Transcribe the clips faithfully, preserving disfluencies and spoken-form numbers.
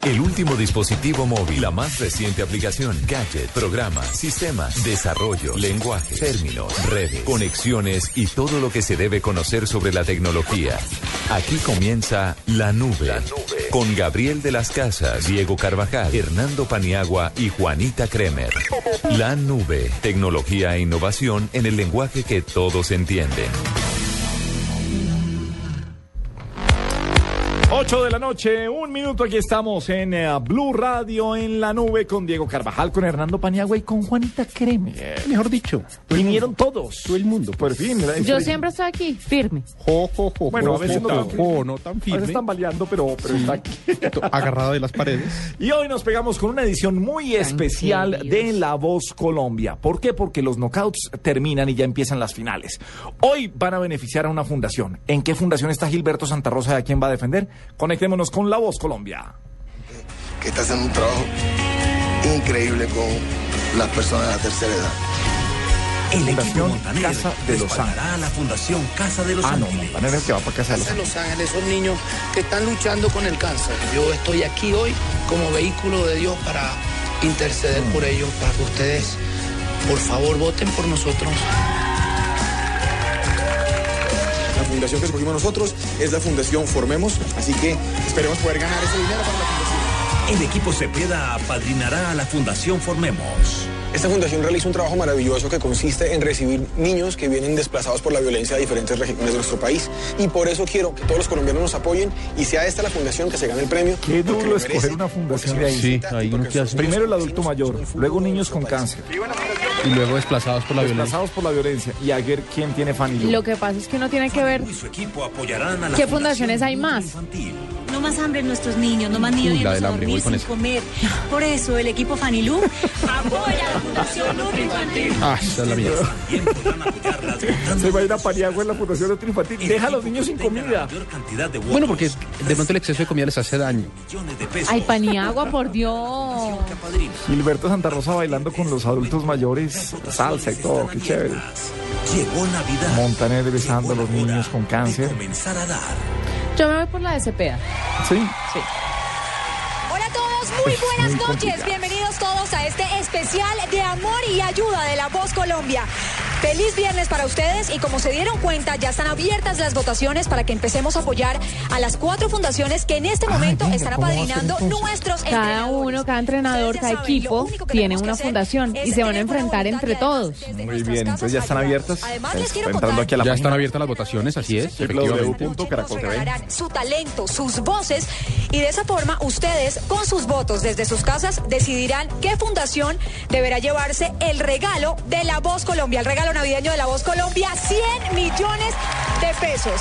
El último dispositivo móvil, la más reciente aplicación, gadget, programa, sistema, desarrollo, lenguaje, términos, redes, conexiones y todo lo que se debe conocer sobre la tecnología. Aquí comienza La Nube, la Nube, con Gabriel de las Casas, Diego Carvajal, Hernando Paniagua y Juanita Kremer. La Nube, tecnología e innovación en el lenguaje que todos entienden. ocho de la noche, un minuto, aquí estamos en uh, Blue Radio, en La Nube, con Diego Carvajal, con Hernando Paniagua y con Juanita Kremer. Mejor dicho, vinieron todos. Todo el mundo. Por fin. La, Yo siempre estoy aquí, firme. Jo, jo, jo, bueno, jo, a veces jo, no, jo, no tan firme. A veces están baleando, pero, pero sí, está aquí. Agarrado de las paredes. Y hoy nos pegamos con una edición muy especial de La Voz Colombia. ¿Por qué? Porque los knockouts terminan y ya empiezan las finales. Hoy van a beneficiar a una fundación. ¿En qué fundación está Gilberto Santa Rosa? ¿A quién va a defender? Conectémonos con La Voz Colombia. Que está haciendo un trabajo increíble con las personas de la tercera edad. El Fundación equipo Montaner Casa de Los Ángeles. a la Fundación Casa de Los ah, Ángeles. no, Montaner es el que va para Casa de Los Ángeles. Los Ángeles son niños que están luchando con el cáncer. Yo estoy aquí hoy como vehículo de Dios para interceder mm. por ellos, para que ustedes, por favor, voten por nosotros. La fundación que escogimos nosotros es la Fundación Formemos, así que esperemos poder ganar ese dinero para la fundación. El equipo Cepeda apadrinará a la Fundación Formemos. Esta fundación realiza un trabajo maravilloso que consiste en recibir niños que vienen desplazados por la violencia de diferentes regiones de nuestro país. Y por eso quiero que todos los colombianos nos apoyen y sea esta la fundación que se gane el premio. Qué duro escoger una fundación de ahí. Sí, ahí uno que hace. Primero el adulto mayor, luego niños con cáncer. Y luego desplazados por la desplazados violencia. por la violencia. Y a ver quién tiene Fanny. Lo que pasa es que uno tiene que ver Y su equipo apoyarán a la qué Fundación fundaciones hay más. Infantil. No más hambre en nuestros niños, no más niños Uy, la del a hambre, dormir voy con sin eso. comer. Por eso el equipo Fanilú apoya a la Fundación Nutri Infantil. Ah, esa es la mía. También podrán apoyarlas votando Se va a ir a Paniagua en la Fundación Nutri Infantil. el Deja a los equipo niños que sin tenga comida. la mayor cantidad de votos. Bueno, porque de pronto el exceso de comida les hace daño. Millones de pesos. Ay, Paniagua, por Dios. Que apadrina. Gilberto Santa Rosa bailando con los adultos mayores, salsa y todo, qué chévere. Llegó Navidad. Montaner besando a los Llegó la niños con hora cáncer. de comenzar a dar. Yo me voy por la de Cepeda. Sí. Sí. Hola a todos, muy buenas muy noches. complicado. Bienvenidos todos a este especial de amor y ayuda de La Voz Colombia. Feliz viernes para ustedes y como se dieron cuenta ya están abiertas las votaciones para que empecemos a apoyar a las cuatro fundaciones que en este Ay, momento venga, están ¿cómo va a ser apadrinando entonces? nuestros Cada entrenadores. uno, cada entrenador, Ustedes ya cada saben, equipo lo único que tiene tenemos una que hacer fundación es y se van a tener buena enfrentar voluntad entre y además todos. desde Muy nuestras bien, casas entonces ya están ayudar. abiertas. Además Pues, les quiero entrando contar aquí a la Ya página. están abiertas las votaciones, así es, w w w efectivamente. punto caracol punto t v. regalarán su talento, sus voces y de esa forma ustedes con sus votos desde sus casas decidirán qué fundación deberá llevarse el regalo de La Voz Colombia, el regalo navideño de La Voz Colombia, cien millones de pesos.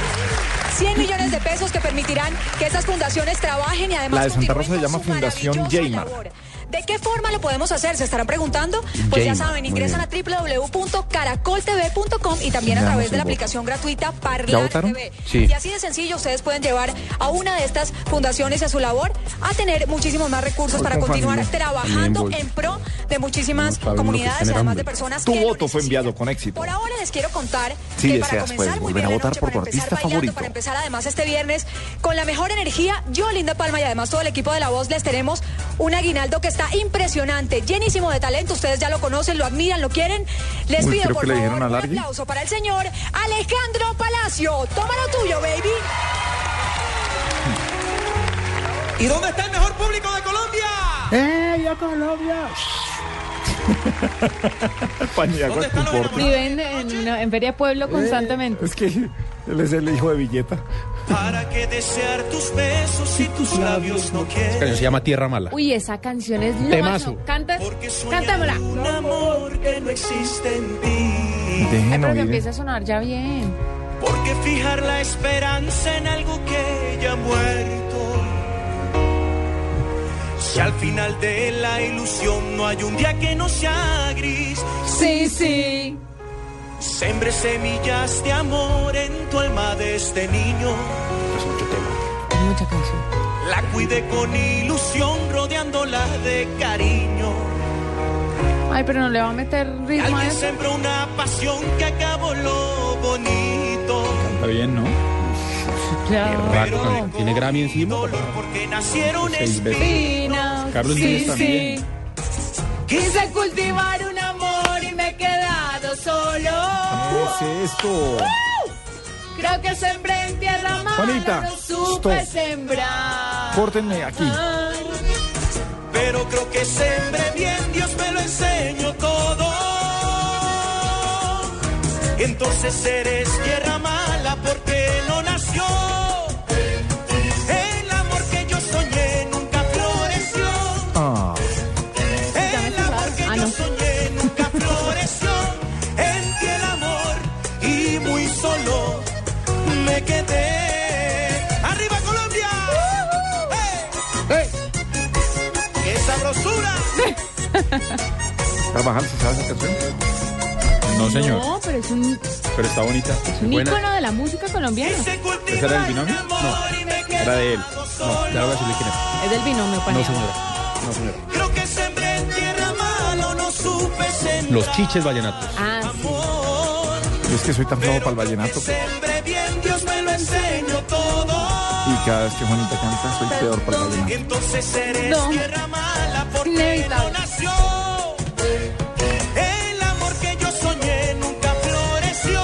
cien millones de pesos que permitirán que estas fundaciones trabajen y además La de Santa Rosa se continúen con llama su Fundación maravillosa Jaymar. labor. ¿De qué forma lo podemos hacer? Se estarán preguntando. Pues ya Jaymar, saben, muy ingresan a bien. w w w punto caracol t v punto com y también a Veamos través de el la voto. aplicación gratuita ¿Ya Parlar votaron? T V. Sí. Y así de sencillo ustedes pueden llevar a una de estas fundaciones y a su labor a tener muchísimos más recursos Hoy para con continuar familia. trabajando También voy. en pro de muchísimas No saben lo que comunidades es y tener además de hambre. personas Tu que lo voto fue enviado necesitan. con éxito. Por ahora les quiero contar Si que para deseas, comenzar puedes muy volver a bien la votar noche, por para tu empezar artista bailando, favorito. para empezar además este viernes con la mejor energía, yo, Linda Palma y además todo el equipo de La Voz les tenemos un aguinaldo que está impresionante, llenísimo de talento, ustedes ya lo conocen, lo admiran, lo quieren. Les Uy, pido creo por que le favor dijeron un alargue. aplauso para el señor Alejandro Palacio. Toma lo tuyo, baby. ¿Y dónde está el mejor público de Colombia? ¡Eh, ya Colombia! Paniagua ¿Dónde es tu están los porte. Viven en, una- en Feria Pueblo constantemente. Es que él es el hijo de Villeta. ¿Para qué desear tus besos si tus labios no Esta canción quieren? se llama Tierra Mala. Uy, esa canción es lo Temazo. máximo. Canta, Porque sueñas cántamela. un amor que no existe en ti. Ay, Déjenlo pero que vivir. empieza a sonar ya bien. Porque fijar la esperanza en algo que ya ha muerto. Si al final de la ilusión no hay un día que no sea gris. Sí, sí. Sembre semillas de amor en tu alma desde niño. Es mucho tema. Mucha canción. La cuide con ilusión rodeándola de cariño. Ay, pero no le va a meter ritmo a Alguien eso. sembró una pasión que acabó lo bonito. Está bien, ¿no? Claro. Tiene Grammy encima. Porque nacieron Seis veces. Fina. Carlos sí, Vives sí. también. Quise cultivar un amor y me he quedado solo. ¿Qué es esto? Creo que sembré en tierra mala, Juanita, no supe stop. sembrar. Córtenme aquí. Pero creo que sembré bien, Dios me lo enseñó todo. Entonces eres tierra mala porque no nació. El amor que yo soñé nunca floreció. Ah. El amor que Ah, yo no. soñé nunca floreció. En ti el amor y muy solo me quedé. ¡Arriba Colombia! ¡Hey! ¡Qué sabrosura! ¿Carvajal se sabe esa canción? No, señor. No, pero es un, Pero está bonita. un Buena. ícono de la música colombiana. ¿Ese era el binomio? No, era de él. No, ya lo voy a decirle quién era. Es del binomio, No, Juanita. señora. No, señora. Creo que sembré en tierra malo, no supe sembrar. Los chiches vallenatos. Ah, sí. Y es que soy tan flojo para el vallenato que- Sembré bien, Dios me lo enseñó todo. y cada vez que Juanita canta soy peor para el vallenato. Entonces eres No. tierra mala porque Inevitable. no nació. El amor que yo soñé nunca floreció.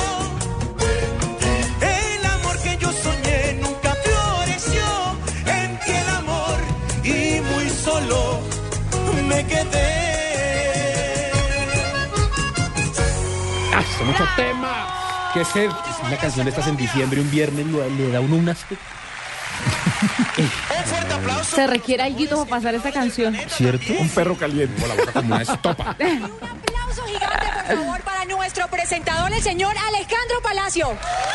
El amor que yo soñé nunca floreció. En ti el amor y muy solo me quedé. ¡Ah, son muchos temas! ¿Qué ser? Una canción de estas en diciembre, un viernes, le, le da uno unas... Un fuerte aplauso. Se requiere algo para pasar esta canción. ¿Cierto? Un perro caliente. Como la boca como una estopa. Un aplauso gigante, por favor, para nuestro presentador, el señor Alejandro Palacio.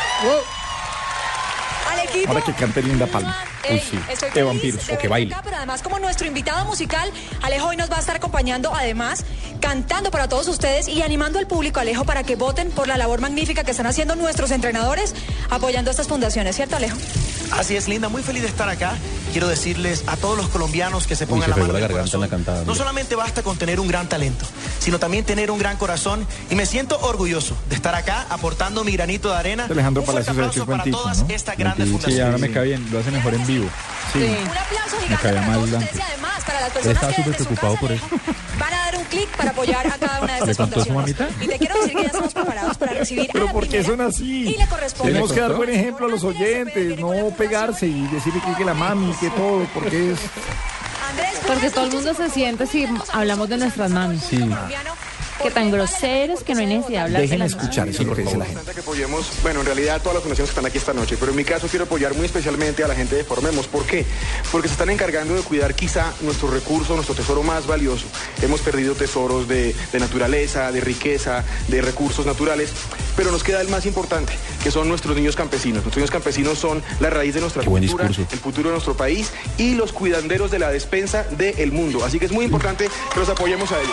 Al equipo. Ahora que cante Linda Palma. Ey, Uy, sí. estoy Qué feliz vampiros. de O que verte baile. acá, pero además como nuestro invitado musical, Alejo hoy nos va a estar acompañando, además cantando para todos ustedes y animando al público, Alejo, para que voten por la labor magnífica que están haciendo nuestros entrenadores apoyando estas fundaciones, ¿cierto, Alejo? Así es, Linda, muy feliz de estar acá. Quiero decirles a todos los colombianos que se pongan se la mano pegó la en el garganta en la corazón. cantada, No mira. solamente basta con tener un gran talento, sino también tener un gran corazón. Y me siento orgulloso de estar acá aportando mi granito de arena. Alejandro Un fuerte Palacios es que aplauso es buen para tipo, todas ¿no? estas grandes Sí, fundaciones. ahora me cae bien. Lo hace mejor en vivo. Sí. Un aplauso Me gigante caía para mal todos delante. ustedes y además para las Él personas estaba que súper desde su preocupado casa, por Alejo, van a dar un clic para apoyar a cada una de ¿Le estas contó su fundaciones. mamita? Y te quiero decir que ya estamos preparados para recibir a Pero la ¿por qué primera son así? y le corresponde. Tenemos que dar contó? buen ejemplo a los oyentes, no pegarse y decirle que, que la mami, que todo, porque es... Andrés, Porque todo el mundo se siente si hablamos de nuestras mamis. Sí. Que tan groseros que no hay necesidad de hablar de Dejen las escuchar, eso es lo que dice la gente. Que apoyemos, bueno, en realidad todas las fundaciones que están aquí esta noche, pero en mi caso quiero apoyar muy especialmente a la gente de Formemos. ¿Por qué? Porque se están encargando de cuidar quizá nuestro recurso, nuestro tesoro más valioso. Hemos perdido tesoros de, de naturaleza, de riqueza, de recursos naturales, pero nos queda el más importante, que son nuestros niños campesinos. Nuestros niños campesinos son la raíz de nuestra Qué buen cultura, discurso. el futuro de nuestro país y los cuidanderos de la despensa del mundo. Así que es muy importante que los apoyemos a ellos.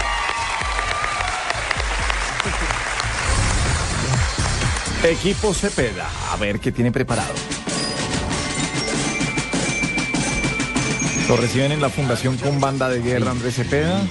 Equipo Cepeda, a ver qué tiene preparado. Lo reciben en la fundación con banda de guerra Andrés Cepeda.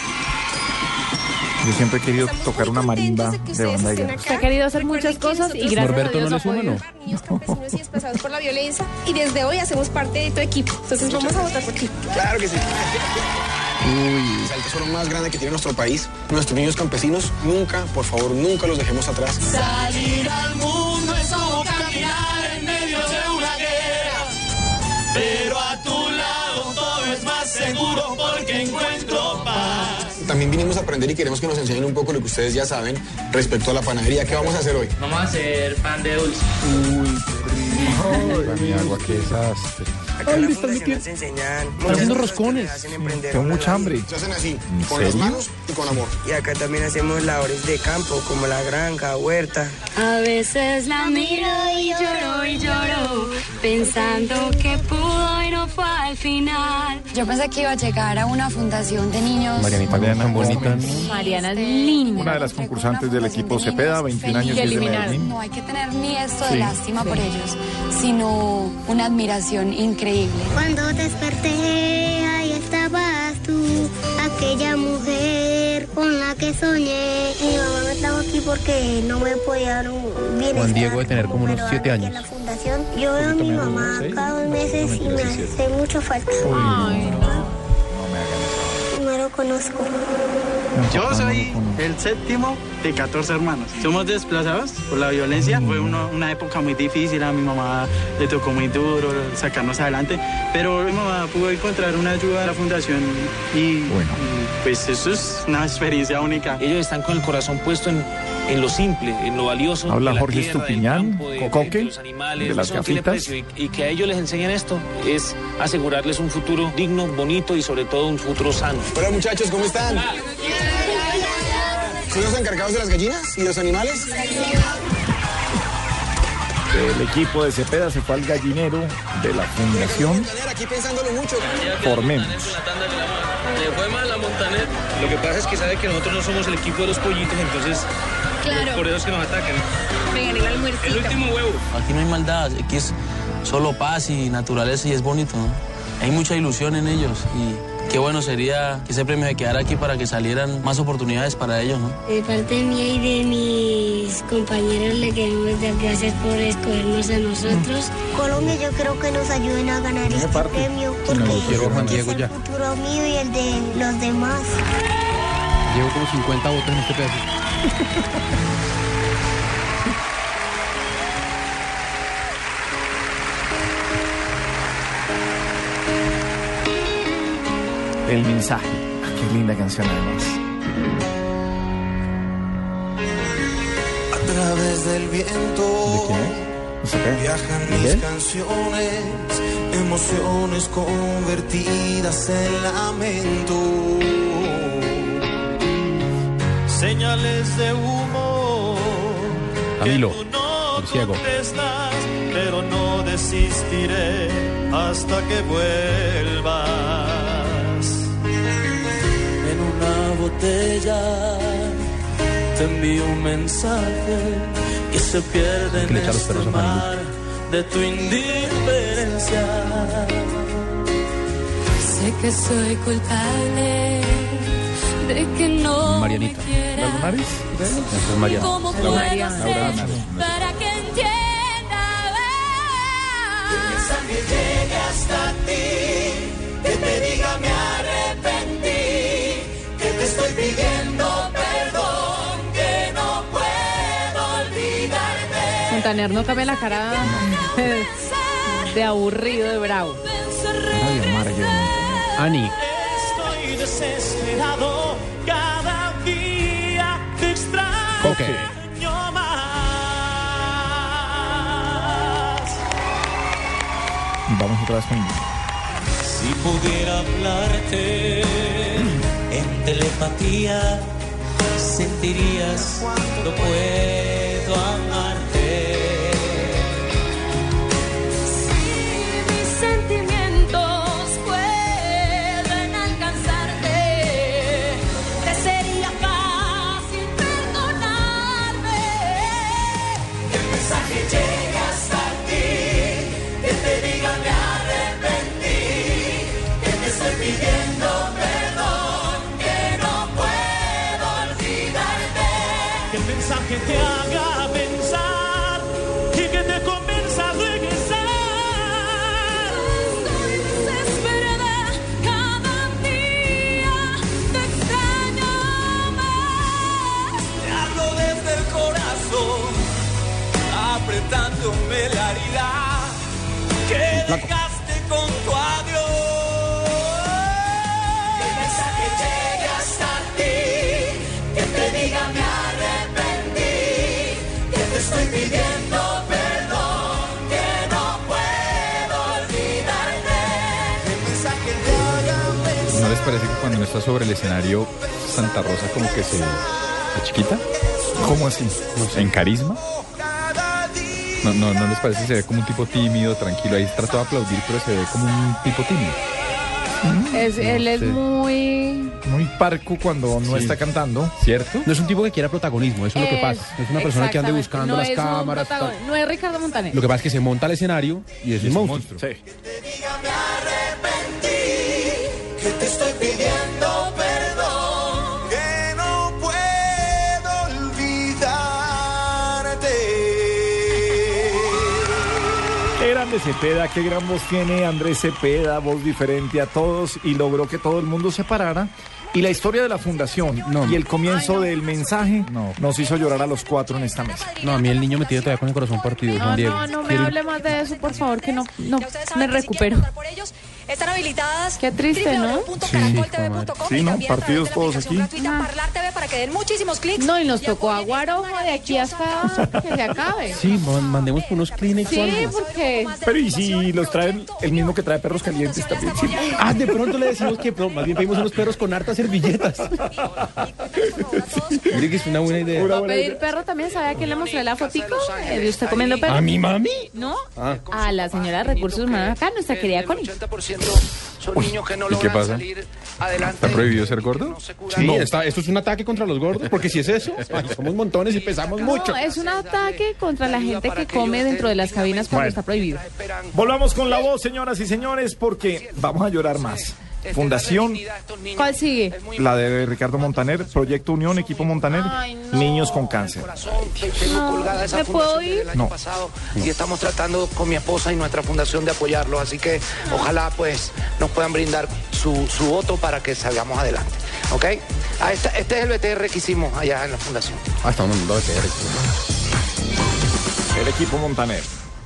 Yo siempre he querido tocar una marimba de banda de guerra. Usted ha querido hacer muchas cosas y gracias a Norberto Dios no ha le suma, podido. ¿no? Niños campesinos y desplazados por la violencia y desde hoy hacemos parte de tu equipo. Entonces vamos a votar por ti. Claro que sí. Uy. Es el tesoro más grande que tiene nuestro país. Nuestros niños campesinos, nunca, por favor, nunca los dejemos atrás. Salir al mundo es como caminar en medio de una guerra. Pero a tu lado todo es más seguro porque encuentro paz. También vinimos a aprender y queremos que nos enseñen un poco lo que ustedes ya saben respecto a la panadería. ¿Qué vamos a hacer hoy? Vamos a hacer pan de dulce. Uy, qué mi agua, qué desastre. Acá en la fundación se enseñan Están haciendo roscones. hacen emprender. Tengo mucha hambre. Se hacen así, ¿En con las serio? manos y con amor. Y acá también hacemos labores de campo, como la granja, huerta. A veces la miro y lloro y lloro, pensando que pudo y no fue al final. Yo pensé que iba a llegar a una fundación de niños. Marianita, tan bonita. Mariana es linda. Una de las concursantes del equipo Cepeda, veintiún años y es de Medellín. No hay que tener ni esto de Sí. lástima por ellos, sino una admiración increíble. Cuando desperté, ahí estabas tú, aquella mujer con la que soñé, mi mamá me trajo aquí porque no me podía dar un bienestar. Juan Diego de tener como unos siete años. En la fundación, yo veo a mi mamá cada dos meses y me hace mucho falta. Ay, no. No lo conozco. Yo soy el séptimo de catorce hermanos. Somos desplazados por la violencia. Fue uno, una época muy difícil. A mi mamá le tocó muy duro sacarnos adelante. Pero mi mamá pudo encontrar una ayuda de la fundación y, bueno. y pues eso es una experiencia única. Ellos están con el corazón puesto en, en lo simple, en lo valioso. Habla de la Jorge tierra, Estupiñán, campo, de, Coque, de los animales, de las eso no tiene gafitas. precio. Y, y que a ellos les enseñen esto es asegurarles un futuro digno, bonito y sobre todo un futuro sano. Hola muchachos, ¿cómo están? ¿Son los encargados de las gallinas y los animales? El equipo de Cepeda se fue al gallinero de la fundación Aquí pensándolo mucho. Formemos. Le fue mal a Montaner. Lo que pasa es que sabe que nosotros no somos el equipo de los pollitos, entonces Claro. por eso es que nos atacan. Vengan, el almuercito. El último huevo. Aquí no hay maldad, aquí es solo paz y naturaleza y es bonito, ¿no? Hay mucha ilusión en ellos y qué bueno sería que ese premio se quedara aquí para que salieran más oportunidades para ellos, ¿no? De parte mía y de mis compañeros le queremos dar gracias por escogernos a nosotros. Colombia, yo creo que nos ayuden a ganar este parte? premio porque No, llegó Juan es Diego el ya. futuro mío y el de los demás. Llevo como cincuenta votos en este pedazo. El mensaje. Ah, qué linda canción además. A través del viento ¿De quién es? No sé qué. viajan ¿De mis él? canciones, emociones convertidas en lamento. Señales de humo. Camilo, que tú no el ciego. contestas, pero no desistiré hasta que vuelvas. En una botella te envío un mensaje que se pierde en este mar de tu indiferencia. Sé que soy culpable de que no Marianita. me quieras. ¿La Lunares? Esa es Mariana. ¿Cómo Laura. puedo Laura hacer Lunares. para que entienda? Que el mensaje llegue hasta ti, que te diga me arrepentí, que te estoy pidiendo perdón, que no puedo olvidarte. Montaner no cambia la cara de aburrido, de bravo. Radio Mar, yo no. Ani. Estoy desesperado, cada día te extraño Coque. más. Vamos otra vez con... Si pudiera hablarte en telepatía, sentirías cuando puedo amarte. Si mis sentimientos pueden alcanzarte, te sería fácil perdonarme. Que el mensaje llegue hasta ti, que te diga me arrepentí, que te estoy pidiendo perdón, que no puedo olvidarte. Que el mensaje te haga pensar y que te convenza a regresar. Estoy desesperada, cada día te extraño más. Te hablo desde el corazón, apretándome la herida que dejaste con tu adiós. Que el mensaje llegue hasta ti, que te diga me arrepentí, que te estoy pidiendo perdón, que no puedo olvidarte. Que el mensaje te haga pensar. ¿No les parece que cuando uno está sobre el escenario Santa Rosa como que se, se chiquita? ¿Cómo así? No sé. ¿En carisma? No, no, ¿no les parece que se ve como un tipo tímido, tranquilo? Ahí trató de aplaudir, pero se ve como un tipo tímido. Es, él es sé. muy... Muy parco cuando no Sí. está cantando. ¿Cierto? No es un tipo que quiera protagonismo, eso es lo que pasa. No es una persona que ande Exactamente. buscando No las es un cámaras. protagon- tal. No es Ricardo Montaner. Lo que pasa es que se monta al escenario y es un monstruo. Sí. Que te estoy pidiendo perdón, que no puedo Andrés Cepeda, qué gran voz tiene Andrés Cepeda, voz diferente a todos, y logró que todo el mundo se parara. Y la historia de la fundación no, y el comienzo del mensaje no. nos hizo llorar a los cuatro en esta mesa. No, a mí el niño me tiene todavía con el corazón partido, no, Juan Diego. No, no me ¿Quiere? hable más de eso, por favor, que no, no me recupero. Están habilitadas. Qué triste, ¿no? Sí, sí, ¿no? Partidos todos aquí. Para que den muchísimos clics. No, y nos tocó aguaro de aquí hasta que se acabe. Sí, mandemos unos Kleenex. Sí, porque... Pero ¿y si los traen el mismo que trae perros calientes también? Sí. Ah, de pronto le decimos que no, más bien pedimos unos perros con hartas servilletas. Sí. Mire que es una buena idea. ¿Va a pedir perro también? ¿Sabe a quién le mostré la fotico de usted comiendo perro? ¿A mi mami? ¿No? Ah. A la señora de Recursos Humanos acá, nuestra querida Connie. Uy, ¿y qué pasa? ¿Está prohibido ser gordo? Sí, no. está, esto es un ataque contra los gordos, porque si es eso, ay, somos montones y pesamos no, mucho. Es un ataque contra la gente que come dentro de las cabinas cuando bueno, está prohibido. Volvamos con la voz, señoras y señores, porque vamos a llorar más. Fundación. ¿Cuál sigue? La de Ricardo Montaner, Proyecto Unión, Equipo Montaner, Ay, no. Niños con cáncer. No, ¿me puedo ir? No. Y estamos tratando con mi esposa y nuestra fundación de apoyarlos, así que ojalá pues nos puedan brindar su, su voto para que salgamos adelante. ¿Ok? Ah, esta, este es el B T R que hicimos allá en la fundación. Ah, estamos mandando B T R. El Equipo Montaner.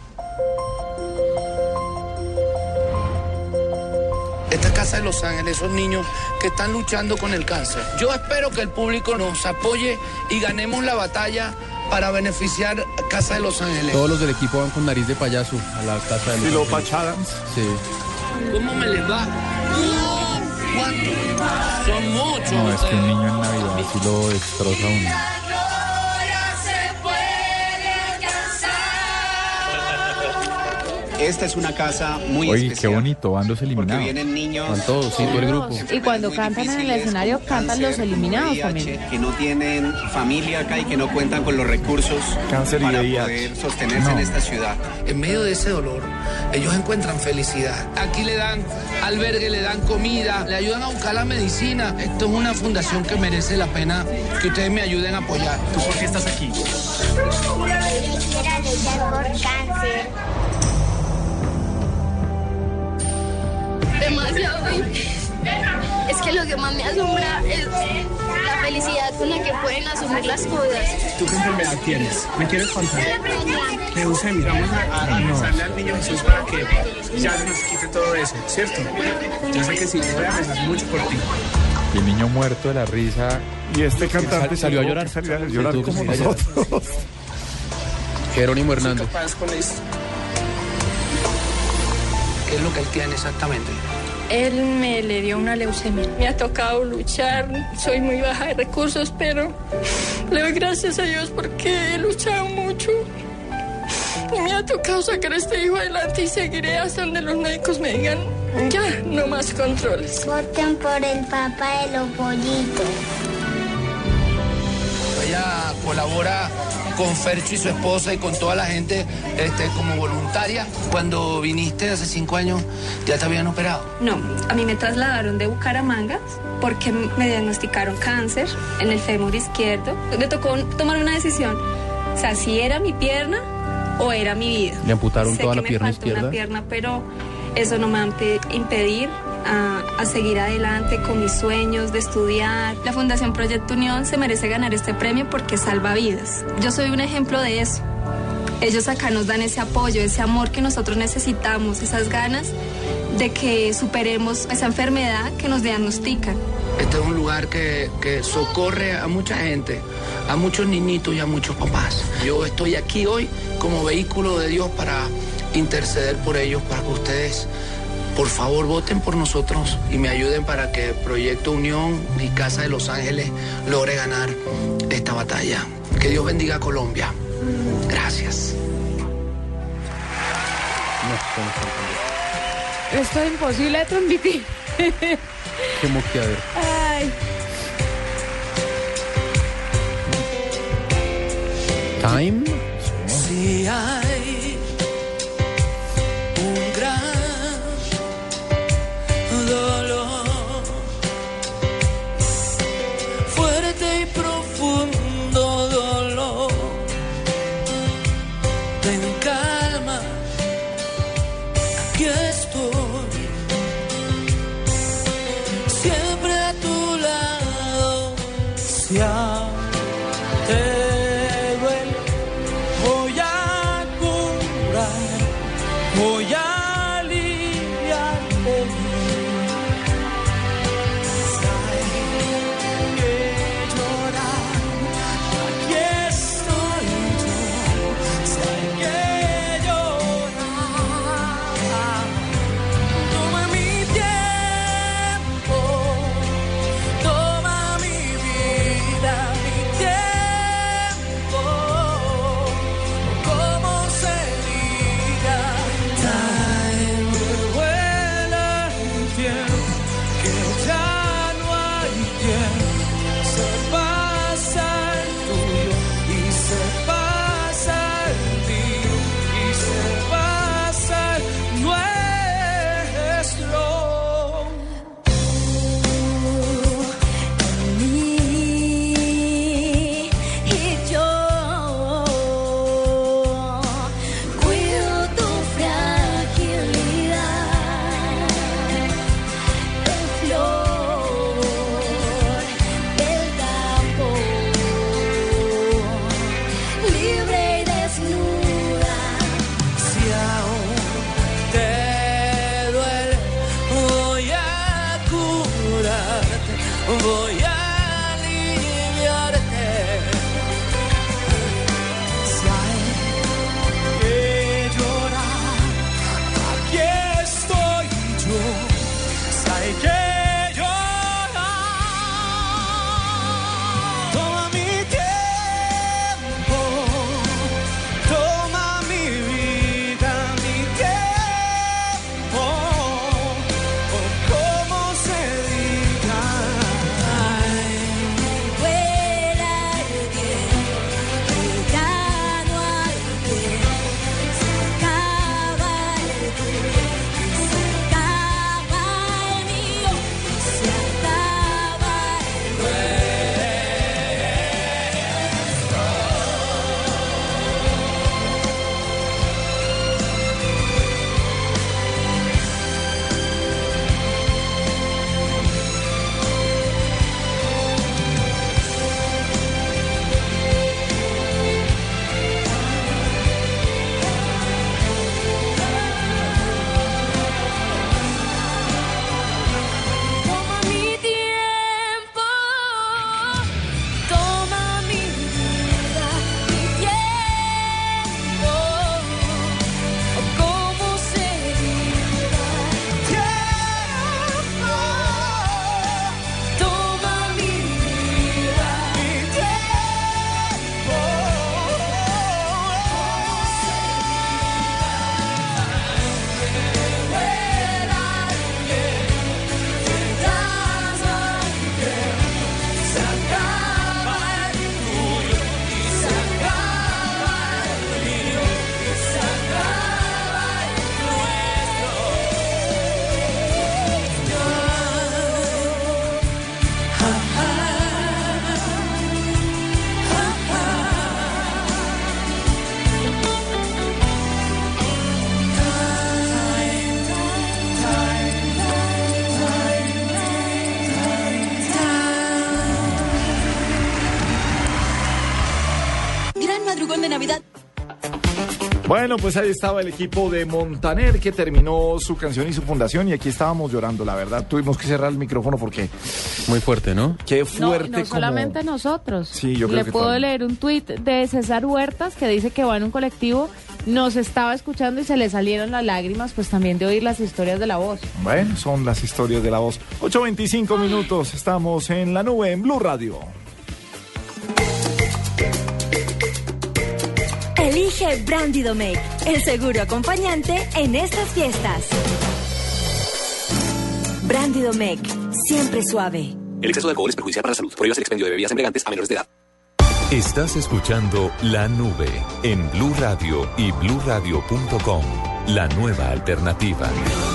Esta Casa de Los Ángeles, esos niños que están luchando con el cáncer. Yo espero que el público nos apoye y ganemos la batalla para beneficiar a Casa de Los Ángeles. Todos los del equipo van con nariz de payaso a la Casa de Los ¿Y los Ángeles. Adams? Sí. ¿Cómo me les va? ¿Cuántos? Son muchos. No, es que un niño en Navidad sí lo destroza uno. Esta es una casa muy Oye, especial. qué bonito, van los eliminados. Porque vienen niños. Van todos, sí, todo el grupo. Y cuando cantan en el escenario, cantan los eliminados también. Que no tienen familia acá y que no cuentan con los recursos cáncer para y poder sostenerse no. en esta ciudad. En medio de ese dolor, ellos encuentran felicidad. Aquí le dan albergue, le dan comida, le ayudan a buscar la medicina. Esto es una fundación que merece la pena que ustedes me ayuden a apoyar. ¿Tú por qué estás aquí? Yo quisiera luchar por cáncer. Demasiado difícil. Es que lo que más me asombra es la felicidad con la que pueden asumir las cosas. ¿Tú qué enfermedad tienes? ¿Me quieres contar? Leucemia. Vamos a, a rezarle al niño Jesús para que ya se nos quite todo eso, ¿cierto? Yo sé que sí, voy a rezar mucho por ti. Y el niño muerto de la risa. Y este cantante salió a llorar. Salió a llorar sí, como nosotros. Jerónimo Hernández. ¿Qué es lo que él tiene exactamente? Él me le dio una leucemia. Me ha tocado luchar, soy muy baja de recursos, pero le doy gracias a Dios porque he luchado mucho. Y me ha tocado sacar a este hijo adelante y seguiré hasta donde los médicos me digan, ya, no más controles. Voten por el papá de los pollitos. Ella colabora con Fercho y su esposa y con toda la gente este, como voluntaria. Cuando viniste hace cinco años, ¿ya te habían operado? No, a mí me trasladaron de Bucaramanga porque me diagnosticaron cáncer en el fémur izquierdo. Me tocó tomar una decisión, o sea, si era mi pierna o era mi vida. Le amputaron sé toda que la pierna me faltó izquierda. Una pierna, pero eso no me va a impedir a, a seguir adelante con mis sueños de estudiar. La Fundación Proyecto Unión se merece ganar este premio porque salva vidas. Yo soy un ejemplo de eso. Ellos acá nos dan ese apoyo, ese amor que nosotros necesitamos, esas ganas de que superemos esa enfermedad que nos diagnostican. Este es un lugar que, que socorre a mucha gente, a muchos niñitos y a muchos papás. Yo estoy aquí hoy como vehículo de Dios para interceder por ellos, para que ustedes, por favor, voten por nosotros y me ayuden para que Proyecto Unión y Casa de Los Ángeles logre ganar esta batalla. Que Dios bendiga a Colombia. Gracias. Esto es imposible de transmitir. Qué moqueadero. Ay. Time. Si hay un gran dolor, fuerte y profundo dolor, ten calma que ya no hay quien se pasa el tuyo y se pasa el mío y se pasa el nuestro. Voy a aliviarte. Si hay que llorar, aquí estoy yo. Si hay que llorar, toma mi tiempo, toma mi vida, mi tiempo, o como se diga. De Navidad. Bueno, pues ahí estaba el equipo de Montaner que terminó su canción y su fundación y aquí estábamos llorando, la verdad. Tuvimos que cerrar el micrófono porque... Muy fuerte, ¿no? Qué fuerte. No, no como... solamente nosotros. Sí, yo creo Le que puedo todo. leer un tuit de César Huertas que dice que va en un colectivo, nos estaba escuchando y se le salieron las lágrimas, pues también de oír las historias de La Voz. Bueno, son las historias de La Voz. ocho veinticinco minutos, estamos en la nube en Blue Radio. Elige Brandy Domecq, el seguro acompañante en estas fiestas. Brandy Domecq, siempre suave. El exceso de alcohol es perjudicial para la salud. Prohíbas el expendio de bebidas embriagantes a menores de edad. Estás escuchando La Nube en Blue Radio y blue radio punto com, la nueva alternativa.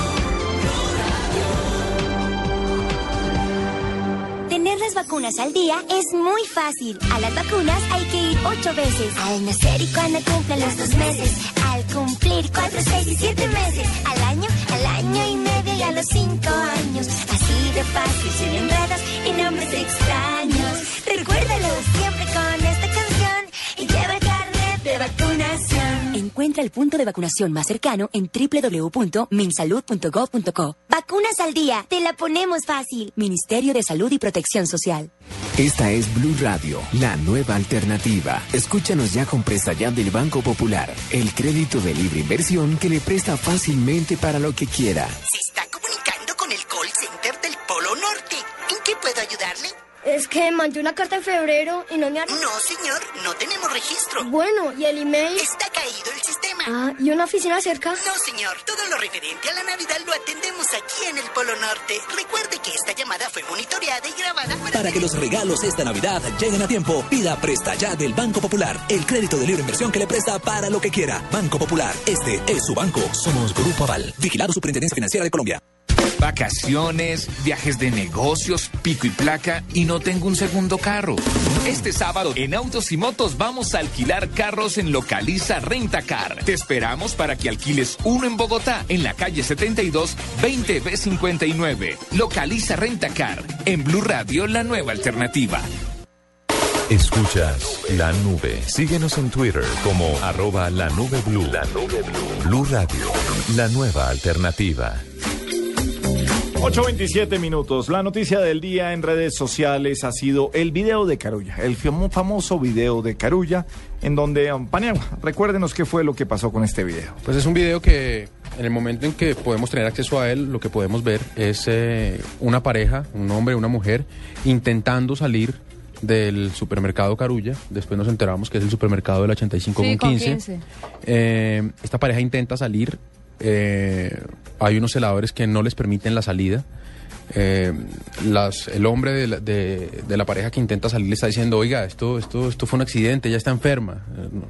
Tener las vacunas al día es muy fácil. A las vacunas hay que ir ocho veces. Al nacer y cuando cumplen los dos meses. Al cumplir cuatro, seis y siete meses. Al año, al año y medio y a los cinco años. Así de fácil, sin enredos y nombres extraños. Recuérdalo siempre con esta canción y lleva el carnet de vacunación. Encuentra el punto de vacunación más cercano en doble u doble u doble u punto minsalud punto gov punto co. Vacunas al día, te la ponemos fácil. Ministerio de Salud y Protección Social. Esta es Blue Radio, la nueva alternativa. Escúchanos ya con Presta Ya del Banco Popular, el crédito de libre inversión que le presta fácilmente para lo que quiera. Se está comunicando con el call center del Polo Norte. ¿En qué puedo ayudarle? Es que mandé una carta en febrero y no me ha... No, señor, no tenemos registro. Bueno, ¿y el email? Está caído el sistema. Ah, ¿y una oficina cerca? No, señor, todo lo referente a la Navidad lo atendemos aquí en el Polo Norte. Recuerde que es llamada fue monitoreada y grabada para... Para que los regalos esta Navidad lleguen a tiempo, pida Presta Ya del Banco Popular. El crédito de libre inversión que le presta para lo que quiera. Banco Popular, este es su banco. Somos Grupo Aval. Vigilado Superintendencia Financiera de Colombia. Vacaciones, viajes de negocios, pico y placa y no tengo un segundo carro. Este sábado en Autos y Motos vamos a alquilar carros en Localiza Rentacar. Te esperamos para que alquiles uno en Bogotá, en la calle setenta y dos, veinte B cincuenta y nueve. Localiza Rentacar. En Blue Radio, la nueva alternativa. Escuchas La Nube. Síguenos en Twitter como arroba la nube blue. La nube blue. Blue Radio, la nueva alternativa. ocho veintisiete minutos. La noticia del día en redes sociales ha sido el video de Carulla, el famoso video de Carulla, en donde, um, Paniagua, recuérdenos qué fue lo que pasó con este video. Pues es un video que en el momento en que podemos tener acceso a él, lo que podemos ver es eh, una pareja, un hombre y una mujer, intentando salir del supermercado Carulla. Después nos enteramos que es el supermercado del ochenta y cinco Sí, con con quince. quince. Eh, esta pareja intenta salir. Eh, hay unos celadores que no les permiten la salida. Eh, las, el hombre de la, de, de la pareja que intenta salir le está diciendo, oiga, esto, esto, esto fue un accidente, ella está enferma. Eh, no.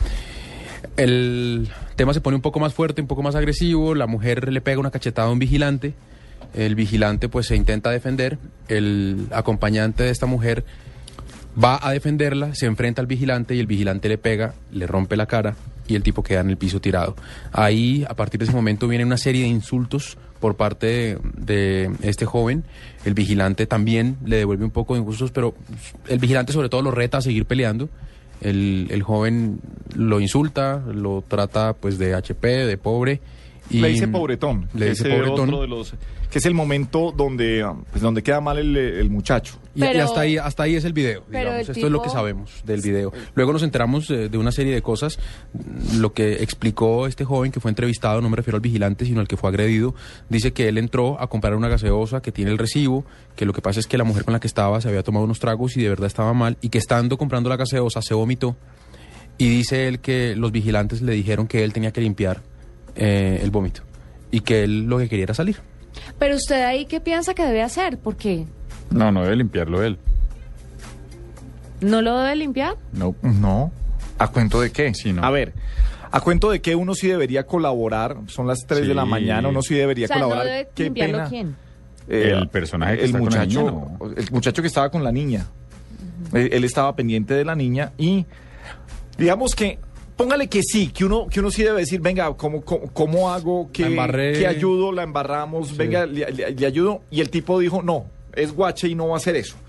El tema se pone un poco más fuerte, un poco más agresivo. La mujer le pega una cachetada a un vigilante. El vigilante pues se intenta defender. El acompañante de esta mujer va a defenderla, se enfrenta al vigilante y el vigilante le pega, le rompe la cara y el tipo queda en el piso tirado. Ahí, a partir de ese momento, viene una serie de insultos por parte de, de este joven. El vigilante también le devuelve un poco de insultos, pero el vigilante sobre todo lo reta a seguir peleando. El, el joven lo insulta, lo trata pues de H P, de pobre. Y le dice pobretón. Le dice ese pobretón. Otro de los, que es el momento donde, pues, donde queda mal el, el muchacho. Y, Pero- y hasta ahí hasta ahí es el video, Pero digamos. el Esto es lo que tipo- sabemos del video. Luego nos enteramos eh, de una serie de cosas. Lo que explicó este joven que fue entrevistado, no me refiero al vigilante, sino al que fue agredido, dice que él entró a comprar una gaseosa, que tiene el recibo, que lo que pasa es que la mujer con la que estaba se había tomado unos tragos y de verdad estaba mal, y que estando comprando la gaseosa se vomitó. Y dice él que los vigilantes le dijeron que él tenía que limpiar eh, el vómito y que él lo que quería era salir. Pero usted ahí, ¿qué piensa que debe hacer? Porque No, no debe limpiarlo él. no lo debe limpiar. No. No. ¿A cuento de qué? Sí, no. A ver, ¿a cuento de qué uno sí debería colaborar? Son las tres Sí. de la mañana, uno sí debería O sea, ¿no colaborar. debe Qué limpiarlo pena. quién? Eh, El personaje que el está con la muchacho, niña, ¿no? el muchacho que estaba con la niña. él, él estaba pendiente de la niña y digamos que póngale que sí, que uno que uno sí debe decir, venga, ¿cómo, cómo, cómo hago? ¿Qué, La embarré. qué ayudo? La embarramos, Sí. venga, le, le- le ayudo. Y el tipo dijo, no, es guache y no va a hacer eso.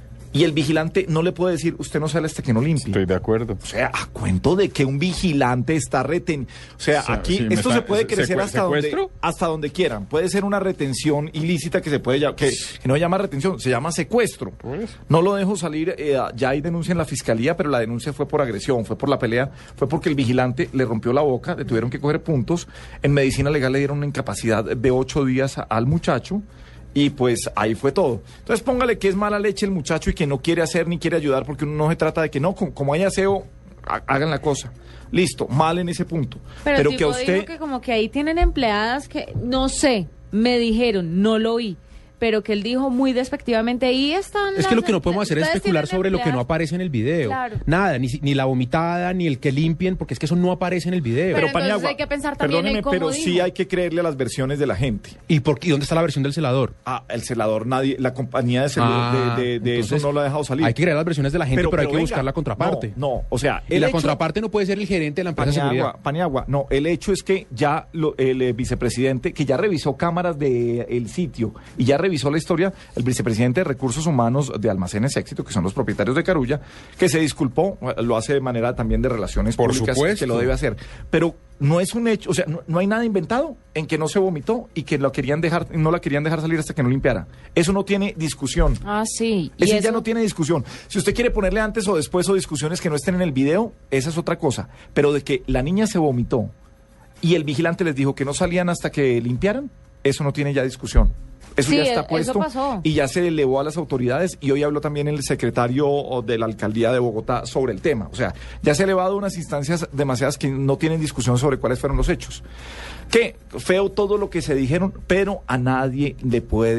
Y el vigilante no le puede decir, usted no sale hasta que no limpie. Estoy de acuerdo. O sea, a cuento de que un vigilante está reten... O sea, O sea, aquí sí, me esto está- se puede se- crecer secue- hasta donde, ¿secuestro? hasta donde quieran. Puede ser una retención ilícita que se puede llam- que, que no se llama retención, se llama secuestro. No lo dejo salir, eh, ya hay denuncia en la fiscalía, pero la denuncia fue por agresión, fue por la pelea, fue porque el vigilante le rompió la boca, le tuvieron que coger puntos. En medicina legal le dieron una incapacidad de ocho días a- al muchacho. Y pues ahí fue todo. Entonces póngale que es mala leche el muchacho y que no quiere hacer ni quiere ayudar, porque uno no se trata de que no, como, como hay aseo, ha- hagan la cosa. Listo, mal en ese punto. Pero, Pero el que tipo a usted... dijo que como que ahí tienen empleadas que, no sé, me dijeron, no lo oí, pero que él dijo muy despectivamente, ahí están Es que lo las que no podemos hacer es ustedes especular tienen sobre lo que no empleadas. aparece en el video. Claro. Nada, ni, si- ni la vomitada, ni el que limpien, porque es que eso no aparece en el video. Pero entonces hay que pensar también en Perdóneme, cómo pero dijo. sí hay que creerle a las versiones de la gente. ¿Y, por, qué? ¿Y dónde está la versión del celador? Ah, el celador, nadie, la compañía de, celu- Ah, de, de- de eso entonces, no lo ha dejado salir. Hay que creer las versiones de la gente, pero, hay que venga, buscar la contraparte. No, no, o sea, Y el la hecho- contraparte no puede ser el gerente de la empresa de Paniagua, seguridad. Paniagua, no, el hecho es que ya lo- el eh, vicepresidente, que ya revisó cámaras del sitio y ya revisó la historia, el vicepresidente de Recursos Humanos de Almacenes Éxito, que son los propietarios de Carulla, que se disculpó, eh, lo hace de manera también de relaciones Por públicas, supuesto. que lo debe hacer. Pero no es un hecho, o sea, no, no hay nada inventado en que no se vomitó y que lo querían dejar, no la querían dejar salir hasta que no limpiara. Eso no tiene discusión. Ah, sí. ¿Y Ese eso? ya no tiene discusión. Si usted quiere ponerle antes o después o discusiones que no estén en el video, esa es otra cosa. Pero de que la niña se vomitó y el vigilante les dijo que no salían hasta que limpiaran, eso no tiene ya discusión. Eso Sí, ya está eso puesto pasó. y ya se elevó a las autoridades y hoy habló también el secretario de la alcaldía de Bogotá sobre el tema. O sea, ya se ha elevado a unas instancias demasiadas que no tienen discusión sobre cuáles fueron los hechos. Que feo todo lo que se dijeron, pero a nadie le pueden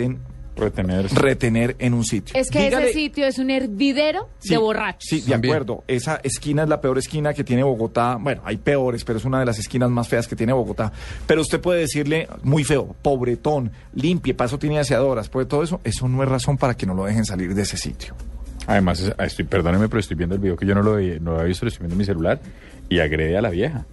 Retener. Retener en un sitio. Es que Dígale, ese sitio es un hervidero sí, de borrachos. Sí, de También. acuerdo. Esa esquina es la peor esquina que tiene Bogotá. Bueno, hay peores, pero es una de las esquinas más feas que tiene Bogotá. Pero usted puede decirle, muy feo, pobretón, limpie, paso tiene aseadoras, puede todo eso. Eso no es razón para que no lo dejen salir de ese sitio. Además, es- estoy, perdóneme, pero estoy viendo el video que yo no lo, vi- no lo había visto, lo estoy viendo en mi celular y agrede a la vieja.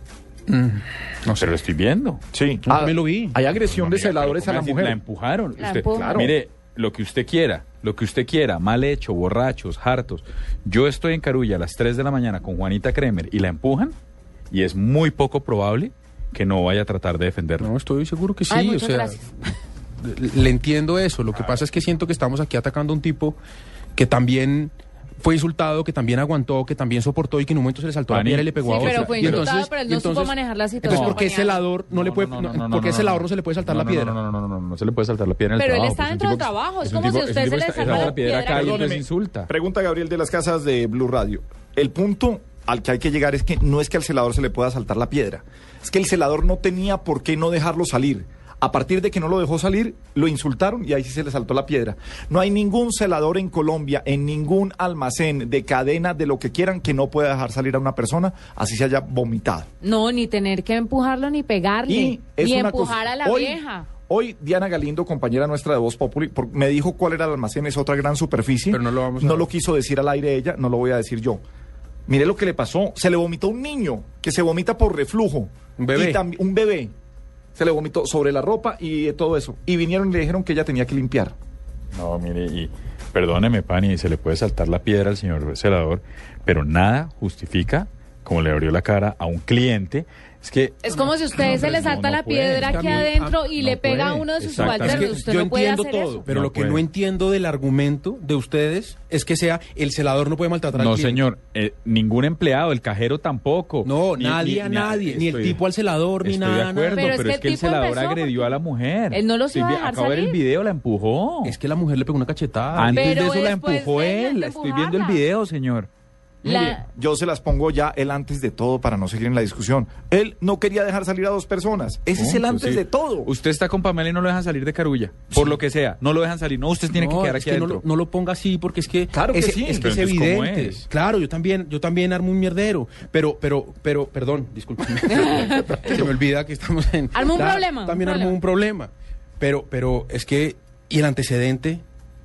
No sé, lo estoy viendo. Sí. Yo también lo vi. Hay agresión No, de amiga, celadores pero a la ¿cómo así? mujer. La empujaron. La Usted- empujan. Claro. Mire, lo que usted quiera, lo que usted quiera, mal hecho, borrachos, hartos. Yo estoy en Carulla a las tres de la mañana con Juanita Kremer y la empujan y es muy poco probable que no vaya a tratar de defenderla. No, estoy seguro que sí. Ay, o muchas sea, gracias. le entiendo eso. Lo que pasa es que siento que estamos aquí atacando a un tipo que también fue insultado, que también aguantó, que también soportó y que en un momento se le saltó la Pani. piedra y le pegó Sí, a otro. pero fue Y insultado, pero él y no supo manejar la situación. Entonces, ¿por qué Juaniano. ese celador no, le puede, No, no, no, no, no, ¿por qué no, ese celador no. no se le puede saltar No, la no, piedra? No, no, no, no, no, no, no se le puede saltar la piedra en el Pero él trabajo. está pues, un dentro del tipo- trabajo, es un como tipo- si un usted tipo se le está- saltara salta la piedra acá y Perdóneme. entonces insulta. Pregunta Gabriel de las Casas de Blue Radio. El punto al que hay que llegar es que no es que al celador se le pueda saltar la piedra, es que el celador no tenía por qué no dejarlo salir. A partir de que no lo dejó salir, lo insultaron y ahí sí se le saltó la piedra. No hay ningún celador en Colombia, en ningún almacén de cadena, de lo que quieran, que no pueda dejar salir a una persona, así se haya vomitado. No, ni tener que empujarlo, ni pegarle, Y es ni una empujar cosa- a la hoy- vieja. Hoy Diana Galindo, compañera nuestra de Voz Populi, por- me dijo cuál era el almacén, es otra gran superficie. Pero no lo vamos a No ver. lo quiso decir al aire ella, no lo voy a decir yo. Mire lo que le pasó, se le vomitó un niño, que se vomita por reflujo. Un bebé. Y tam- un bebé. Se le vomitó sobre la ropa y todo eso. Y vinieron y le dijeron que ella tenía que limpiar. No, mire, y perdóneme, Pani, se le puede saltar la piedra al señor celador, pero nada justifica, como le abrió la cara a un cliente, es que... Es como si usted No, se le no, salta no la puede. piedra Está aquí muy- adentro ah, y no le pega a puede. uno de sus Exacto. subalternos. Es que Usted yo no puede entiendo hacer todo, eso. pero No lo que puede. no entiendo del argumento de ustedes es que sea el celador no puede maltratar al No, cliente. señor, eh, ningún empleado, el cajero tampoco. No, Ni- nadie ni- a ni- nadie, ni el estoy- tipo al celador, ni Estoy nada, de nada. acuerdo, Pero pero, es es que que el el tipo celador empezó agredió porque a la mujer. él no los Estoy iba a vi- dejar Acabo de ver el salir. video, la empujó. Es que la mujer le pegó una cachetada. Antes Pero de eso la después empujó de ella él. de Estoy viendo el empujarla. video, señor. La- Mire, yo se las pongo ya el antes de todo para no seguir en la discusión. Él no quería dejar salir a dos personas. Ese es el Punto, antes sí. de todo. Usted está con Pamela y no lo dejan salir de Carulla. Por lo que sea, no lo dejan salir. No, usted tiene No, que quedar es aquí que no adentro. lo, no lo ponga así porque es que Claro que es, sí. es que Pero es entonces, ¿cómo evidente. es? Claro, yo también, yo también armo un mierdero, pero, pero, pero, perdón, discúlpeme, se me olvida que estamos en. Armo un Claro, problema, un También problema. armo un problema, pero, pero es que y el antecedente.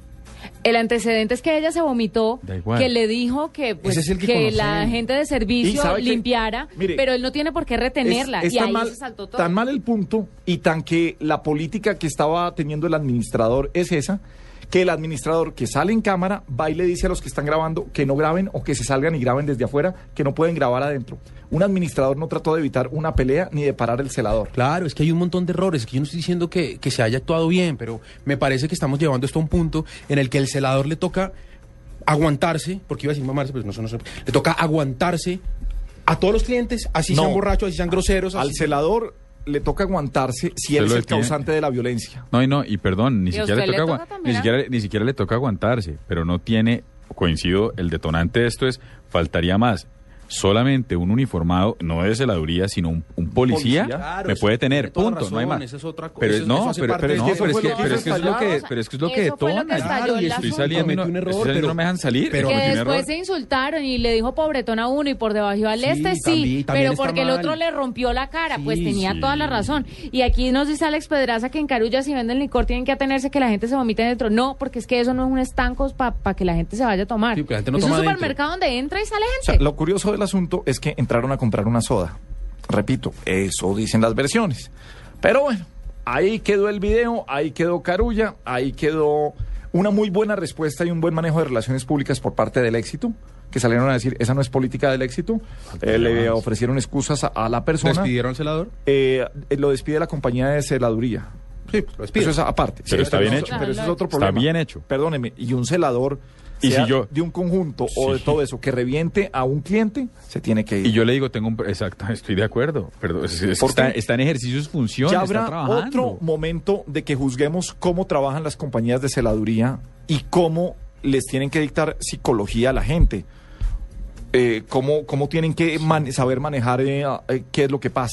El antecedente es que ella se vomitó, Da igual. que le dijo que, pues, Ese es el que que conocemos. la gente de Y servicio sabe que- limpiara, mire, pero él no tiene por qué retenerla. Es- es y tan ahí mal, se saltó todo. tan mal el punto y tan que la política que estaba teniendo el administrador es esa, que el administrador que sale en cámara va y le dice a los que están grabando que no graben o que se salgan y graben desde afuera, que no pueden grabar adentro. Un administrador no trató de evitar una pelea ni de parar el celador. Claro, es que hay un montón de errores, que yo no estoy diciendo que, que se haya actuado bien, pero me parece que estamos llevando esto a un punto en el que el celador le toca aguantarse, porque iba a decir mamarse, pero no, no, no, le toca aguantarse a todos los clientes, así No. sean borrachos, así sean groseros. Al así- celador le toca aguantarse si Usted él es lo el detiene. causante de la violencia. No, y no, y perdón, ni ¿Y a siquiera le usted toca, le agua- toca ni también, siquiera ni siquiera le toca aguantarse, pero no tiene, coincido, el detonante de esto es faltaría más. Solamente un uniformado, no de celaduría, sino un, un policía, Policía. Claro, me eso puede tiene tener, toda punto, no hay razón, más. esa es otra co- Pero eso- no, eso hace pero, parte pero de- no, eso pero es fue que, lo que pero es que es lo que, pero es que es lo que Eso fue lo que detona. estalló Claro, el y asunto. Estoy saliendo, Cometí no, un error, estoy saliendo, pero- no me dejan salir. pero- que cometí un después error. se insultaron y le dijo pobretón a uno y por debajo al Sí, este sí, también- también pero está porque el mal. otro le rompió la cara, pues Sí, tenía sí. toda la razón. Y aquí nos dice Alex Pedraza que en Carulla si venden licor tienen que atenerse que la gente se vomite dentro. No, porque es que eso no es un estanco para que la gente se vaya a tomar. Sí, que la gente no es un toma dentro. supermercado donde entra y sale O sea, gente. lo curioso del asunto es que entraron a comprar una soda. Repito, eso dicen las versiones. Pero bueno, ahí quedó el video, ahí quedó Carulla, ahí quedó una muy buena respuesta y un buen manejo de relaciones públicas por parte del Éxito, que salieron a decir, esa no es política del Éxito. Eh, le ofrecieron excusas a, a la persona. ¿Despidieron al celador? Eh, eh, lo despide la compañía de celaduría. Sí, lo despide. Eso es aparte. Pero está bien eso- hecho. Pero eso es otro Está problema. bien hecho. Perdóneme, y un celador, Y sea si yo- de un conjunto o de Sí. todo eso, que reviente a un cliente, se tiene que ir. Y yo le digo, tengo un... Exacto, estoy de acuerdo. Pero es, es- ¿Por está, qué? está en ejercicio de sus funciones, Ya está habrá trabajando. otro momento de que juzguemos cómo trabajan las compañías de celaduría y cómo les tienen que dictar psicología a la gente. Eh, cómo, cómo tienen que man- saber manejar eh, eh, qué es lo que pasa.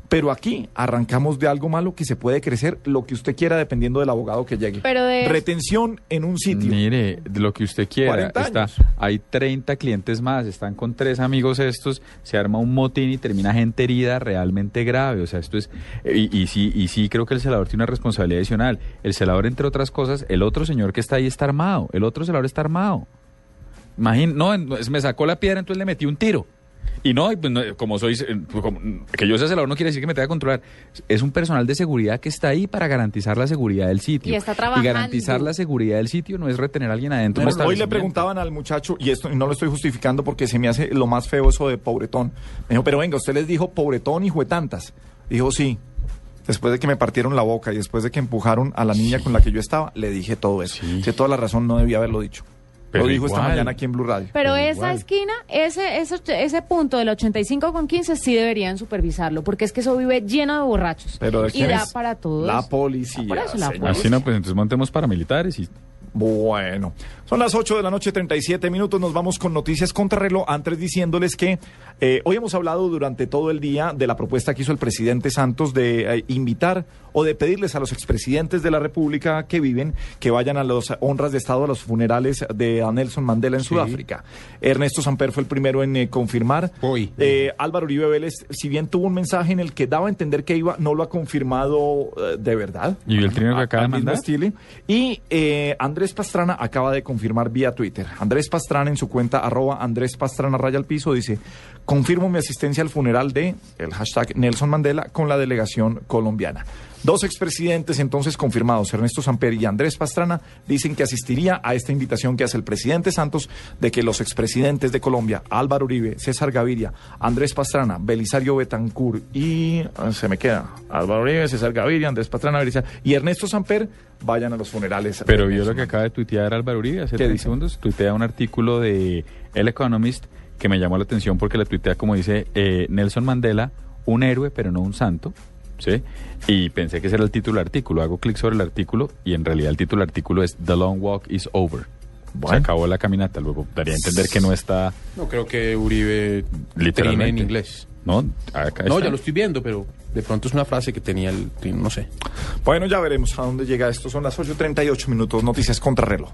Pero aquí arrancamos de algo malo que se puede crecer lo que usted quiera dependiendo del abogado que llegue. Pero de... Retención en un sitio. Mire, de lo que usted quiera. Está, hay treinta clientes más, están con tres amigos estos, se arma un motín y termina gente herida realmente grave. O sea, esto es... Y, y, sí, y sí creo que el celador tiene una responsabilidad adicional. El celador, entre otras cosas, el otro señor que está ahí está armado. El otro celador está armado. Imagínate, no, me sacó la piedra, entonces le metí un tiro. Y no, pues no, como soy, como, que yo sea celador no quiere decir que me tenga que controlar. Es un personal de seguridad que está ahí para garantizar la seguridad del sitio. Y está trabajando. Y garantizar la seguridad del sitio no es retener a alguien adentro. Bueno, hoy le preguntaban al muchacho, y esto no lo estoy justificando porque se me hace lo más feo eso de pobretón. Me dijo, pero venga, usted les dijo pobretón y juetantas. Dijo, sí. Después de que me partieron la boca y después de que empujaron a la niña sí. con la que yo estaba, le dije todo eso. Sí. Que toda la razón no debía haberlo dicho. Pero lo dijo igual. Esta mañana aquí en Blue Radio. Pero, Pero esa igual. esquina, ese, ese ese punto del ochenta y cinco con quince sí deberían supervisarlo, porque es que eso vive lleno de borrachos. Pero ¿de y da para todos. La policía. Ah, por eso la policía. Así no, pues entonces montemos paramilitares y... Bueno, son las ocho de la noche, treinta y siete minutos, nos vamos con noticias contrarreloj, antes diciéndoles que eh, hoy hemos hablado durante todo el día de la propuesta que hizo el presidente Santos de eh, invitar o de pedirles a los expresidentes de la República que viven que vayan a las honras de Estado, a los funerales de a Nelson Mandela en sí. Sudáfrica. Ernesto Samper fue el primero en eh, confirmar. Hoy. Eh, Álvaro Uribe Vélez, si bien tuvo un mensaje en el que daba a entender que iba, no lo ha confirmado eh, de verdad. ¿Y el trineo que acaba de mandar? Estilo. Y eh, Andrés Pastrana acaba de confirmar vía Twitter. Andrés Pastrana en su cuenta arroba Andrés Pastrana raya al piso dice, confirmo mi asistencia al funeral de el hashtag Nelson Mandela con la delegación colombiana. Dos expresidentes entonces confirmados, Ernesto Samper y Andrés Pastrana, dicen que asistiría a esta invitación que hace el presidente Santos de que los expresidentes de Colombia, Álvaro Uribe, César Gaviria, Andrés Pastrana, Belisario Betancur y se me queda Álvaro Uribe, César Gaviria, Andrés Pastrana, Belisario y Ernesto Samper vayan a los funerales. Pero vio lo que acaba de tuitear Álvaro Uribe hace treinta segundos, tuitea un artículo de El Economist que me llamó la atención porque le tuitea como dice eh, Nelson Mandela, un héroe pero no un santo. ¿Sí? Y pensé que ese era el título del artículo. Hago clic sobre el artículo y en realidad el título del artículo es The Long Walk is Over. Bueno. Se acabó la caminata. Luego daría a entender que no está... No, creo que Uribe literalmente en inglés. No, acá no está. Ya lo estoy viendo, pero de pronto es una frase que tenía el... No sé. Bueno, ya veremos a dónde llega esto. Son las ocho treinta y ocho minutos. Noticias contrarreloj.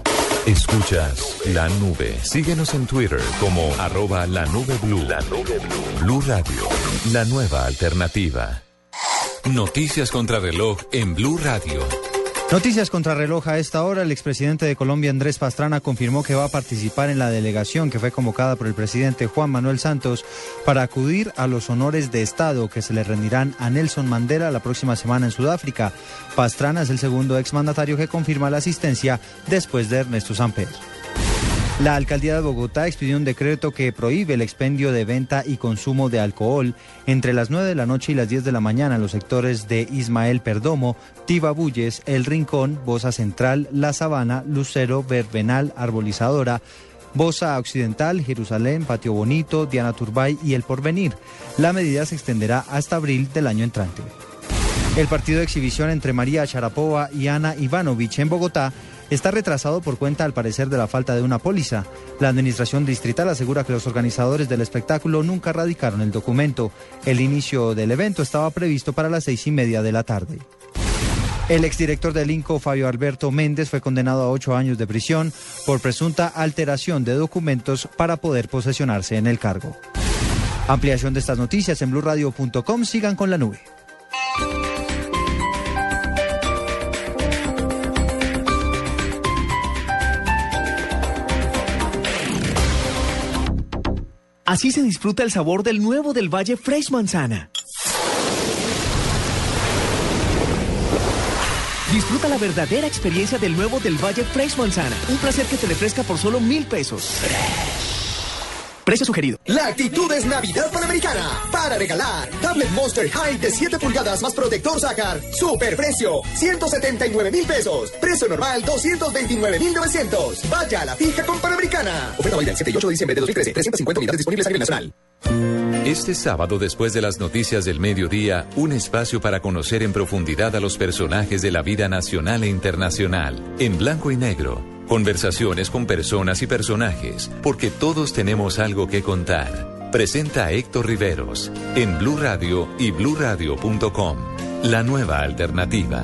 Escuchas La Nube. Síguenos en Twitter como arroba la nube blue. La Nube Blue. Blue Radio, la nueva alternativa. Noticias contrarreloj en Blue Radio. Noticias contrarreloj a esta hora. El expresidente de Colombia, Andrés Pastrana, confirmó que va a participar en la delegación que fue convocada por el presidente Juan Manuel Santos para acudir a los honores de Estado que se le rendirán a Nelson Mandela la próxima semana en Sudáfrica. Pastrana es el segundo exmandatario que confirma la asistencia después de Ernesto Samper. La alcaldía de Bogotá expidió un decreto que prohíbe el expendio de venta y consumo de alcohol entre las nueve de la noche y las diez de la mañana en los sectores de Ismael Perdomo, Tibabuyes, El Rincón, Bosa Central, La Sabana, Lucero, Verbenal, Arbolizadora, Bosa Occidental, Jerusalén, Patio Bonito, Diana Turbay y El Porvenir. La medida se extenderá hasta abril del año entrante. El partido de exhibición entre María Sharapova y Ana Ivanovich en Bogotá está retrasado por cuenta, al parecer, de la falta de una póliza. La administración distrital asegura que los organizadores del espectáculo nunca radicaron el documento. El inicio del evento estaba previsto para las seis y media de la tarde. El exdirector del INCO, Fabio Alberto Méndez, fue condenado a ocho años de prisión por presunta alteración de documentos para poder posesionarse en el cargo. Ampliación de estas noticias en blue radio punto com. Sigan con la nube. Así se disfruta el sabor del nuevo del Valle Fresh Manzana. Disfruta la verdadera experiencia del nuevo del Valle Fresh Manzana. Un placer que te refresca por solo mil pesos. Precio sugerido. La actitud es Navidad Panamericana. Para regalar, tablet Monster High de siete pulgadas más protector Sácar. Super precio, ciento setenta y nueve mil pesos. Precio normal, doscientos veintinueve mil novecientos. Vaya a la fija con Panamericana. Oferta válida el siete y ocho de diciembre de dos mil trece. trescientas cincuenta unidades disponibles a nivel nacional. Este sábado, después de las noticias del mediodía, un espacio para conocer en profundidad a los personajes de la vida nacional e internacional. En blanco y negro. Conversaciones con personas y personajes, porque todos tenemos algo que contar. presenta a Héctor Riveros en Blue Radio y blue radio punto com. La nueva alternativa.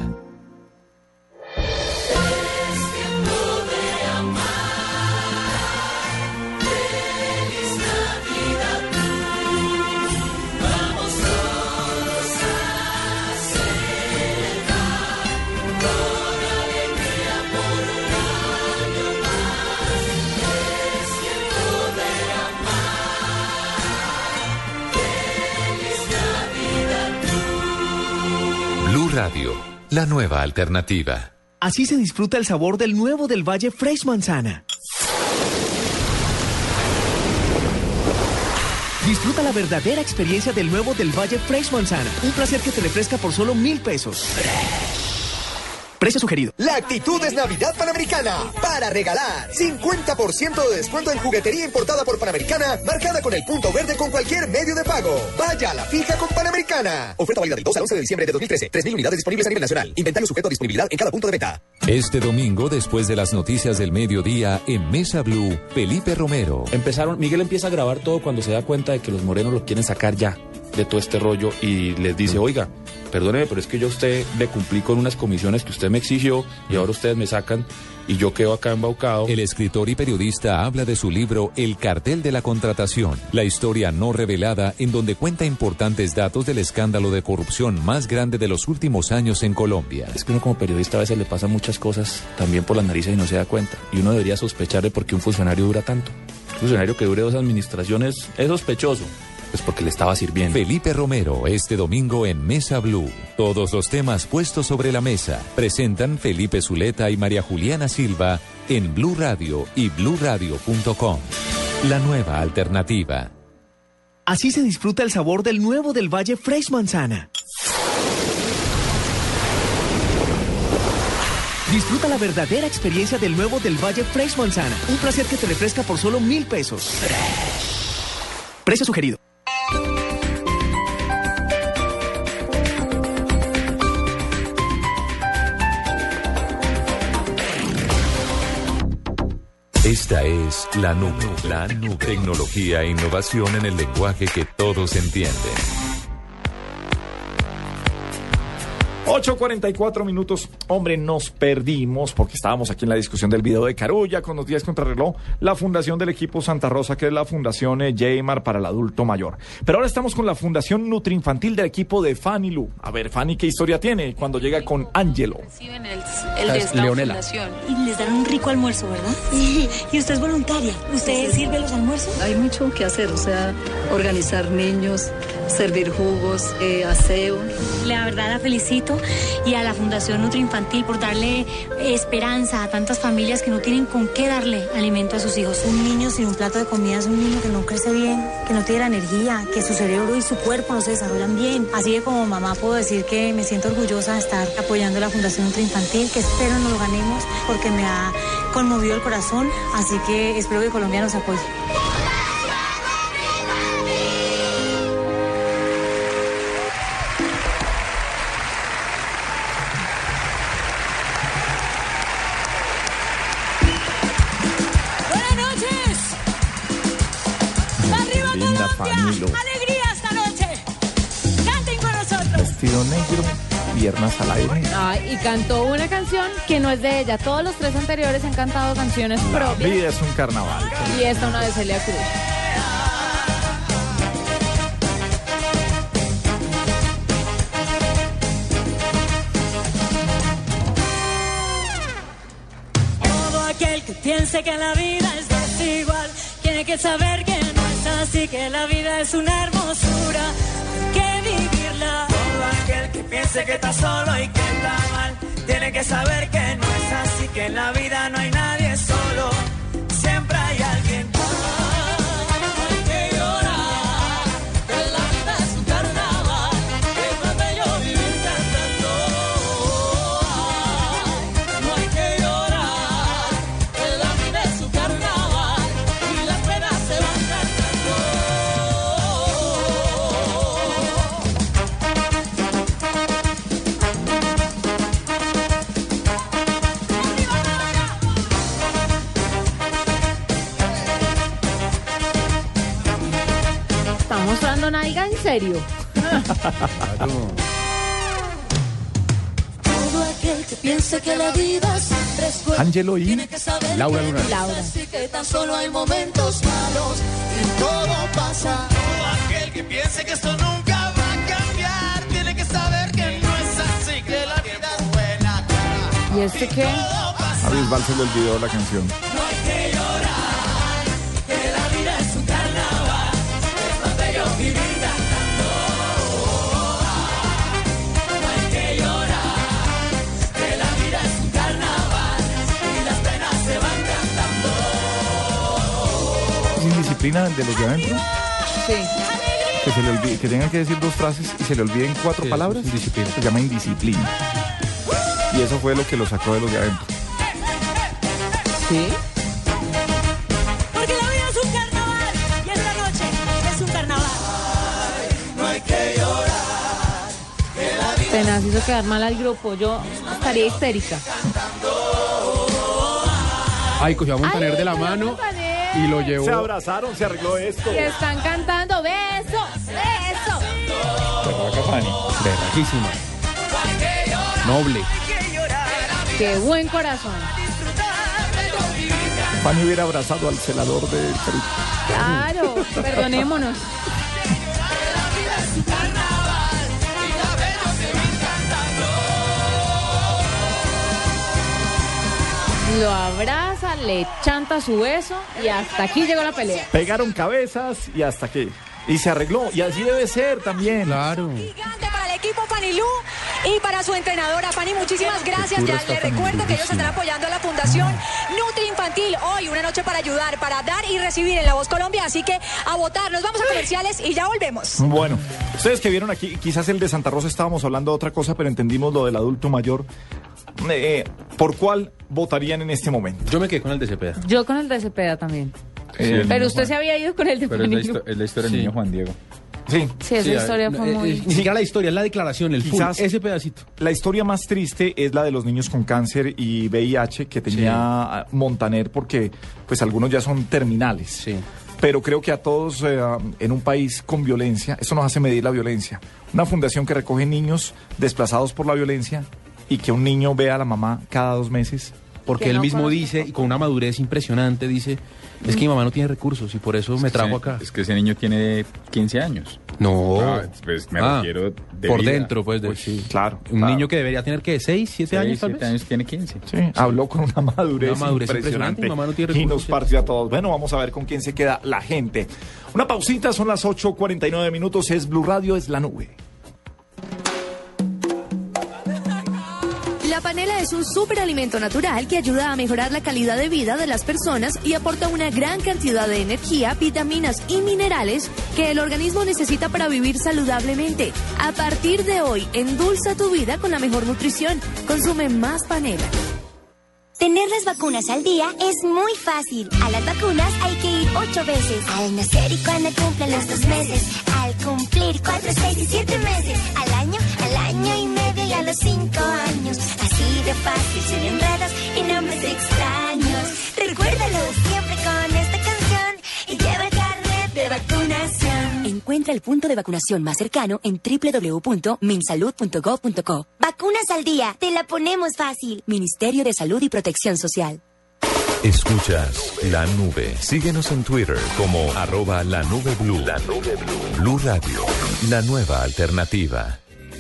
Radio, la nueva alternativa. Así se disfruta el sabor del nuevo del Valle Fresh Manzana. Disfruta la verdadera experiencia del nuevo del Valle Fresh Manzana. Un placer que te refresca por solo mil pesos. Precio sugerido. La actitud es Navidad Panamericana. Para regalar. cincuenta por ciento de descuento en juguetería importada por Panamericana, marcada con el punto verde con cualquier medio de pago. Vaya a la fija con Panamericana. Oferta válida del dos al once de diciembre de dos mil trece. tres mil unidades disponibles a nivel nacional. Inventario sujeto a disponibilidad en cada punto de venta. Este domingo, después de las noticias del mediodía, en Mesa Blue, Felipe Romero. Empezaron, Miguel empieza a grabar todo cuando se da cuenta de que los morenos lo quieren sacar ya de todo este rollo y les dice, oiga, perdóneme, pero es que yo a usted le cumplí con unas comisiones que usted me exigió y ahora ustedes me sacan y yo quedo acá embaucado. El escritor y periodista habla de su libro El cartel de la contratación, la historia no revelada en donde cuenta importantes datos del escándalo de corrupción más grande de los últimos años en Colombia. Es que uno como periodista a veces le pasan muchas cosas también por las narices y no se da cuenta. Y uno debería sospechar de por qué un funcionario dura tanto. Un funcionario que dure dos administraciones es sospechoso. Pues porque le estaba sirviendo. Felipe Romero, este domingo en Mesa Blue. Todos los temas puestos sobre la mesa. Presentan Felipe Zuleta y María Juliana Silva en Blue Radio y blue radio punto com. La nueva alternativa. Así se disfruta el sabor del nuevo del Valle Fresh Manzana. Disfruta la verdadera experiencia del nuevo del Valle Fresh Manzana. Un placer que te refresca por solo mil pesos. Precio sugerido. Esta es La Nube. La Nube. Tecnología e innovación en el lenguaje que todos entienden. ocho cuarenta y cuatro minutos. Hombre, nos perdimos porque estábamos aquí en la discusión del video de Carulla con Noticias Contrarreloj, la fundación del equipo Santa Rosa, que es la fundación eh, Jaymar para el adulto mayor. Pero ahora estamos con la fundación Nutriinfantil del equipo de Fanny Lu. A ver, Fanny, ¿qué historia tiene cuando llega con Ángelo? Reciben el, el de esta Leonela. fundación. Y les dan un rico almuerzo, ¿verdad? Sí. Y usted es voluntaria. ¿Usted Sí. sirve los almuerzos? Hay mucho que hacer, o sea, organizar niños, servir jugos, eh, aseo. La verdad la felicito y a la Fundación Nutriinfantil por darle esperanza a tantas familias que no tienen con qué darle alimento a sus hijos. Un niño sin un plato de comida es un niño que no crece bien, que no tiene la energía, que su cerebro y su cuerpo no se desarrollan bien. Así que como mamá puedo decir que me siento orgullosa de estar apoyando a la Fundación Nutriinfantil, que espero nos lo ganemos porque me ha conmovido el corazón, así que espero que Colombia nos apoye. Buenas noches. ¡Arriba Linda Colombia! Fanny Lu. ¡Alegría esta noche! ¡Canten con nosotros! Vestido negro, piernas al aire. Ah, y cantó una canción que no es de ella. Todos los tres anteriores han cantado canciones La propias. vida es un carnaval. Y esta una de Celia Cruz. Todo aquel que piense que la vida es desigual tiene que saber que no es así, que la vida es una hermosura, hay que vivirla. Todo aquel que piense que está solo y que está mal tiene que saber que no es así, que en la vida no hay nadie solo, siempre hay alguien. Hay que llorar, que la vida es un carnaval, que es bello vivir cantando. No hay que llorar, que la vida es un carnaval y las penas se van cantando. mostrando nalga en serio. Todo aquel que piense que la vida es tres cuerpos, Ángelo y tiene que saber Laura que Luna. Laura. así que tan solo hay momentos malos y todo pasa. Todo aquel que piense que esto nunca va a cambiar, tiene que saber que no es así, que la vida es buena. ¿Y este qué? A Bisbal se le olvidó la canción. No hay que llorar, que la vida es un carnaval, es más bello vivir cantando. No hay que llorar, que la vida es un carnaval y las penas se van cantando. ¿Es indisciplina de los de adentro? Sí. Que se le olvide, que tengan que decir dos frases y se le olviden cuatro Sí, palabras. es indisciplina. Se llama indisciplina. Y eso fue lo que lo sacó de los de adentro. Sí. Porque la vida es un carnaval y esta noche es un carnaval. No hay que llorar, que la vida Tenaz hizo quedar mal al grupo. Yo estaría histérica. Ay, cogió a Montaner Ay, de la cogió a mano Montaner. y lo llevó. Se abrazaron, se arregló esto. Y están cantando beso, beso. Berraca Fanny. Berraquísima. Noble. Qué buen corazón. Fanny hubiera abrazado al celador de Carulla. Claro, perdonémonos. Lo abraza, le chanta su beso y hasta aquí llegó la pelea. Pegaron cabezas y hasta aquí. Y se arregló. Y así debe ser también. Claro. Gigante para el equipo Fanilú y para su entrenadora. Fanny, muchísimas gracias. Qué Ya pura le está recuerdo Fanny, que ellos están apoyando a la Fundación Nutri Infantil. Hoy una noche para ayudar, para dar y recibir en La Voz Colombia. Así que a votar. Nos vamos a comerciales y ya volvemos. Bueno, ustedes que vieron aquí, quizás el de Santa Rosa estábamos hablando de otra cosa, pero entendimos lo del adulto mayor. Eh, ¿Por cuál votarían en este momento? Yo me quedé con el de Cepeda. Yo con el de Cepeda también. Sí, el Pero niño usted Juan. se había ido con el de Pero es la, Fanilú. histo- es la historia del Sí. niño Juan Diego. Sí. Sí, esa Sí, a- historia fue eh, muy... eh, Ni siquiera la historia, es la declaración, el full, Quizás- ese pedacito. La historia más triste es la de los niños con cáncer y V I H que tenía Montaner, porque pues algunos ya son terminales. Sí. Pero creo que a todos eh, en un país con violencia, eso nos hace medir la violencia. Una fundación que recoge niños desplazados por la violencia y que un niño vea a la mamá cada dos meses. Porque Que él no mismo conozco. dice, y con una madurez impresionante, dice, es que mi mamá no tiene recursos y por eso me trajo Sí, acá. Es que ese niño tiene quince años. No. Ah, pues me Ah, refiero de por vida. dentro, pues, de, Uy, sí. Claro. Un claro. niño que debería tener, ¿qué? ¿Seis, siete años, seis, tal siete vez? años tiene quince. Sí, habló con una madurez, Una madurez impresionante, impresionante, mi mamá no tiene y nos recursos. partió a todos. Bueno, vamos a ver con quién se queda la gente. Una pausita, son las ocho cuarenta y nueve minutos, es Blue Radio, es la nube. La panela es un superalimento natural que ayuda a mejorar la calidad de vida de las personas y aporta una gran cantidad de energía, vitaminas y minerales que el organismo necesita para vivir saludablemente. A partir de hoy, endulza tu vida con la mejor nutrición. Consume más panela. Tener las vacunas al día es muy fácil. A las vacunas hay que ir ocho veces. Al nacer y cuando cumplen los dos meses. Al cumplir cuatro, seis y siete meses. Al año, al año y medio y a los cinco años. Así de fácil, sin enredos y nombres extraños. Recuérdalo siempre con esta canción y lleva el carnet de vacunación. Encuentra el punto de vacunación más cercano en doble u doble u doble u punto minsalud punto gov punto co. Vacunas al día, te la ponemos fácil. Ministerio de Salud y Protección Social. Escuchas La Nube. Síguenos en Twitter como arroba la nube blue. La nube blue. Blue Radio, la nueva alternativa.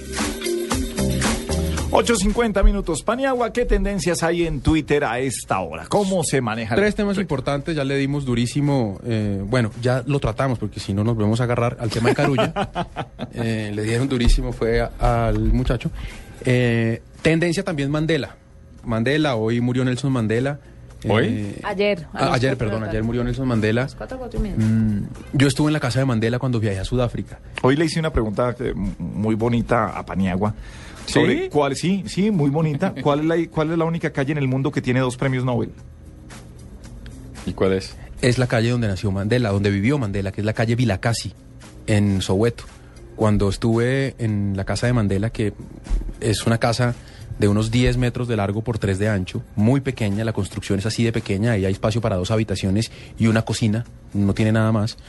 ocho cincuenta minutos. Paniagua, ¿qué tendencias hay en Twitter a esta hora? ¿Cómo se maneja? Tres temas importantes, ya le dimos durísimo, eh, bueno, ya lo tratamos porque si no nos volvemos a agarrar al tema de Carulla. Eh, le dieron durísimo, fue a- al muchacho. Eh, tendencia también Mandela. Mandela, hoy murió Nelson Mandela. ¿Hoy? Eh, Ayer. a a- las ayer, cuatro de la perdón, tarde. ayer murió Nelson Mandela. Cuatro, cuatro y media. Mm, yo estuve en la casa de Mandela cuando viajé a Sudáfrica. Hoy le hice una pregunta eh, muy bonita a Paniagua. ¿Sí? Sobre cuál, sí, sí, muy bonita. ¿Cuál es, la, ¿Cuál es la única calle en el mundo que tiene dos premios Nobel? ¿Y cuál es? Es la calle donde nació Mandela, donde vivió Mandela, que es la calle Vilacasi, en Soweto. Cuando estuve en la casa de Mandela, que es una casa de unos diez metros de largo por tres de ancho, muy pequeña, la construcción es así de pequeña, ahí hay espacio para dos habitaciones y una cocina, no tiene nada más.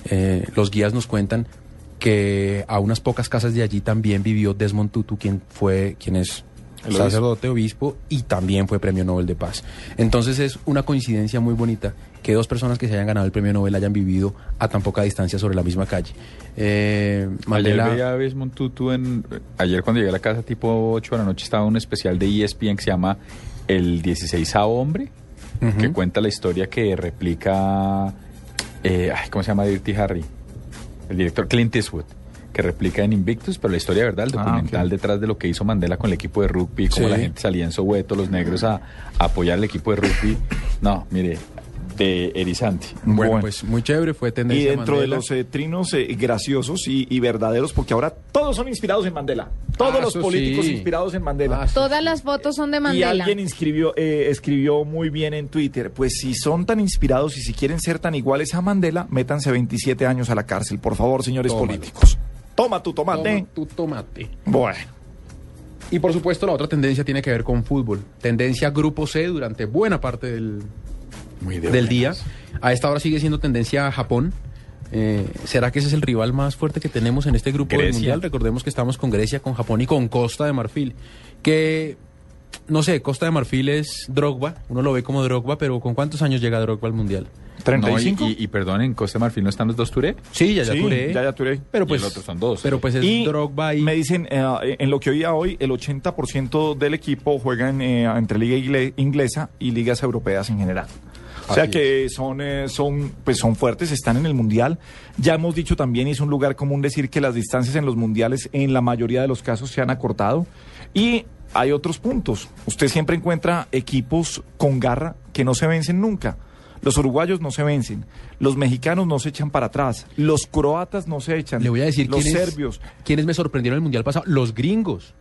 Eh, los guías nos cuentan que a unas pocas casas de allí también vivió Desmond Tutu, quien fue, quien es El sacerdote, obispo, y también fue premio Nobel de Paz. Entonces es una coincidencia muy bonita que dos personas que se hayan ganado el premio Nobel hayan vivido a tan poca distancia sobre la misma calle. Eh, Mandela... Ayer veía a Desmond Tutu en... Ayer cuando llegué a la casa tipo ocho de la noche estaba un especial de E S P N que se llama El dieciseisavo Hombre, uh-huh. que cuenta la historia que replica... Eh, ay, ¿cómo se llama Dirty Harry? El director Clint Eastwood, que replica en Invictus, pero la historia de verdad, el documental ah, okay. detrás de lo que hizo Mandela con el equipo de rugby, cómo sí. la gente salía en Soweto, los negros a, a apoyar al equipo de rugby. No, mire, de erizante. Bueno, bueno, pues muy chévere, fue tendencia. Y dentro Mandela. de los eh, trinos eh, graciosos y, y verdaderos, porque ahora todos son inspirados en Mandela. Todos ah, los políticos sí. inspirados en Mandela. Ah, Todas las fotos son de Mandela. Y alguien inscribió, eh, escribió muy bien en Twitter, pues si son tan inspirados y si quieren ser tan iguales a Mandela, métanse veintisiete años a la cárcel, por favor, señores Tómalo. políticos. Toma tu tomate. Toma tu tomate. Bueno. Y por supuesto la otra tendencia tiene que ver con fútbol. Tendencia Grupo C durante buena parte del, Muy de del día. A esta hora sigue siendo tendencia Japón. Eh, ¿Será que ese es el rival más fuerte que tenemos en este grupo Grecia. del Mundial? Recordemos que estamos con Grecia, con Japón y con Costa de Marfil. Que, no sé, Costa de Marfil es Drogba. Uno lo ve como Drogba, pero ¿con cuántos años llega Drogba al Mundial? ¿treinta y cinco? No, y, y, y perdón, en Costa de Marfil no están los dos Touré. Sí, ya ya sí, Touré. Ya ya Touré. Pero pues, y los otros son dos. Pero pues es y Drogba y... me dicen, eh, en lo que oía hoy, el ochenta por ciento del equipo juega en, eh, entre liga inglesa y ligas europeas en general. O sea que son, eh, son, pues son fuertes, están en el Mundial. Ya hemos dicho también, y es un lugar común decir que las distancias en los mundiales en la mayoría de los casos se han acortado. Y hay otros puntos. Usted siempre encuentra equipos con garra que no se vencen nunca. Los uruguayos no se vencen, los mexicanos no se echan para atrás, los croatas no se echan, Le voy a decir los quiénes, serbios. ¿Quiénes me sorprendieron en el Mundial pasado? Los gringos.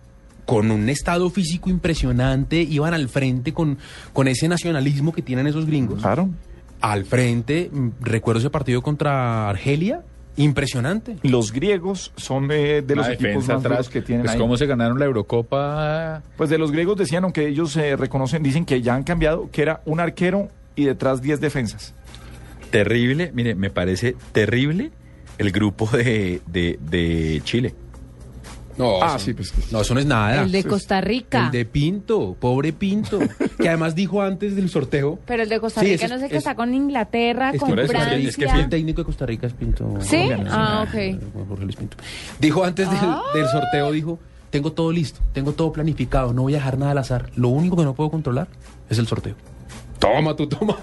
Con un estado físico impresionante, iban al frente con, con ese nacionalismo que tienen esos gringos. Claro. Al frente, recuerdo ese partido contra Argelia, impresionante. Los griegos son de, de los equipos más duros que tienen pues ahí. ¿Cómo se ganaron la Eurocopa? Pues de los griegos decían, aunque ellos se eh, reconocen, dicen que ya han cambiado, que era un arquero y detrás diez defensas. Terrible, mire, me parece terrible el grupo de, de, de Chile. No, ah, eso, sí, pues, no, eso no es nada. El de Costa Rica. El de Pinto, pobre Pinto, que además dijo antes del sorteo. Pero el de Costa Sí, Rica ese no sé es- qué está con Inglaterra, Es con que, Francia. es que el técnico de Costa Rica es Pinto. ¿Sí? colombiano, Ah, sí. ok. Jorge Luis Pinto. Dijo antes del, Ah. del sorteo, dijo, tengo todo listo, tengo todo planificado, no voy a dejar nada al azar. Lo único que no puedo controlar es el sorteo. Toma tú, toma.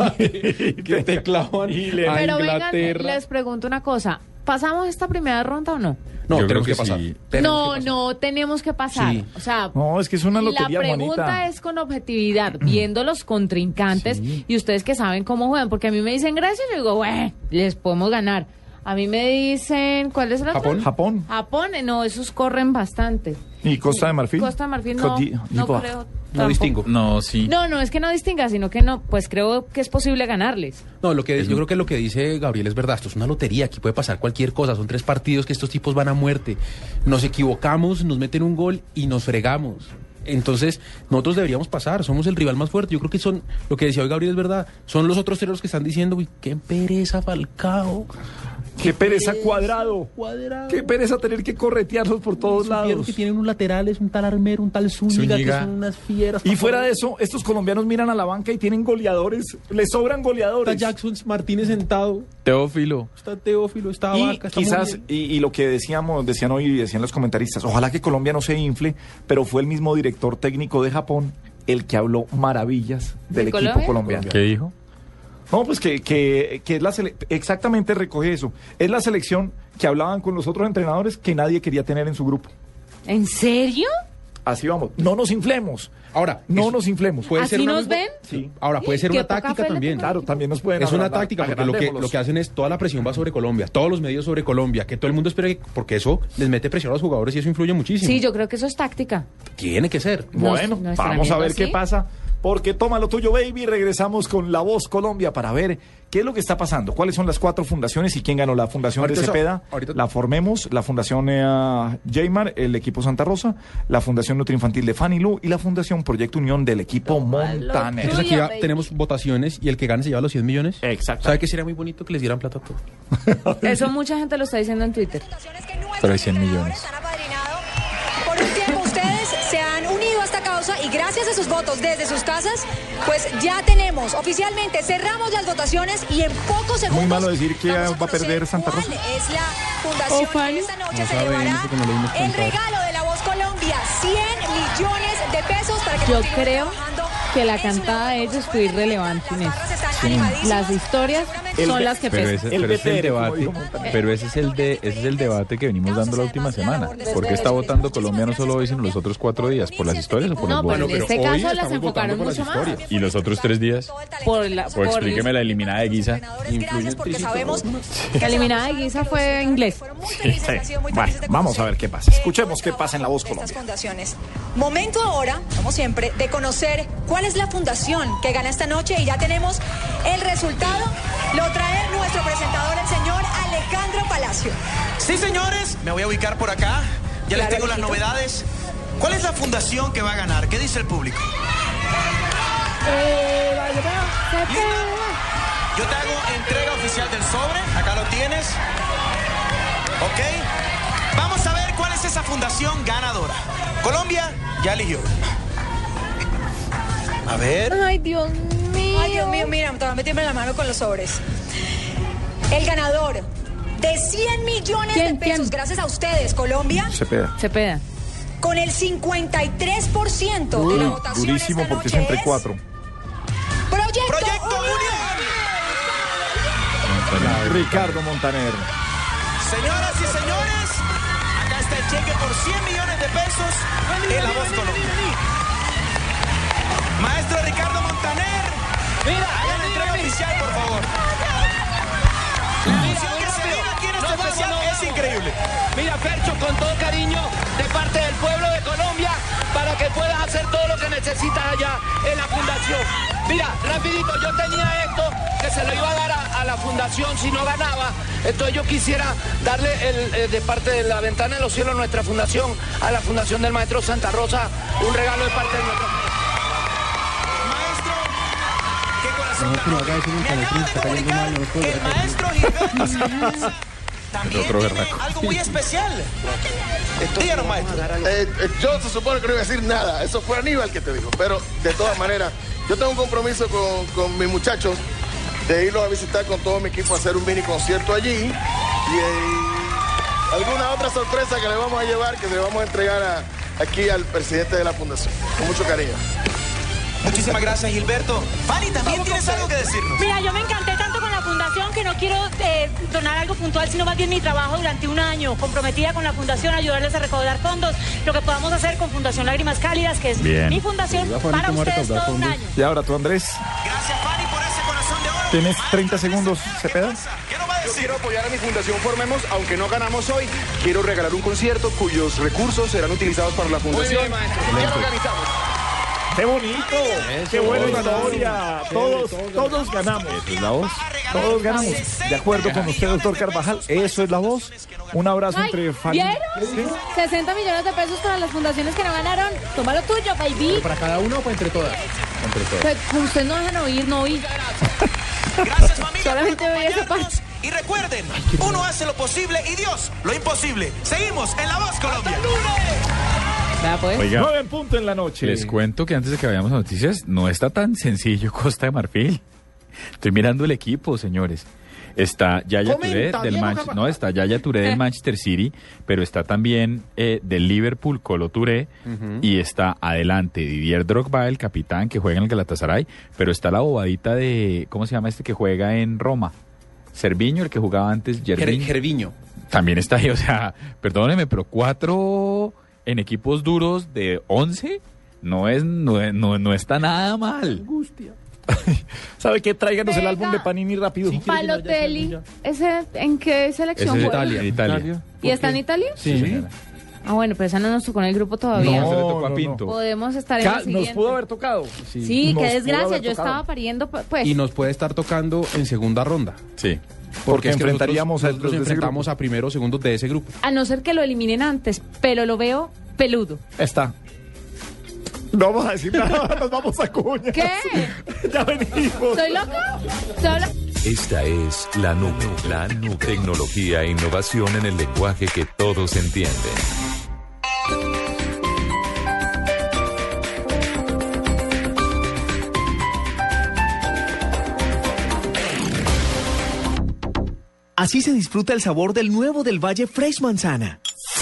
Que te clavan a Pero vengan, Inglaterra. les pregunto una cosa. ¿Pasamos esta primera ronda o no? No, Yo tenemos creo que, que pasar. sí. Tenemos No, que pasar. no, tenemos que pasar. Sí. O sea, No, es que es una lotería, la pregunta Juanita. es con objetividad, viendo los contrincantes y ustedes que saben cómo juegan. Porque a mí me dicen Grecia y yo digo, bueno, les podemos ganar. A mí me dicen, ¿cuál es el otro? Japón. Japón. Japón, no, esos corren bastante. ¿Y Costa de Marfil? Costa de Marfil no, Coti- no Diva. creo. No tampoco. distingo. No, sí. No, no es que no distinga, sino que no, pues creo que es posible ganarles. No, lo que yo creo que lo que dice Gabriel es verdad. Esto es una lotería. Aquí puede pasar cualquier cosa. Son tres partidos que estos tipos van a muerte. Nos equivocamos, nos meten un gol y nos fregamos. Entonces, nosotros deberíamos pasar. Somos el rival más fuerte. Yo creo que son, lo que decía hoy Gabriel es verdad. Son los otros tres los que están diciendo, uy, qué pereza Falcao. Qué pereza Cuadrado. Cuadrado. Qué pereza tener que corretearlos por todos Supieron lados. que tienen un laterales, un tal Armero, un tal Zúñiga, Zúñiga. que son unas fieras. Y fuera de eso, estos colombianos miran a la banca y tienen goleadores. Les sobran goleadores. Está Jackson Martínez sentado. Teófilo. Está Teófilo, está Y Vaca. está quizás, Muriel. y, y lo que decíamos, decían hoy y decían los comentaristas, ojalá que Colombia no se infle, pero fue el mismo director técnico de Japón el que habló maravillas del ¿De equipo Colombia? colombiano. ¿Qué dijo? No, pues que, que, que es la sele- exactamente recoge eso. Es la selección que hablaban con los otros entrenadores que nadie quería tener en su grupo. ¿En serio? Así vamos. No nos inflemos. Ahora, No eso nos inflemos. puede ¿Así ser una nos muy bu- ven? Sí. Ahora, puede ser ¿Qué una poca táctica fe le también. tengo? Claro, también nos pueden Es una agrandar, táctica, porque lo que, agrandémoslos. lo que hacen es toda la presión va sobre Colombia, todos los medios sobre Colombia, que todo el mundo espere, porque eso les mete presión a los jugadores y eso influye muchísimo. Sí, yo creo que eso es táctica. Tiene que ser. Bueno, ¿No estarán vamos a viendo ver qué así? pasa. Porque toma lo tuyo, baby. Regresamos con La Voz Colombia para ver qué es lo que está pasando. ¿Cuáles son las cuatro fundaciones y quién ganó? La Fundación Ahorita de eso- Cepeda, ahorita- la Formemos, la Fundación eh, Jaymar, el equipo Santa Rosa, la Fundación Fundación Nutriinfantil de Fanny Lu y la Fundación Proyecto Unión del equipo Montaner. Entonces aquí ya tenemos votaciones y el que gane se lleva los cien millones. Exacto. ¿Sabe que sería muy bonito que les dieran plata a todos? Eso mucha gente lo está diciendo en Twitter. Pero hay cien millones. Por un tiempo ustedes se han unido a esta causa y gracias a sus votos desde sus casas, pues ya tenemos oficialmente, cerramos las votaciones y en pocos segundos... Muy malo decir que va a perder Santa Rosa. Es la fundación Oh, que esta noche No se sabemos, llevará porque no lo dimos el cuenta. regalo de La Voz Colombia, cien millones de pesos para que Yo continúen creo trabajando que la en su cantada de ellos fue irrelevante en esto. están Sí. animadísimas. Las historias El son be- las que Pero pesan. ese, El pero ese es el B T R, como debate, dijo Montaner. pero ese es el de, ese es el debate que venimos dando la última semana. ¿Por qué está votando Colombia no solo hoy, sino los otros cuatro días? ¿Por las historias o por No, las pero votos? en este hoy caso estamos las votando enfocaron por las mucho más. historias. ¿Y los otros tres días? Por la, O por explíqueme la eliminada de Guisa. Gracias porque sabemos la eliminada de Guisa fue inglés. muy felices, Sí. han sido muy Bueno, felices de vamos a conocer, ver qué pasa. eh, Escuchemos cómo qué pasa en La Voz trabajan estas Colombia. fundaciones. Momento ahora, como siempre, de conocer cuál es la fundación que gana esta noche y ya tenemos el resultado. Lo trae nuestro presentador, el señor Alejandro Palacio. Sí, señores, me voy a ubicar por acá. Ya les Claro, tengo las Alejito. novedades. ¿Cuál es la fundación que va a ganar? ¿Qué dice el público? ¿Listo? Yo te hago entrega oficial del sobre. Acá lo tienes. ¿Ok? Vamos a ver cuál es esa fundación ganadora. Colombia ya eligió. A ver. Ay, Dios mío. Ay, Dios mío, mira, todavía me tiembla la mano con los sobres. El ganador de cien millones ¿Quién, de pesos, quién? gracias a ustedes, Colombia, Cepeda. Cepeda. con el cincuenta y tres por ciento de la Uy, votación durísimo esta porque es noche entre cuatro. Proyecto, Proyecto Unión. Unión. Ricardo Montaner. Señoras y señores, acá está el cheque por cien millones de pesos en La Voz Colombia. Maestro Ricardo Montaner, haga la entrega oficial, por favor. La emoción que se vive aquí en este especial es increíble. Mira, Fercho, con todo cariño de parte del pueblo de Colombia para que puedas hacer todo lo que necesitas allá en la fundación. Mira, rapidito, yo tenía esto que se lo iba a dar a, a la fundación si no ganaba. Entonces yo quisiera darle el, eh, de parte de la Ventana de los Cielos, nuestra fundación, a la Fundación del Maestro Santa Rosa, un regalo de parte de nuestra... Qué corazón No, tan que no noble. haga eso nunca, Me le acaba de está cayendo comunicar mal, no puedo que el creer. maestro Gilberto Sánchez también otro tiene berraco. algo muy especial. Díganos, maestro. Eh, eh, yo se supone que no iba a decir nada, eso fue Aníbal que te dijo, pero de todas maneras, yo tengo un compromiso con, con mis muchachos de irlos a visitar con todo mi equipo a hacer un mini concierto allí y eh, alguna otra sorpresa que le vamos a llevar, que le vamos a entregar a- aquí al presidente de la fundación, con mucho cariño. Muchísimas gracias, Gilberto. Fanny, también tienes algo que decirnos. Mira, yo me encanté tanto con la fundación que no quiero eh, donar algo puntual, sino más bien mi trabajo durante un año, comprometida con la fundación, ayudarles a recaudar fondos, lo que podamos hacer con Fundación Lágrimas Cálidas, que es Bien. mi fundación, Sí, Fanny, para ¿cómo ustedes recaudar todo un fondos? año. Y ahora tú, Andrés. Gracias, Fanny, por ese corazón de oro. ¿Tienes treinta segundos, Cepeda? Yo quiero apoyar a mi fundación Formemos, aunque no ganamos hoy, quiero regalar un concierto cuyos recursos serán utilizados para la fundación. bien, maestro. Ya lo organizamos. ¡Qué bonito! ¡Qué buena historia! Todos, todos ganamos. Eso es La Voz. Todos ganamos. De acuerdo con usted, doctor Carvajal, eso es La Voz. Un abrazo Ay, entre Fanny. ¿vieron? ¿Sí? sesenta millones de pesos para las fundaciones que no ganaron. Toma lo tuyo, baby. ¿Para cada uno o para entre todas? Entre todos. Pues, como ustedes no dejan oír, no oí. Gracias, familia. Solamente oí esa parte. Y recuerden, uno hace lo posible y Dios lo imposible. Seguimos en La Voz Colombia. Vea, pues. Oiga, Nueve en punto en la noche. les cuento que antes de que vayamos a noticias, no está tan sencillo Costa de Marfil. Estoy mirando el equipo, señores. Está Yaya Comenta, Touré del Diego Manchester, Carvajal. no, está Yaya Touré del Manchester City, pero está también eh, del Liverpool Colo Touré y está adelante Didier Drogba, el capitán que juega en el Galatasaray, pero está la bobadita de, ¿cómo se llama este que juega en Roma? Cerviño, el que jugaba antes, Gervinho. Gerviño. También está ahí, o sea, perdóneme, pero cuatro en equipos duros de once no es no, es- no, no está nada mal. ¿Sabe qué? Tráiganos el Venga. álbum de Panini rápido. Palotelli, ¿ese en qué selección Ese es juega? Italia, Italia. ¿Y está en Italia? Sí, señora. Ah, bueno, pero esa no nos tocó en el grupo todavía. No, se le tocó no, a no. Pinto. Podemos estar en Ca- la Nos siguiente. pudo haber tocado. Sí, Nos qué pudo desgracia. haber Yo tocado. estaba pariendo, pues. Y nos puede estar tocando en segunda ronda. Sí. Porque es que enfrentaríamos a nosotros, nosotros los de ese enfrentamos a primeros o segundos de ese grupo. A no ser que lo eliminen antes, pero lo veo peludo. Está. No vamos a decir nada, nos vamos a cuñas. ¿Qué? Ya venimos. ¿Estoy loca? ¿Estoy hablando? Esta es la nube, la nube. Tecnología e innovación en el lenguaje que todos entienden. Así se disfruta el sabor del nuevo del Valle Fresh Manzana.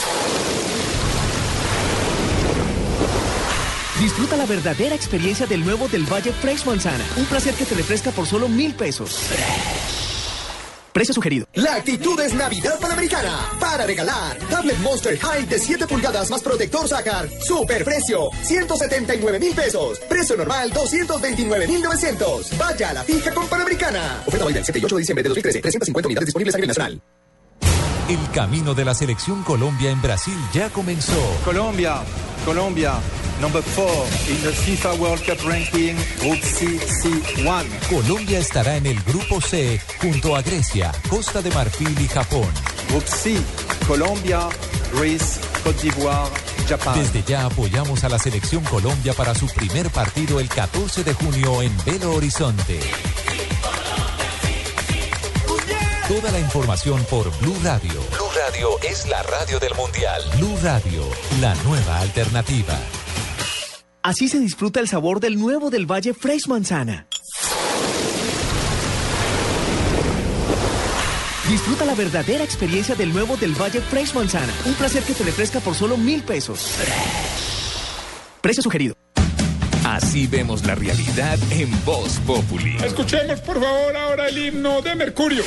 Disfruta la verdadera experiencia del nuevo del Valle Fresh Manzana. Un placer que te refresca por solo mil pesos. Precio sugerido. La actitud es Navidad Panamericana. Para regalar, tablet Monster High de siete pulgadas más protector Sácar. Super precio, ciento setenta y nueve mil pesos. Precio normal, doscientos veintinueve mil novecientos. Vaya a la fija con Panamericana. Oferta válida el siete y ocho de diciembre de dos mil trece. trescientas cincuenta unidades disponibles a nivel nacional. El camino de la selección Colombia en Brasil ya comenzó. Colombia, Colombia, number four in the FIFA World Cup ranking, Group C, C uno. Colombia estará en el Grupo C junto a Grecia, Costa de Marfil y Japón. Group C, Colombia, Greece, Côte d'Ivoire, Japón. Desde ya apoyamos a la selección Colombia para su primer partido el catorce de junio en Belo Horizonte. Toda la información por Blue Radio. Blue Radio es la radio del Mundial. Blue Radio, la nueva alternativa. Así se disfruta el sabor del nuevo del Valle Fresh Manzana. Disfruta la verdadera experiencia del nuevo del Valle Fresh Manzana. Un placer que te refresca por solo mil pesos. Precio sugerido. Así vemos la realidad en Voz Populi. Escuchemos por favor ahora el himno de Mercurio.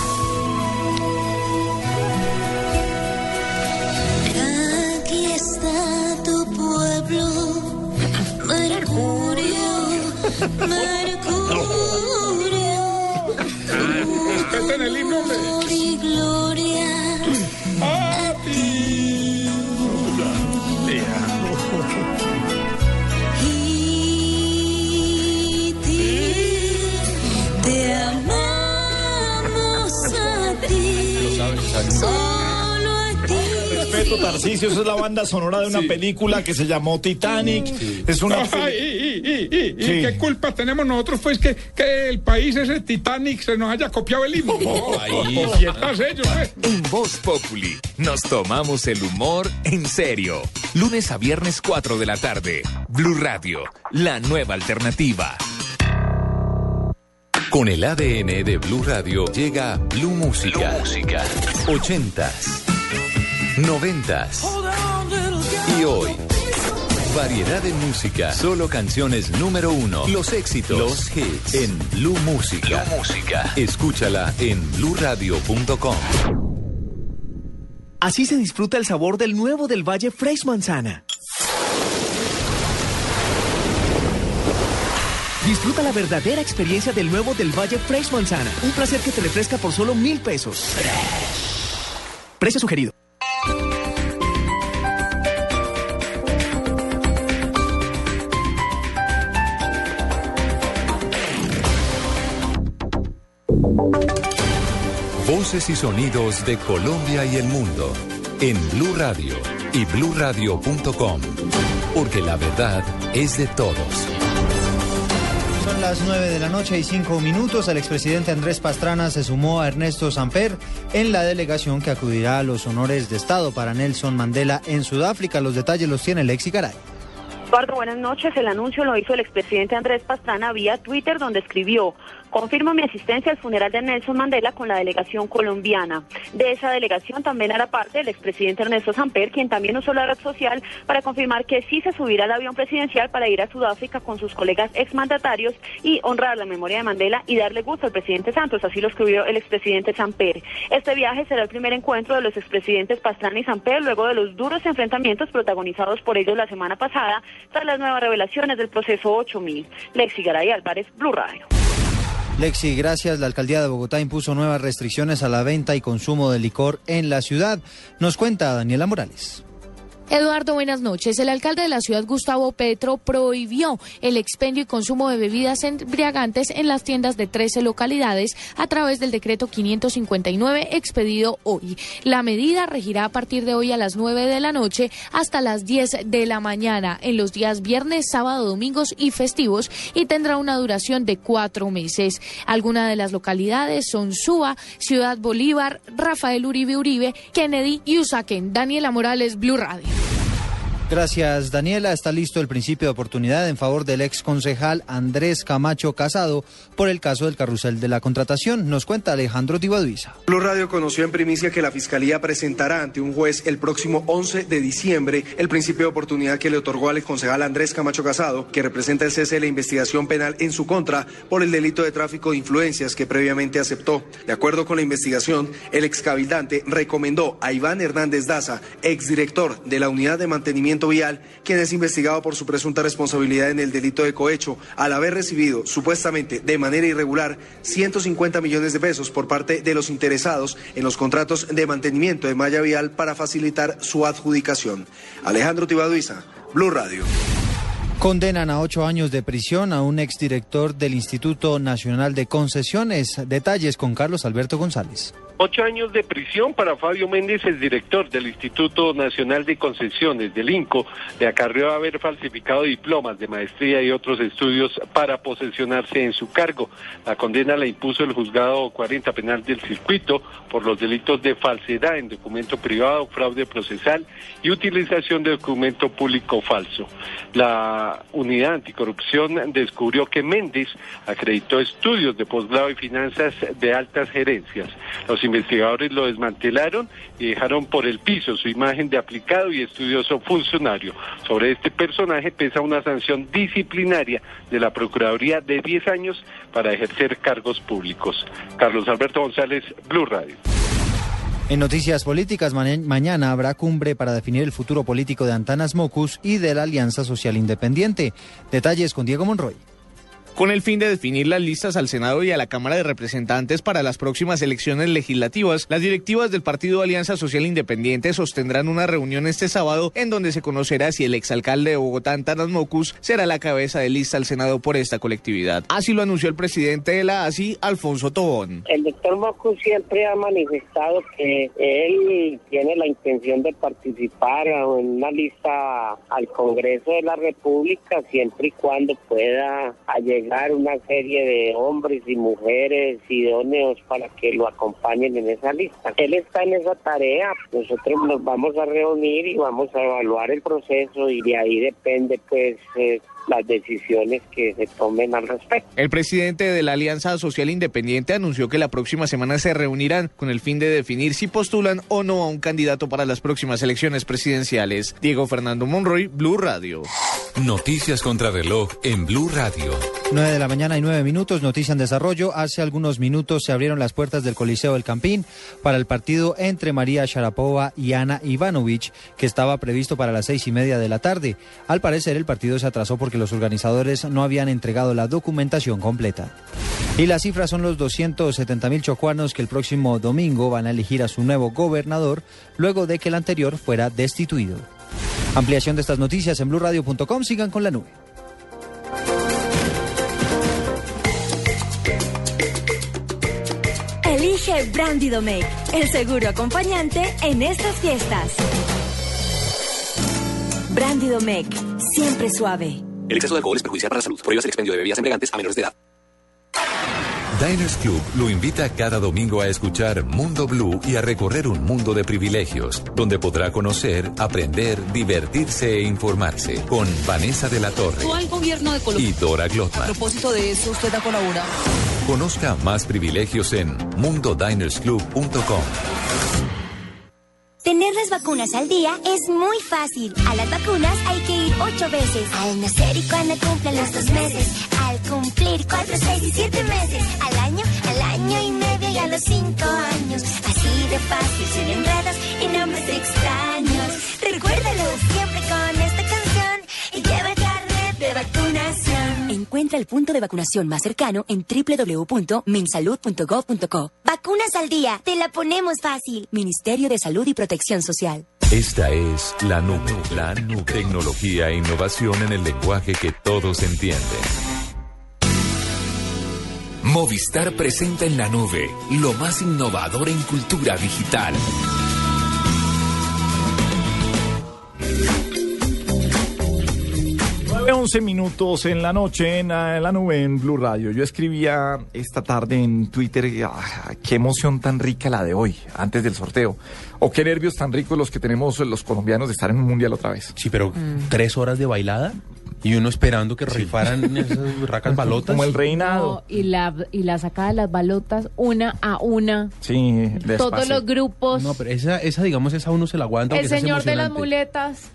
Aquí está tu pueblo, Mercurio, Mercurio. Respeten el himno, hombre. Y gloria a ti. Y ti, te amamos a ti. Solo a ti. Respeto, Tarcisio, esa es la banda sonora de una sí. película que se llamó Titanic. Sí. Es una no, ay, y, y, y, y, sí. ¿Y qué culpa tenemos nosotros, pues, que, que el país ese Titanic se nos haya copiado el himno? Ahí. Y estás ellos, pues. En Voz Populi nos tomamos el humor en serio. Lunes a viernes, cuatro de la tarde. Blue Radio, la nueva alternativa. Con el A D N de Blue Radio llega Blue Música. Blue Música. ochentas. Noventas y hoy, variedad de música, solo canciones número uno, los éxitos, los hits en Blue Música. Blue Música. Escúchala en blue radio punto com. Así se disfruta el sabor del nuevo del Valle Fresh Manzana. Disfruta la verdadera experiencia del nuevo del Valle Fresh Manzana. Un placer que te refresca por solo mil pesos. Precio sugerido. Voces y sonidos de Colombia y el mundo en Blue Radio y blue radio punto com, porque la verdad es de todos. Son las nueve de la noche y cinco minutos. El expresidente Andrés Pastrana se sumó a Ernesto Samper en la delegación que acudirá a los honores de Estado para Nelson Mandela en Sudáfrica. Los detalles los tiene Lexi Garay. Eduardo, buenas noches. El anuncio lo hizo el expresidente Andrés Pastrana vía Twitter, donde escribió: confirmo mi asistencia al funeral de Nelson Mandela con la delegación colombiana. De esa delegación también hará parte el expresidente Ernesto Samper, quien también usó la red social para confirmar que sí se subirá al avión presidencial para ir a Sudáfrica con sus colegas exmandatarios y honrar la memoria de Mandela y darle gusto al presidente Santos. Así lo escribió el expresidente Samper. Este viaje será el primer encuentro de los expresidentes Pastrana y Samper luego de los duros enfrentamientos protagonizados por ellos la semana pasada tras las nuevas revelaciones del proceso ocho mil. Lexi Garay Álvarez, Blue Radio. Lexi, gracias. La alcaldía de Bogotá impuso nuevas restricciones a la venta y consumo de licor en la ciudad. Nos cuenta Daniela Morales. Eduardo, buenas noches. El alcalde de la ciudad, Gustavo Petro, prohibió el expendio y consumo de bebidas embriagantes en las tiendas de trece localidades a través del decreto quinientos cincuenta y nueve expedido hoy. La medida regirá a partir de hoy a las nueve de la noche hasta las diez de la mañana en los días viernes, sábado, domingos y festivos y tendrá una duración de cuatro meses. Algunas de las localidades son Suba, Ciudad Bolívar, Rafael Uribe Uribe, Kennedy y Usaquén. Daniela Morales, Blue Radio. Gracias, Daniela. Está listo el principio de oportunidad en favor del ex concejal Andrés Camacho Casado por el caso del carrusel de la contratación. Nos cuenta Alejandro Tibaduiza. Blue Radio conoció en primicia que la Fiscalía presentará ante un juez el próximo once de diciembre el principio de oportunidad que le otorgó al ex concejal Andrés Camacho Casado, que representa el cese de la investigación penal en su contra por el delito de tráfico de influencias que previamente aceptó. De acuerdo con la investigación, el ex cabildante recomendó a Iván Hernández Daza, exdirector de la Unidad de Mantenimiento Vial, quien es investigado por su presunta responsabilidad en el delito de cohecho, al haber recibido supuestamente de manera irregular ciento cincuenta millones de pesos por parte de los interesados en los contratos de mantenimiento de malla vial para facilitar su adjudicación. Alejandro Tibaduiza, Blue Radio. Condenan a ocho años de prisión a un exdirector del Instituto Nacional de Concesiones. Detalles con Carlos Alberto González. Ocho años de prisión para Fabio Méndez, el director del Instituto Nacional de Concesiones, del INCO, le acarreó haber falsificado diplomas de maestría y otros estudios para posesionarse en su cargo. La condena la impuso el juzgado cuarenta penal del circuito por los delitos de falsedad en documento privado, fraude procesal y utilización de documento público falso. La unidad anticorrupción descubrió que Méndez acreditó estudios de posgrado y finanzas de altas gerencias. Los investigadores lo desmantelaron y dejaron por el piso su imagen de aplicado y estudioso funcionario. Sobre este personaje pesa una sanción disciplinaria de la Procuraduría de diez años para ejercer cargos públicos. Carlos Alberto González, Blue Radio. En noticias políticas, ma- mañana habrá cumbre para definir el futuro político de Antanas Mockus y de la Alianza Social Independiente. Detalles con Diego Monroy. Con el fin de definir las listas al Senado y a la Cámara de Representantes para las próximas elecciones legislativas, las directivas del Partido Alianza Social Independiente sostendrán una reunión este sábado en donde se conocerá si el exalcalde de Bogotá, Antanas Mockus, será la cabeza de lista al Senado por esta colectividad. Así lo anunció el presidente de la A S I, Alfonso Tobón. El doctor Mockus siempre ha manifestado que él tiene la intención de participar en una lista al Congreso de la República siempre y cuando pueda llegar una serie de hombres y mujeres idóneos para que lo acompañen en esa lista. Él está en esa tarea, nosotros nos vamos a reunir y vamos a evaluar el proceso y de ahí depende pues eh, las decisiones que se tomen al respecto. El presidente de la Alianza Social Independiente anunció que la próxima semana se reunirán con el fin de definir si postulan o no a un candidato para las próximas elecciones presidenciales. Diego Fernando Monroy, Blue Radio. Noticias contra reloj en Blue Radio. nueve de la mañana y nueve minutos, noticia en desarrollo. Hace algunos minutos se abrieron las puertas del Coliseo del Campín para el partido entre María Sharapova y Ana Ivanovic, que estaba previsto para las seis y media de la tarde. Al parecer, el partido se atrasó porque los organizadores no habían entregado la documentación completa. Y las cifras son los doscientos setenta mil chocuanos que el próximo domingo van a elegir a su nuevo gobernador luego de que el anterior fuera destituido. Ampliación de estas noticias en blue radio punto com. Sigan con la nube. Elige Brandy Domecq, el seguro acompañante en estas fiestas. Brandy Domecq, siempre suave. El exceso de alcohol es perjudicial para la salud. Prohíbas el expendio de bebidas embriagantes a menores de edad. Diners Club lo invita cada domingo a escuchar Mundo Blue y a recorrer un mundo de privilegios, donde podrá conocer, aprender, divertirse e informarse con Vanessa de la Torre Actual gobierno de Colombia. y Dora Glotman. A propósito de eso, usted ha colaborado. Conozca más privilegios en mundo diners club punto com. Tener las vacunas al día es muy fácil. A las vacunas hay que ir ocho veces. Al nacer y cuando cumplen los dos meses. Al cumplir cuatro, seis y siete meses. Al año, al año y medio y a los cinco años. Así de fácil, sin enredos y nombres extraños. Recuérdalo siempre con esta canción y lleva el carnet de vacunación. Encuentra el punto de vacunación más cercano en doble u doble u doble u punto minsalud punto gov punto co. Vacunas al día, te la ponemos fácil. Ministerio de Salud y Protección Social. Esta es la nube, la nube. Tecnología e innovación en el lenguaje que todos entienden. Movistar presenta en la nube lo más innovador en cultura digital. once minutos en la noche en la, en la nube en Blue Radio. Yo escribía esta tarde en Twitter, ah, qué emoción tan rica la de hoy, antes del sorteo. O qué nervios tan ricos los que tenemos los colombianos de estar en un mundial otra vez. Sí, pero mm. tres horas de bailada y uno esperando que sí. rifaran esas racas balotas. Como el reinado. No, y la y la sacada de las balotas una a una. Sí, despacio. Todos los grupos. No, pero esa, esa digamos, esa uno se la aguanta. El señor de las muletas.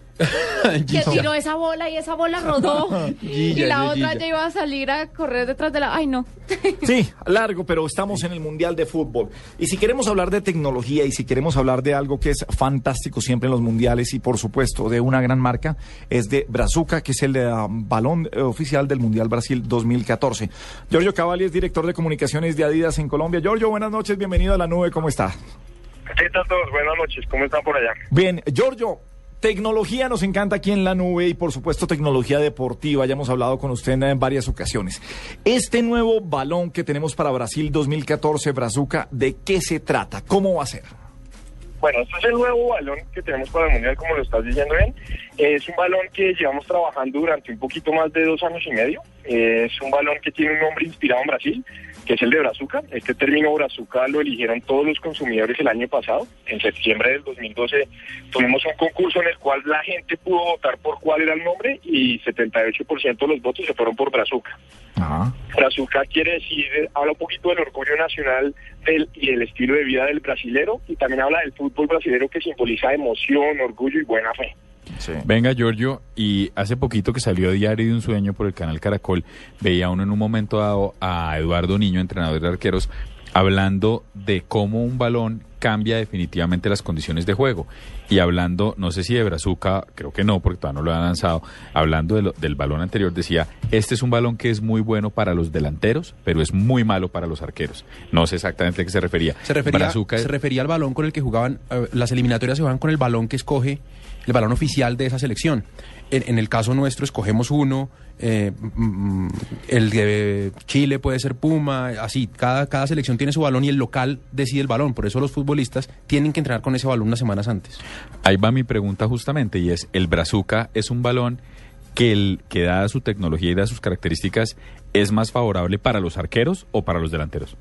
Que tiró esa bola y esa bola rodó y la Gilla, otra Gilla. ya iba a salir a correr detrás de la... ¡Ay, no! Sí, largo, pero estamos en el Mundial de Fútbol. Y si queremos hablar de tecnología y si queremos hablar de algo que es fantástico siempre en los mundiales y, por supuesto, de una gran marca, es de Brazuca, que es el uh, balón uh, oficial del Mundial Brasil dos mil catorce. Giorgio Cavalli es director de comunicaciones de Adidas en Colombia. Giorgio, buenas noches, bienvenido a La Nube, ¿cómo está? ¿Qué tal todos? Buenas noches, ¿cómo están por allá? Bien, Giorgio, tecnología nos encanta aquí en La Nube y, por supuesto, tecnología deportiva. Ya hemos hablado con usted en varias ocasiones. Este nuevo balón que tenemos para Brasil dos mil catorce, Brazuca, ¿de qué se trata? ¿Cómo va a ser? Bueno, este es el nuevo balón que tenemos para el Mundial, como lo estás diciendo bien. Es un balón que llevamos trabajando durante un poquito más de dos años y medio. Es un balón que tiene un nombre inspirado en Brasil, que es el de Brazuca. Este término Brazuca lo eligieron todos los consumidores el año pasado. En septiembre del dos mil doce tuvimos un concurso en el cual la gente pudo votar por cuál era el nombre y setenta y ocho por ciento de los votos se fueron por Brazuca. Ajá. Brazuca quiere decir, habla un poquito del orgullo nacional del, y el estilo de vida del brasilero, y también habla del fútbol brasilero, que simboliza emoción, orgullo y buena fe. Sí. Venga, Giorgio, y hace poquito que salió Diario de un Sueño por el canal Caracol, veía uno en un momento dado a Eduardo Niño, entrenador de arqueros, hablando de cómo un balón cambia definitivamente las condiciones de juego. Y hablando, no sé si de Brazuca, creo que no, porque todavía no lo han lanzado, hablando de lo, del balón anterior, decía, este es un balón que es muy bueno para los delanteros, pero es muy malo para los arqueros. No sé exactamente a qué se refería. Se refería, Brazuca se refería al balón con el que jugaban, eh, las eliminatorias se juegan con el balón que escoge, el balón oficial de esa selección. En, en el caso nuestro escogemos uno, eh, mm, el de Chile puede ser Puma, así, cada, cada selección tiene su balón y el local decide el balón, por eso los futbolistas tienen que entrenar con ese balón unas semanas antes. Ahí va mi pregunta justamente, y es, ¿el Brazuca es un balón que, el, que dada su tecnología y dadas sus características, es más favorable para los arqueros o para los delanteros?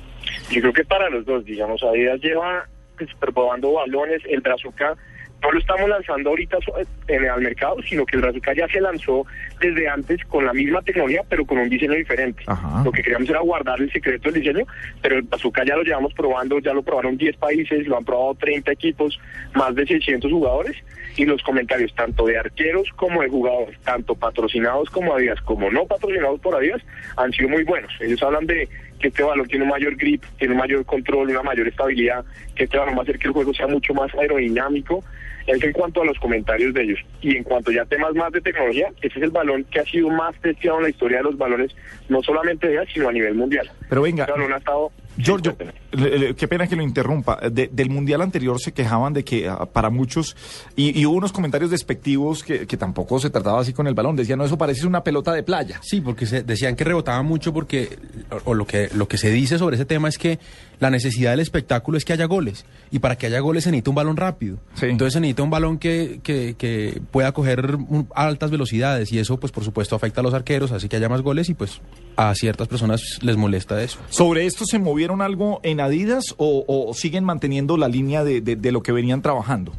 Yo creo que para los dos, digamos, Adidas lleva pues, probando balones, el Brazuca no lo estamos lanzando ahorita en el, al mercado, sino que el Brazuca ya se lanzó desde antes con la misma tecnología, pero con un diseño diferente. Ajá. Lo que queríamos era guardar el secreto del diseño, pero el Brazuca ya lo llevamos probando, ya lo probaron diez países, lo han probado treinta equipos, más de seiscientos jugadores, y los comentarios tanto de arqueros como de jugadores, tanto patrocinados como Adidas, como no patrocinados por Adidas, han sido muy buenos. Ellos hablan de que este balón tiene un mayor grip, tiene un mayor control, una mayor estabilidad, que este balón va a hacer que el juego sea mucho más aerodinámico. Es en cuanto a los comentarios de ellos. Y en cuanto ya a temas más de tecnología, ese es el balón que ha sido más testeado en la historia de los balones, no solamente de ellas, sino a nivel mundial. Pero venga, el balón ha estado... Giorgio, sí, qué pena que lo interrumpa. De, del mundial anterior se quejaban de que uh, para muchos, y, y hubo unos comentarios despectivos que, que tampoco se trataba así con el balón. Decían, no, eso parece una pelota de playa. Sí, porque se decían que rebotaba mucho porque, o, o lo que lo que se dice sobre ese tema es que la necesidad del espectáculo es que haya goles. Y para que haya goles se necesita un balón rápido. Sí. Entonces se necesita un balón que, que, que pueda coger un, altas velocidades. Y eso, pues por supuesto, afecta a los arqueros, así que haya más goles y pues a ciertas personas les molesta eso. ¿Sobre esto se movieron algo en Adidas o, o siguen manteniendo la línea de, de, de lo que venían trabajando?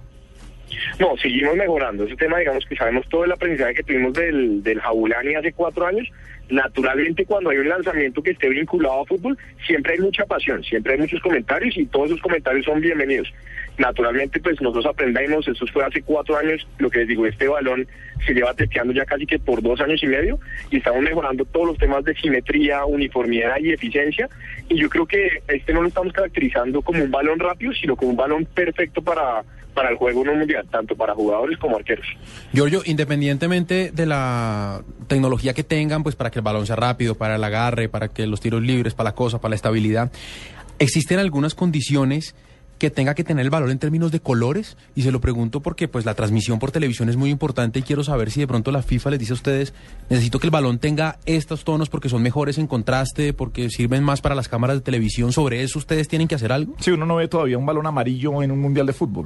No, seguimos mejorando. Ese tema, digamos que sabemos todo el aprendizaje que tuvimos del, del Jabulani hace cuatro años. Naturalmente, cuando hay un lanzamiento que esté vinculado a fútbol, siempre hay mucha pasión, siempre hay muchos comentarios y todos esos comentarios son bienvenidos. Naturalmente, pues nosotros aprendimos, eso fue hace cuatro años, lo que les digo, este balón se lleva testeando ya casi que por dos años y medio y estamos mejorando todos los temas de simetría, uniformidad y eficiencia, y yo creo que este no lo estamos caracterizando como un balón rápido, sino como un balón perfecto para... para el juego no mundial, tanto para jugadores como arqueros. Giorgio, independientemente de la tecnología que tengan, pues para que el balón sea rápido, para el agarre, para que los tiros libres, para la cosa, para la estabilidad, ¿existen algunas condiciones que tenga que tener el balón en términos de colores? Y se lo pregunto porque pues la transmisión por televisión es muy importante y quiero saber si de pronto la FIFA les dice a ustedes, necesito que el balón tenga estos tonos porque son mejores en contraste, porque sirven más para las cámaras de televisión. ¿Sobre eso ustedes tienen que hacer algo? Sí, uno no ve todavía un balón amarillo en un mundial de fútbol.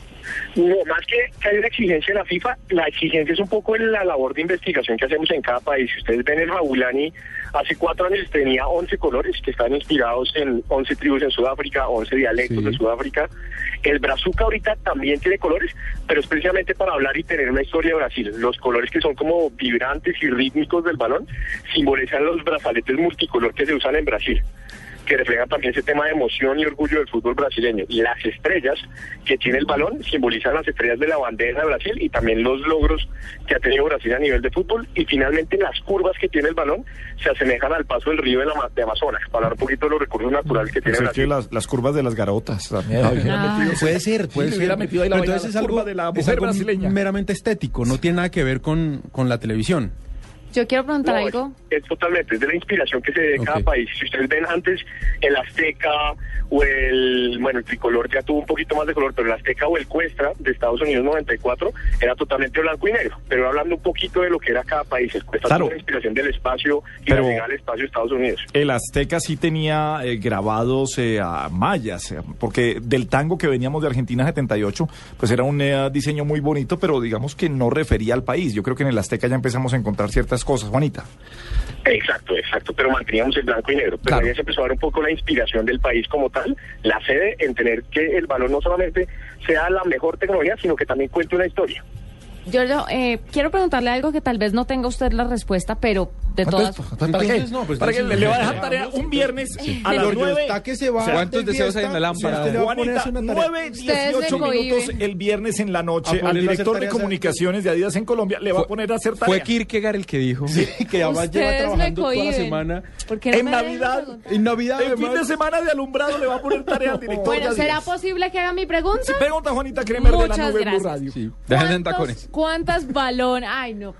No, más que que hay una exigencia de la FIFA, la exigencia es un poco en la labor de investigación que hacemos en cada país. Si ustedes ven, el Jabulani hace cuatro años tenía once colores que están inspirados en once tribus en Sudáfrica, once dialectos sí. de Sudáfrica. El brazuca ahorita también tiene colores, pero es precisamente para hablar y tener una historia de Brasil. Los colores que son como vibrantes y rítmicos del balón simbolizan los brazaletes multicolor que se usan en Brasil, que reflejan también ese tema de emoción y orgullo del fútbol brasileño. Y las estrellas que tiene el balón simbolizan las estrellas de la bandera de Brasil y también los logros que ha tenido Brasil a nivel de fútbol. Y finalmente las curvas que tiene el balón se asemejan al paso del río de, la, de Amazonas, para hablar un poquito de los recursos naturales que tiene pues Brasil. Es que las, las curvas de las garotas también. Ah, puede ser, puede sí, ser. Metido ahí la entonces es algo, de la es algo meramente estético, no tiene nada que ver con, con la televisión. Yo quiero preguntar no, algo. Es, es totalmente, es de la inspiración que se dé okay. cada país. Si ustedes ven antes el Azteca o el, bueno, el tricolor ya tuvo un poquito más de color, pero el Azteca o el Cuestra de Estados Unidos noventa y cuatro era totalmente blanco y negro. Pero hablando un poquito de lo que era cada país, el Cuestra claro. tuvo la inspiración del espacio y pero la llegada al espacio de Estados Unidos. El Azteca sí tenía eh, grabados eh, a mayas, eh, porque del tango que veníamos de Argentina setenta y ocho, pues era un eh, diseño muy bonito, pero digamos que no refería al país. Yo creo que en el Azteca ya empezamos a encontrar ciertas cosas, Juanita. Exacto, exacto, pero manteníamos el blanco y negro. Pero claro. ahí se empezó a ver un poco la inspiración del país como tal, la sede en tener que el balón no solamente sea la mejor tecnología, sino que también cuente una historia. Giorgio, eh, quiero preguntarle algo que tal vez no tenga usted la respuesta, pero de todas... ¿Para qué? No, pues ¿Para qué le, le va a dejar tarea un viernes sí. a las nueve? Que se va, ¿cuántos deseos hay en la lámpara? Sí, Juanita, nueve, dieciocho minutos el viernes en la noche al director de comunicaciones de Adidas en Colombia le va a poner a hacer tarea. Fue Kierkegaard el que dijo sí, que además lleva trabajando toda la semana. En Navidad, en Navidad, en fin de semana de alumbrado le va a poner tarea al director. Bueno, ¿será posible que haga mi pregunta? Sí, pregunta Juanita Kremer de la Nube Blue Radio. Sí. Dejen en tacones. ¿Cuántos balones? Ay, no.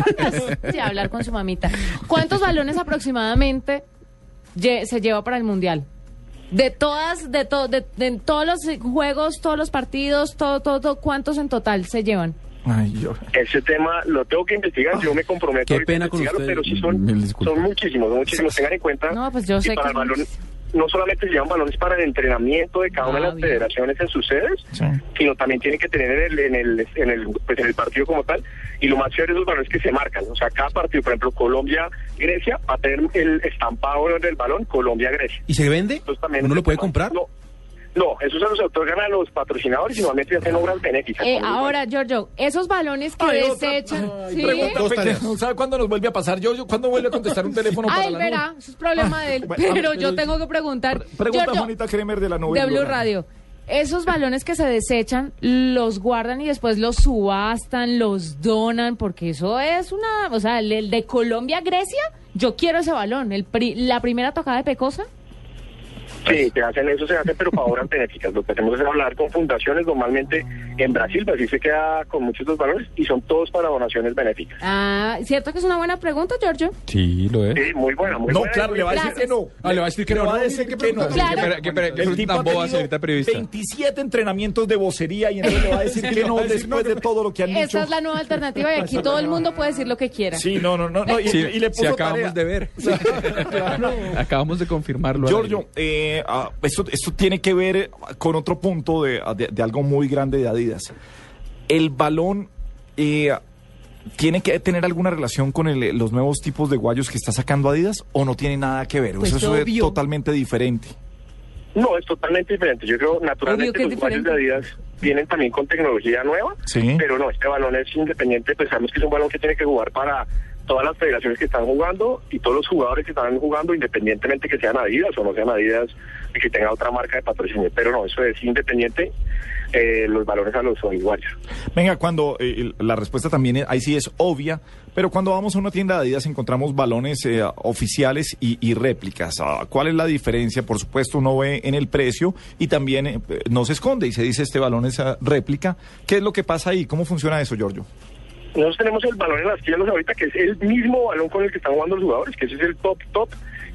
Sí, hablar con su mamita. ¿Cuántos balones aproximadamente lle se lleva para el Mundial? De todas, de, to de, de todos los juegos, todos los partidos, todo, todo, todo, ¿cuántos en total se llevan? Ay, yo... Ese tema lo tengo que investigar, yo me comprometo Qué pena a investigarlo, con pero sí son, son muchísimos, son muchísimos. Tengan en cuenta no, pues yo sé para que el balón, no solamente se llevan balones para el entrenamiento de cada una ah, de las bien. federaciones en sus sedes, sí. sino también tienen que tener en el, en el, en el, pues en el partido como tal. Y lo más chévere es los balones que se marcan. O sea, cada partido, por ejemplo, Colombia-Grecia, va a tener el estampado del balón Colombia-Grecia. ¿Y se vende? ¿Uno lo puede comprar? No. No, eso se los otorgan a los patrocinadores y normalmente hacen obras benéficas. Eh, ahora, Giorgio, esos balones que ay, desechan... Ay, ¿sí? Pregunta, ¿sabe cuándo nos vuelve a pasar, Giorgio? ¿Cuándo vuelve a contestar un teléfono para ah, él la verá, nube? Eso es problema de él. Bueno, pero, pero yo tengo que preguntar... Pregunta Giorgio, Juanita Kremer de la Nube de Blue Radio. Radio. Esos balones que se desechan, los guardan y después los subastan, los donan, porque eso es una... O sea, el, el de Colombia-Grecia, yo quiero ese balón. El pri, la primera tocada de Pecosa... Sí, se hacen eso, se hace, pero para obras benéficas. Lo que hacemos es hablar con fundaciones, normalmente en Brasil, Brasil se queda con muchos de los valores y son todos para donaciones benéficas. Ah, ¿cierto que es una buena pregunta, Giorgio? Sí, lo es. Sí, muy buena, muy no, buena. No, claro, le va a decir que no. Ah, le va a decir que le no. va a decir que no. Claro. ¿Qué, qué, qué, qué tan boba, señorita periodista? veintisiete entrenamientos de vocería y entonces le va a decir que no después de todo lo que han dicho. Esa es la nueva alternativa y aquí todo el mundo puede decir lo que quiera. Sí, no, no, no. no y, sí, y le puso sí, acabamos tarea. de ver. Claro. Acabamos de confirmarlo. Giorgio, eh, uh, esto, esto tiene que ver con otro punto de, de, de algo muy grande de Adidas. El balón eh, tiene que tener alguna relación con el, los nuevos tipos de guayos que está sacando Adidas o no tiene nada que ver. Pues eso obvio. Es totalmente diferente. No, es totalmente diferente. Yo creo naturalmente los guayos de Adidas vienen también con tecnología nueva, sí. pero no, este balón es independiente. Pues sabemos que es un balón que tiene que jugar para todas las federaciones que están jugando y todos los jugadores que están jugando, independientemente que sean Adidas o no sean Adidas y que tenga otra marca de patrocinio. Pero no, eso es independiente. Eh, los valores a los usuarios. Venga, cuando eh, la respuesta también es, ahí sí es obvia, pero cuando vamos a una tienda de Adidas encontramos balones eh, oficiales y, y réplicas. ¿Cuál es la diferencia? Por supuesto, uno ve en el precio y también eh, no se esconde y se dice este balón es réplica. ¿Qué es lo que pasa ahí? ¿Cómo funciona eso, Giorgio? Nosotros tenemos el balón en las tiendas ahorita, que es el mismo balón con el que están jugando los jugadores, que ese es el top top,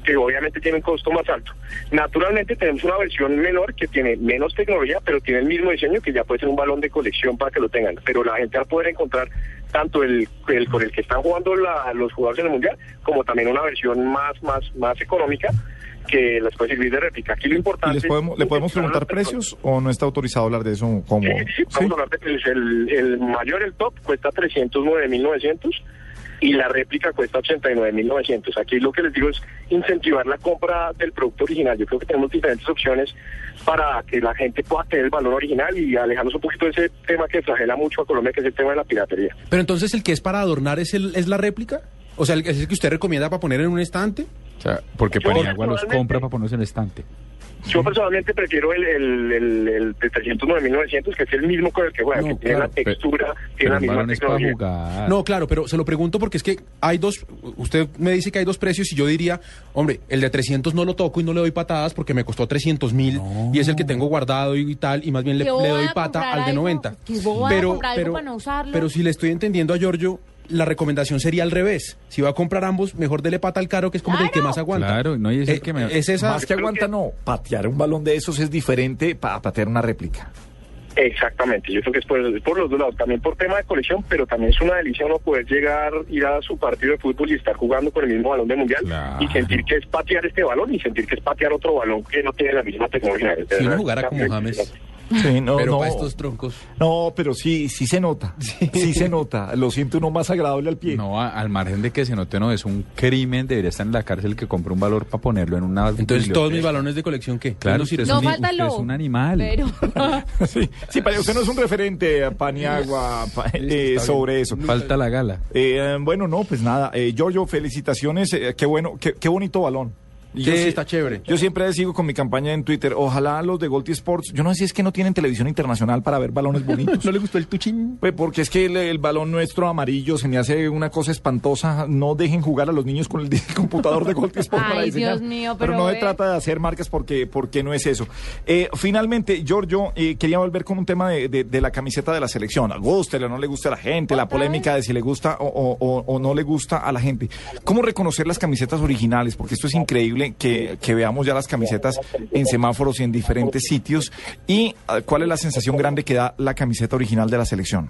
que obviamente tiene un costo más alto. Naturalmente tenemos una versión menor que tiene menos tecnología, pero tiene el mismo diseño, que ya puede ser un balón de colección para que lo tengan. Pero la gente va a poder encontrar tanto el, el con el que están jugando la, los jugadores en el Mundial, como también una versión más, más, más económica, que les puede servir de réplica. Aquí lo importante... ¿Y les podemos, ¿Le podemos preguntar precios o no está autorizado hablar de eso? ¿Cómo? Sí, sí, vamos a hablar de precios. El, el mayor, el top, cuesta trescientos nueve mil novecientos y la réplica cuesta ochenta y nueve mil novecientos. Aquí lo que les digo es incentivar la compra del producto original. Yo creo que tenemos diferentes opciones para que la gente pueda tener el valor original y alejarnos un poquito de ese tema que flagela mucho a Colombia, que es el tema de la piratería. Pero entonces, ¿el que es para adornar es, el, es la réplica? O sea, ¿es el que usted recomienda para poner en un estante? O sea, porque Paniagua los compra para ponerse en el estante. Yo personalmente prefiero el, el, el, el de trescientos nueve mil novecientos, que es el mismo con el que juega, no, que tiene claro, la textura, pero, tiene la misma tecnología. Jugar. No, claro, pero se lo pregunto porque es que hay dos, usted me dice que hay dos precios y yo diría, hombre, el de trescientos no lo toco y no le doy patadas porque me costó trescientos mil no. y es el que tengo guardado y tal, y más bien le, le doy pata al de noventa. Pero, pero, pero si le estoy entendiendo a Giorgio, la recomendación sería al revés. Si va a comprar ambos, mejor dele pata al caro, que es como claro. el que más aguanta. Claro, no, y es, eh, el que me... es esa... Más que aguanta, no. Patear un balón de esos es diferente para patear una réplica. Exactamente, yo creo que es por, es por los dos lados, también por tema de colección, pero también es una delicia uno poder llegar, ir a su partido de fútbol y estar jugando con el mismo balón de mundial, claro. y sentir que es patear este balón y sentir que es patear otro balón que no tiene la misma tecnología. Si uno jugara como James... Sí, no, pero no. para estos troncos. No, pero sí, sí se nota. Sí. sí se nota. Lo siente uno más agradable al pie. No, a, al margen de que se note, no, es un crimen. Debería estar en la cárcel que compre un valor para ponerlo en una. Entonces, biblioteca. Todos mis balones de colección, ¿qué? Claro, si eres no, un, falta usted es un animal. Pero... sí, sí, para usted no es un referente, Paniagua, pa, eh, sobre eso. Falta la gala. Eh, bueno, no, pues nada. Eh, Giorgio, felicitaciones. Eh, qué bueno, qué, qué bonito balón. Y yo, sí, está chévere. Yo siempre sigo con mi campaña en Twitter. Ojalá los de Golti Sports, yo no sé si es que no tienen televisión internacional para ver balones bonitos. ¿No le gustó el tuchín? Pues porque es que el, el balón nuestro amarillo se me hace una cosa espantosa. No dejen jugar a los niños con el, el computador de Golti Sports para diseñar. Dios mío, pero, pero no ve... se trata de hacer marcas porque, porque no es eso. Eh, finalmente, Giorgio, eh, quería volver con un tema de, de, de la camiseta de la selección. Gústele o no le gusta a la gente, la polémica de si le gusta o, o, o, o no le gusta a la gente. ¿Cómo reconocer las camisetas originales? Porque esto es increíble que, que veamos ya las camisetas en semáforos y en diferentes sitios. ¿Y uh, cuál es la sensación grande que da la camiseta original de la selección?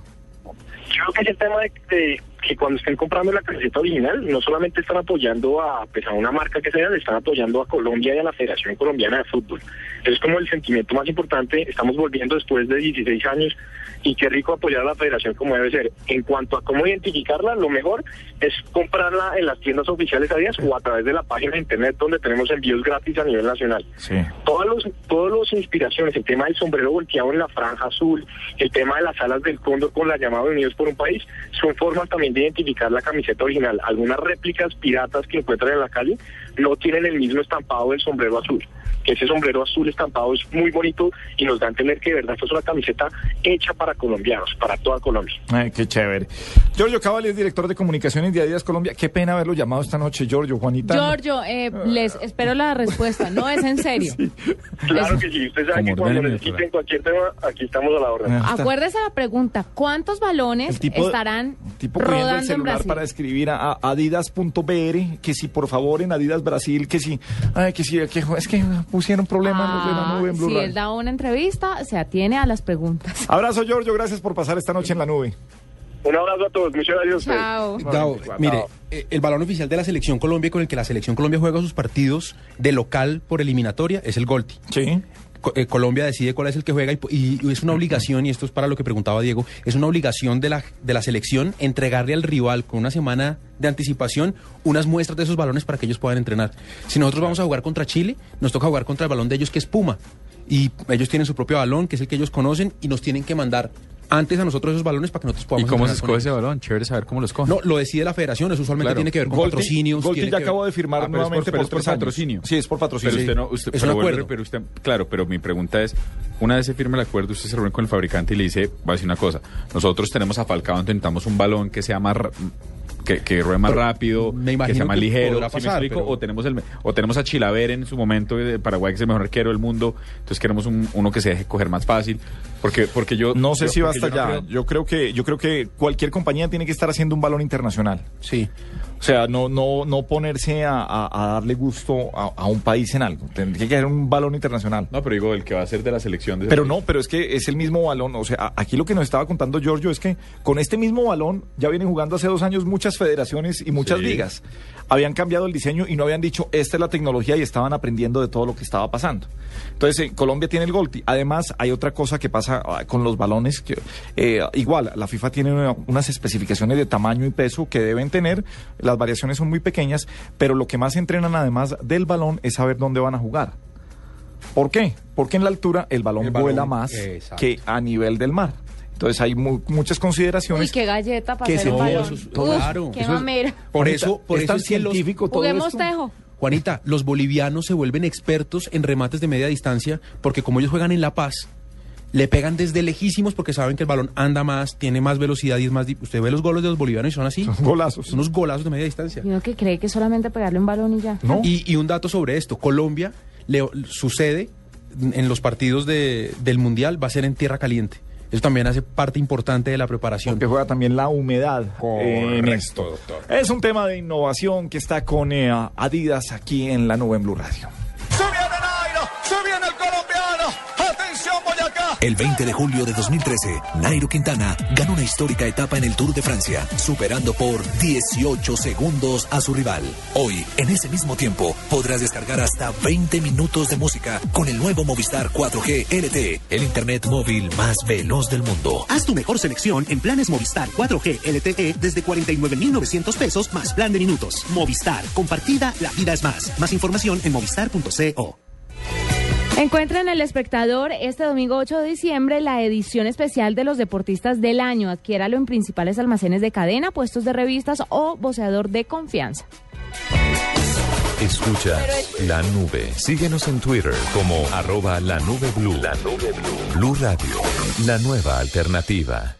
Yo creo que es el tema de, de que cuando estén comprando la camiseta original, no solamente están apoyando a, pues, a una marca que sea, le están apoyando a Colombia y a la Federación Colombiana de Fútbol. Es como el sentimiento más importante. Estamos volviendo después de dieciséis años y qué rico apoyar a la Federación como debe ser. En cuanto a cómo identificarla, lo mejor es comprarla en las tiendas oficiales Adidas o a través de la página de internet donde tenemos envíos gratis a nivel nacional. Sí. Todas los, todas las inspiraciones, el tema del sombrero volteado en la franja azul, el tema de las alas del cóndor con la llamada Unidos por un País, son formas también de identificar la camiseta original. Algunas réplicas piratas que encuentran en la calle no tienen el mismo estampado del sombrero azul. Que ese sombrero azul estampado es muy bonito y nos da a entender que de verdad esta es una camiseta hecha para colombianos, para toda Colombia. Ay, qué chévere. Giorgio Cabal es director de comunicaciones de Adidas Colombia. Qué pena haberlo llamado esta noche, Giorgio. Juanita. Giorgio, eh, les espero la respuesta. No es en serio. Sí. Claro que sí. Usted sabe que cuando necesiten cualquier tema, aquí estamos a la orden. Acuérdese la pregunta. ¿Cuántos balones tipo, estarán tipo rodando el celular en Brasil? Para escribir a, a adidas punto b r, que si por favor en Adidas Brasil, que si, ay, que si, que, es que pusieron problemas ah, los de la nube en Blue Si Radio. él da una entrevista, se atiene a las preguntas. Abrazo, Giorgio. Gracias por pasar esta noche en la nube. Un abrazo a todos, muchas gracias a ustedes. Gabo, mire, eh, el balón oficial de la Selección Colombia con el que la Selección Colombia juega sus partidos de local por eliminatoria es el Golti. Sí. Co eh, Colombia decide cuál es el que juega y, y, y es una obligación, y esto es para lo que preguntaba Diego, es una obligación de la, de la selección entregarle al rival con una semana de anticipación unas muestras de esos balones para que ellos puedan entrenar. Si nosotros vamos a jugar contra Chile, nos toca jugar contra el balón de ellos que es Puma. Y ellos tienen su propio balón, que es el que ellos conocen, y nos tienen que mandar antes a nosotros esos balones para que nosotros podamos. ¿Y cómo se escoge ese balón? Chévere saber cómo lo escoge. No, lo decide la federación, eso usualmente claro. tiene que ver con Golti, patrocinios. Golti ya que acabo de firmar ah, nuevamente por, por, por, por patrocinio. Sí, es por patrocinio. Pero sí. usted no, usted, es pero un acuerdo. Vuelve, pero usted, claro, pero mi pregunta es, una vez se firma el acuerdo, usted se reúne con el fabricante y le dice, voy a decir una cosa, nosotros tenemos a Falcao, intentamos un balón que sea más... Que, que ruede más pero rápido, que sea más que ligero, ¿sí pasar, me explico? Pero... o tenemos el o tenemos a Chilaver en su momento de Paraguay, que es el mejor arquero del mundo, entonces queremos un, uno que se deje coger más fácil. Porque, porque yo... No sé yo, si va hasta yo no allá. creo- Yo creo que yo creo que cualquier compañía tiene que estar haciendo un balón internacional. Sí. O sea, no no no ponerse a, a- a darle gusto a, a un país en algo. Tendría que haber un balón internacional. No, pero digo, el que va a ser de la selección de... ese Pero país. no, pero es que es el mismo balón. O sea, a- aquí lo que nos estaba contando Giorgio es que con este mismo balón ya vienen jugando hace dos años muchas federaciones y muchas Sí. ligas. Habían cambiado el diseño y no habían dicho esta es la tecnología y estaban aprendiendo de todo lo que estaba pasando. Entonces, eh, Colombia tiene el Golti. Además, hay otra cosa que pasa ah, con los balones. Que, eh, igual, la FIFA tiene una- unas especificaciones de tamaño y peso que deben tener. Las variaciones son muy pequeñas, pero lo que más entrenan además del balón es saber dónde van a jugar. ¿Por qué? Porque en la altura el balón, El balón, vuela más exacto. que a nivel del mar. Entonces hay mu- muchas Uy, consideraciones. qué galleta para que hacer se- un No, balón. eso es- Uf, claro. qué Eso es- mamera. Por Juanita, eso, por es eso tan es que los- científico todo Juguemos esto. tejo. Juanita, los bolivianos se vuelven expertos en remates de media distancia porque como ellos juegan en La Paz, le pegan desde lejísimos porque saben que el balón anda más, tiene más velocidad y es más... di- Usted ve los goles de los bolivianos y son así. Son golazos. Son unos golazos de media distancia. Y uno que cree que solamente pegarle un balón y ya. ¿No? Y, y un dato sobre esto, Colombia le, sucede en los partidos de, del Mundial, va a ser en tierra caliente. Eso también hace parte importante de la preparación. Porque juega también la humedad en Correcto, esto. doctor. Es un tema de innovación que está con eh, Adidas aquí en la nube en Blue Radio. Se viene Nairo, se viene el colombiano. Atención, Boyacá. El veinte de julio de dos mil trece, Nairo Quintana ganó una histórica etapa en el Tour de Francia, superando por dieciocho segundos a su rival. Hoy, en ese mismo tiempo, podrás descargar hasta veinte minutos de música con el nuevo Movistar cuatro G L T E, el internet móvil más veloz del mundo. Haz tu mejor selección en planes Movistar cuatro G L T E desde cuarenta y nueve mil novecientos pesos más plan de minutos. Movistar, compartida, la vida es más. Más información en movistar punto co. Encuentra en El Espectador este domingo ocho de diciembre la edición especial de los deportistas del año. Adquiéralo en principales almacenes de cadena, puestos de revistas o voceador de confianza. Escuchas La Nube. Síguenos en Twitter como arroba la nube blue. La nube blue. Blue Radio, la nueva alternativa.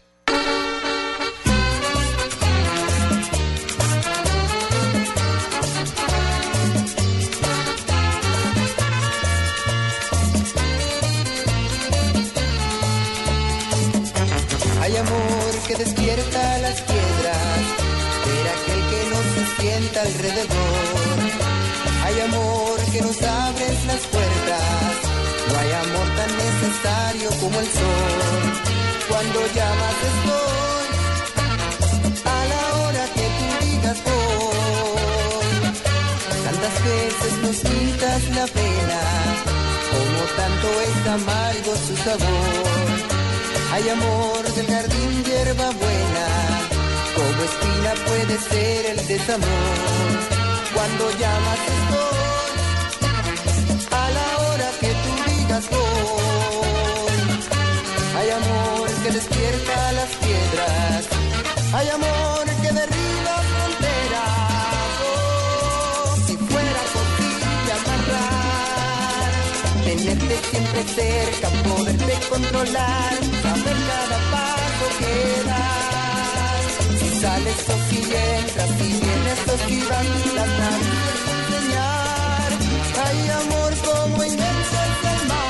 Hay amor que despierta las piedras, ver aquel que nos sienta alrededor. Hay amor que nos abre las puertas, no hay amor tan necesario como el sol. Cuando llamas estoy, a la hora que tú digas voy. Tantas veces nos quitas la pena, como tanto es amargo su sabor. Hay amor del jardín, hierba buena, como espina puede ser el desamor. Cuando llamas estoy, a la hora que tú digas voy. Hay amor que despierta las piedras, hay amor que derriba fronteras. Oh, si fuera posible amarrar, tenerte siempre cerca, poderte controlar, saber cada paso que das. Si sales o si entras, si vienes o si vas, las narices enseñar. Hay amor como inmenso es el mar.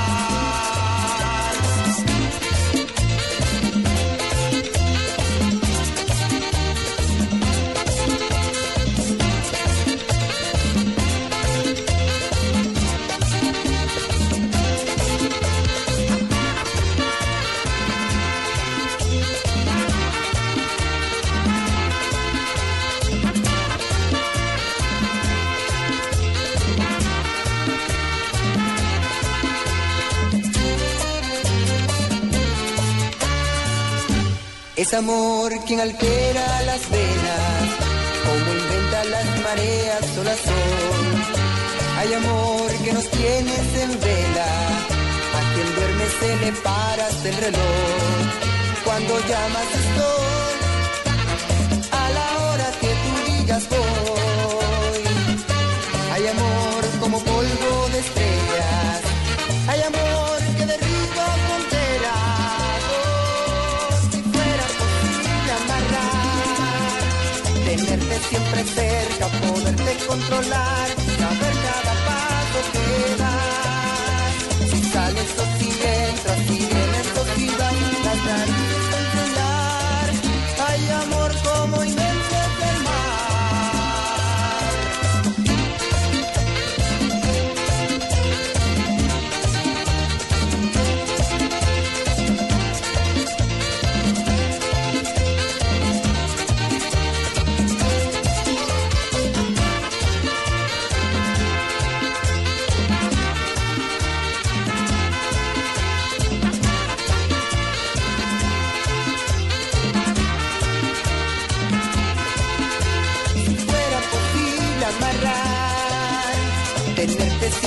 Es amor quien altera las venas, como inventa las mareas o la sol. Hay amor que nos tienes en vela, a quien duerme se le para hasta el reloj. Cuando llamas estoy, a la hora que tú digas voy. Hay amor como polvo de estrellas, hay amor que derriba fronteras. Oh, si fuera posible amarrar, tenerte siempre cerca, poderte controlar, saber cada paso que das. Si sales o si entras, si vienes o si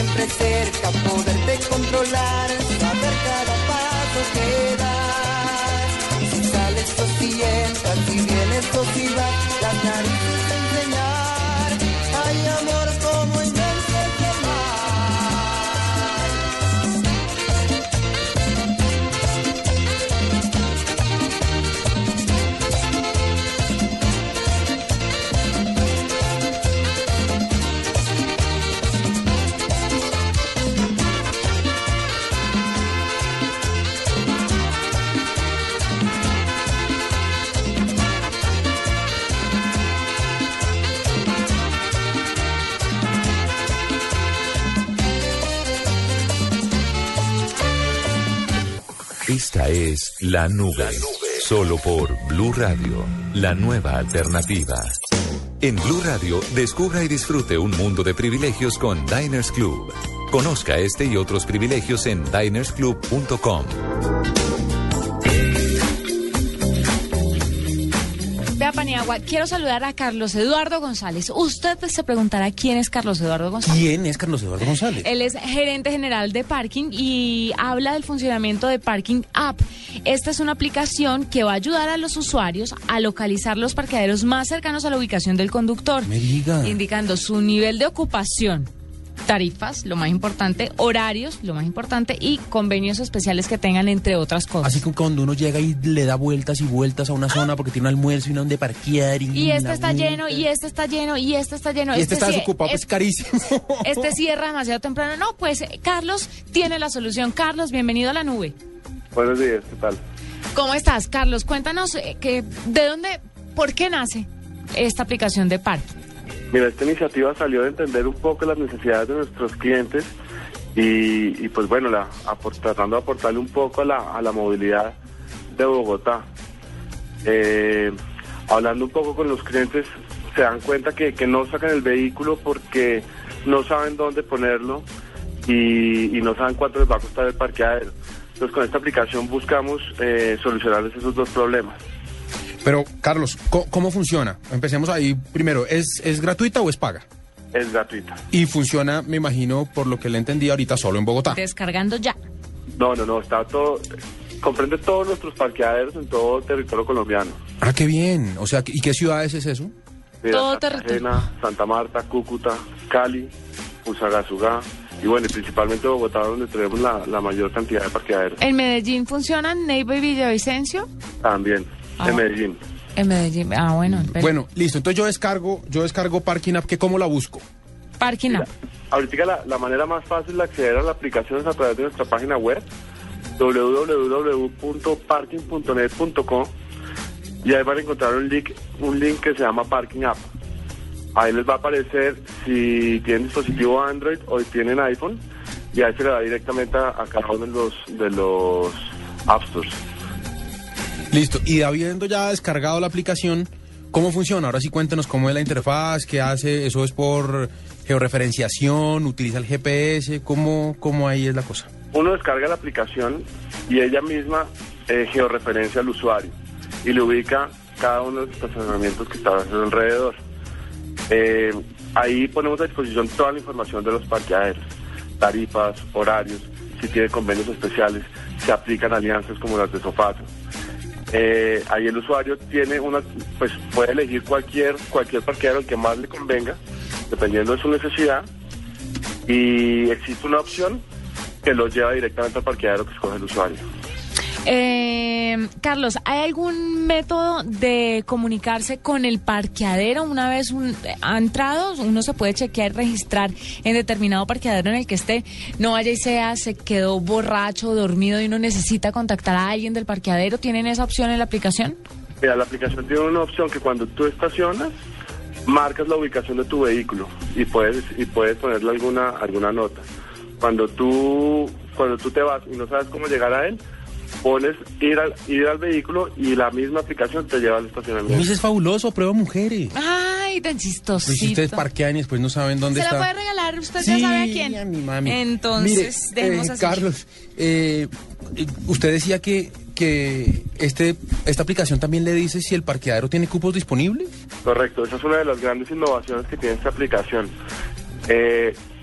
siempre cerca, poderte controlar, saber cada paso que das. Si sales o si entras, si vienes o si vas, las narices de enseñar. Hay amor como inmenso el mar. Esta es La Nube, solo por Blue Radio, la nueva alternativa. En Blue Radio, descubra y disfrute un mundo de privilegios con Diners Club. Conozca este y otros privilegios en diners club punto com. Vea, Paniagua, quiero saludar a Carlos Eduardo González. Usted se preguntará quién es Carlos Eduardo González. ¿Quién es Carlos Eduardo González? Él es gerente general de Parking y habla del funcionamiento de Parking App. Esta es una aplicación que va a ayudar a los usuarios a localizar los parqueaderos más cercanos a la ubicación del conductor. Me diga. Indicando su nivel de ocupación, tarifas, lo más importante, horarios, lo más importante, y convenios especiales que tengan, entre otras cosas. Así que cuando uno llega y le da vueltas y vueltas a una zona porque tiene un almuerzo y no donde parquear. Y, y este está vuelta. lleno, y este está lleno, y este está lleno. Y este, este está cie- desocupado, pues es- carísimo. Este cierra demasiado temprano. No, pues eh, Carlos tiene la solución. Carlos, bienvenido a La Nube. Buenos días, ¿qué tal? ¿Cómo estás, Carlos? Cuéntanos eh, que, de dónde, por qué nace esta aplicación de parking. Mira, esta iniciativa salió de entender un poco las necesidades de nuestros clientes y, y pues bueno, la, apor- tratando de aportarle un poco a la, a la movilidad de Bogotá. Eh, hablando un poco con los clientes, se dan cuenta que, que no sacan el vehículo porque no saben dónde ponerlo y, y no saben cuánto les va a costar el parqueadero. Entonces con esta aplicación buscamos eh, solucionarles esos dos problemas. Pero, Carlos, ¿cómo, cómo funciona? Empecemos ahí primero. ¿Es, ¿Es gratuita o es paga? Es gratuita. Y funciona, me imagino, por lo que le entendí ahorita, solo en Bogotá. Descargando ya. No, no, no, está todo, comprende todos nuestros parqueaderos en todo territorio colombiano. Ah, qué bien. O sea, ¿y qué ciudades es eso? Mira, Todo Cartagena, Santa Marta, Cúcuta, Cali, Fusagasugá y bueno, y principalmente Bogotá, donde tenemos la, la mayor cantidad de parqueaderos. ¿En Medellín funcionan Neiva y Villavicencio? También, Ah. en Medellín. En Medellín. Ah, bueno. pero- Bueno, listo. Entonces yo descargo, yo descargo Parking App, ¿que cómo la busco? Parking App. Ahorita la, la manera más fácil de acceder a la aplicación es a través de nuestra página web doble u doble u doble u punto parking punto net punto com y ahí van a encontrar un link, un link que se llama Parking App. Ahí les va a aparecer si tienen dispositivo Android o si tienen iPhone y ahí se le da directamente a, a cada uno de los, de los App Stores. Listo. Y habiendo ya descargado la aplicación, ¿cómo funciona? Ahora sí cuéntenos cómo es la interfaz, qué hace, eso es por georreferenciación, utiliza el G P S, ¿cómo, cómo ahí es la cosa? Uno descarga la aplicación y ella misma eh, georreferencia al usuario y le ubica cada uno de los estacionamientos que está a su alrededor. Eh, ahí ponemos a disposición toda la información de los parqueaderos, tarifas, horarios, si tiene convenios especiales, se aplican alianzas como las de Sofaso. Eh, ahí el usuario tiene una, pues puede elegir cualquier cualquier parqueadero el que más le convenga, dependiendo de su necesidad, y existe una opción que lo lleva directamente al parqueadero que escoge el usuario. Eh, Carlos, ¿hay algún método de comunicarse con el parqueadero una vez un, ha entrado? Uno se puede chequear, registrar en determinado parqueadero en el que esté, no vaya y sea, se quedó borracho, dormido y uno necesita contactar a alguien del parqueadero. ¿Tienen esa opción en la aplicación? Mira, la aplicación tiene una opción que cuando tú estacionas, marcas la ubicación de tu vehículo y puedes y puedes ponerle alguna alguna nota. Cuando tú cuando tú te vas y no sabes cómo llegar a él, pones ir al ir al vehículo y la misma aplicación te lleva al estacionamiento. Eso es fabuloso, prueba mujeres. Ay, tan Pues chistosito. si ustedes parquean y después no saben dónde Se está. la puede regalar, usted Sí, ya sabe a quién. a mi mami. Entonces, Mire, dejemos eh, así. Carlos, eh, eh, usted decía que, que este esta aplicación también le dice si el parqueadero tiene cupos disponibles. Correcto, esa es una de las grandes innovaciones que tiene esta aplicación. Eh,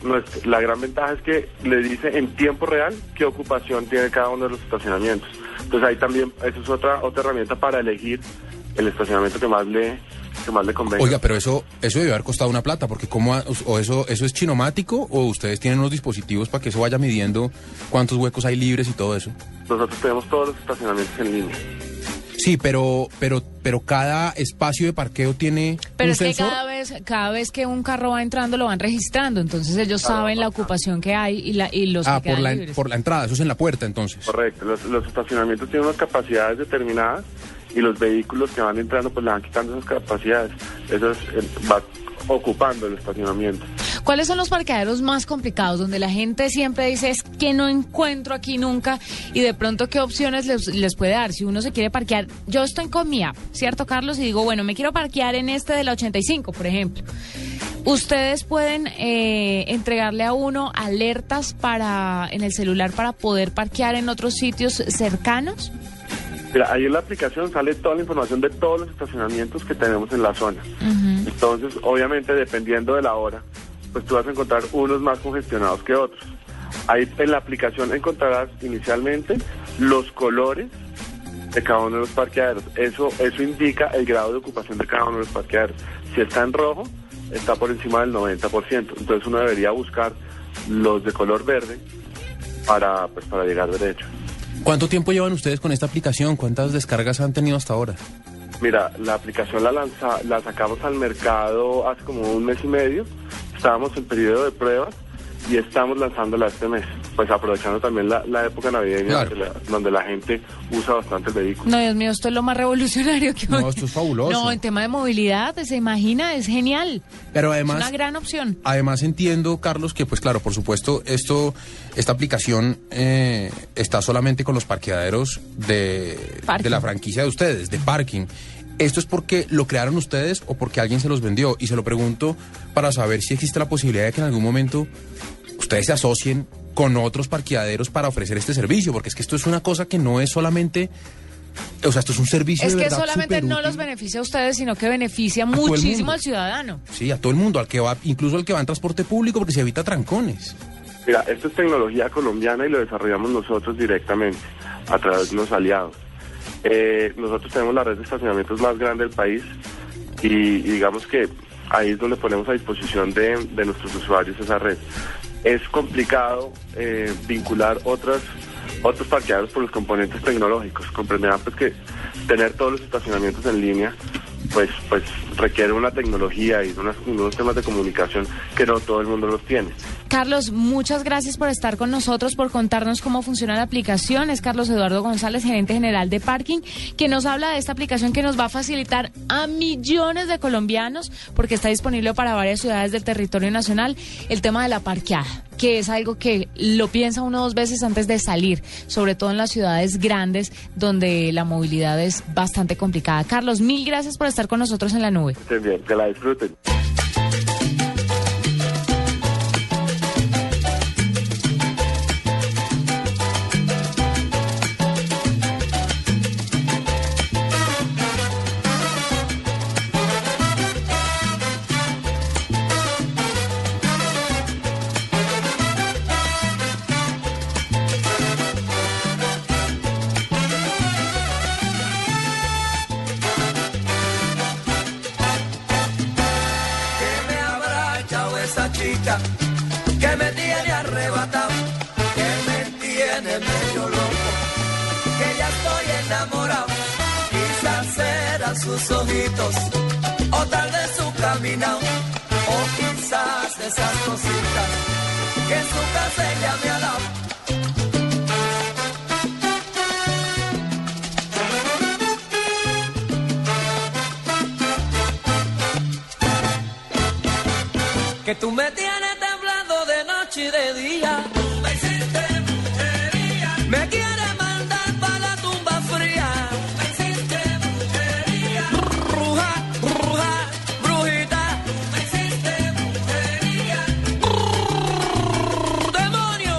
nuestra- la gran ventaja es que le dice en tiempo real qué ocupación tiene cada uno de los estacionamientos. Entonces ahí también, eso es otra otra herramienta para elegir el estacionamiento que más le que más le convenga. Oiga, pero eso eso debe haber costado una plata, porque cómo ha- o eso eso es chinomático o ustedes tienen unos dispositivos para que eso vaya midiendo cuántos huecos hay libres y todo eso. Nosotros tenemos todos los estacionamientos en línea. Sí, pero pero pero cada espacio de parqueo tiene Pero un es que sensor. cada vez, cada vez que un carro va entrando lo van registrando, entonces ellos saben la ocupación que hay y, la, y los Ah, que por quedan la libres. por la entrada, eso es en la puerta entonces. Correcto, los, los estacionamientos tienen unas capacidades determinadas y los vehículos que van entrando pues le van quitando esas capacidades. Eso es, eh, va ocupando el estacionamiento. ¿Cuáles son los parqueaderos más complicados donde la gente siempre dice es que no encuentro aquí nunca y de pronto qué opciones les, les puede dar? Si uno se quiere parquear, yo estoy con mi app, ¿cierto, Carlos? Y digo, bueno, me quiero parquear en este de la ochenta y cinco, por ejemplo. ¿Ustedes pueden eh, entregarle a uno alertas para en el celular para poder parquear en otros sitios cercanos? Mira, ahí en la aplicación sale toda la información de todos los estacionamientos que tenemos en la zona. Entonces, obviamente, dependiendo de la hora, pues tú vas a encontrar unos más congestionados que otros. Ahí en la aplicación encontrarás inicialmente los colores de cada uno de los parqueaderos. Eso, eso indica el grado de ocupación de cada uno de los parqueaderos. Si está en rojo, está por encima del noventa por ciento. Entonces uno debería buscar los de color verde para, pues, para llegar derecho. ¿Cuánto tiempo llevan ustedes con esta aplicación? ¿Cuántas descargas han tenido hasta ahora? Mira, la aplicación la lanza, la sacamos al mercado hace como un mes y medio. Estábamos en periodo de pruebas y estamos lanzándola este mes. Pues aprovechando también la, la época navideña, Claro. donde, la, donde la gente usa bastante el vehículo. No, Dios mío, esto es lo más revolucionario que No, hoy. esto es fabuloso. No, en tema de movilidad, se imagina, es genial. Pero Es además una gran opción. Además entiendo, Carlos, que pues claro, por supuesto, esto, esta aplicación eh, está solamente con los parqueaderos de, Parking. de la franquicia de ustedes, de parking. ¿Esto es porque lo crearon ustedes o porque alguien se los vendió? Y se lo pregunto para saber si existe la posibilidad de que en algún momento ustedes se asocien con otros parqueaderos para ofrecer este servicio, porque es que esto es una cosa que no es solamente... O sea, esto es un servicio Es de que verdad solamente no superútil. los beneficia a ustedes, sino que beneficia todo el muchísimo mundo. al ciudadano. Sí, a todo el mundo, al que va, incluso al que va en transporte público, porque se evita trancones. Mira, esto es tecnología colombiana y lo desarrollamos nosotros directamente a través de unos aliados. Eh, nosotros tenemos la red de estacionamientos más grande del país y, y digamos que ahí es donde ponemos a disposición de, de nuestros usuarios esa red. Es complicado eh, vincular otras otros parqueaderos por los componentes tecnológicos. Comprenderán pues que tener todos los estacionamientos en línea pues pues requiere una tecnología y unas- unos temas de comunicación que no todo el mundo los tiene. Carlos, muchas gracias por estar con nosotros, por contarnos cómo funciona la aplicación. Es Carlos Eduardo González, gerente general de Parking, que nos habla de esta aplicación que nos va a facilitar a millones de colombianos, porque está disponible para varias ciudades del territorio nacional, el tema de la parqueada, que es algo que lo piensa uno dos veces antes de salir, sobre todo en las ciudades grandes donde la movilidad es bastante complicada. Carlos, mil gracias por estar con nosotros en la nube. Estén bien, que la disfruten. Que me habrá echado esa chica que me tiene arrebatado, que me tiene medio loco, que ya estoy enamorado. Quizás serán sus ojitos, o tal vez su caminado, o quizás esas cositas que en su casa ella me ha dado. Que tú me tienes temblando de noche y de día. Me hiciste brujería. Me quieres mandar para la tumba fría. Me hiciste brujería. Bruja, bruja, brujita. Me hiciste brujería. Demonio,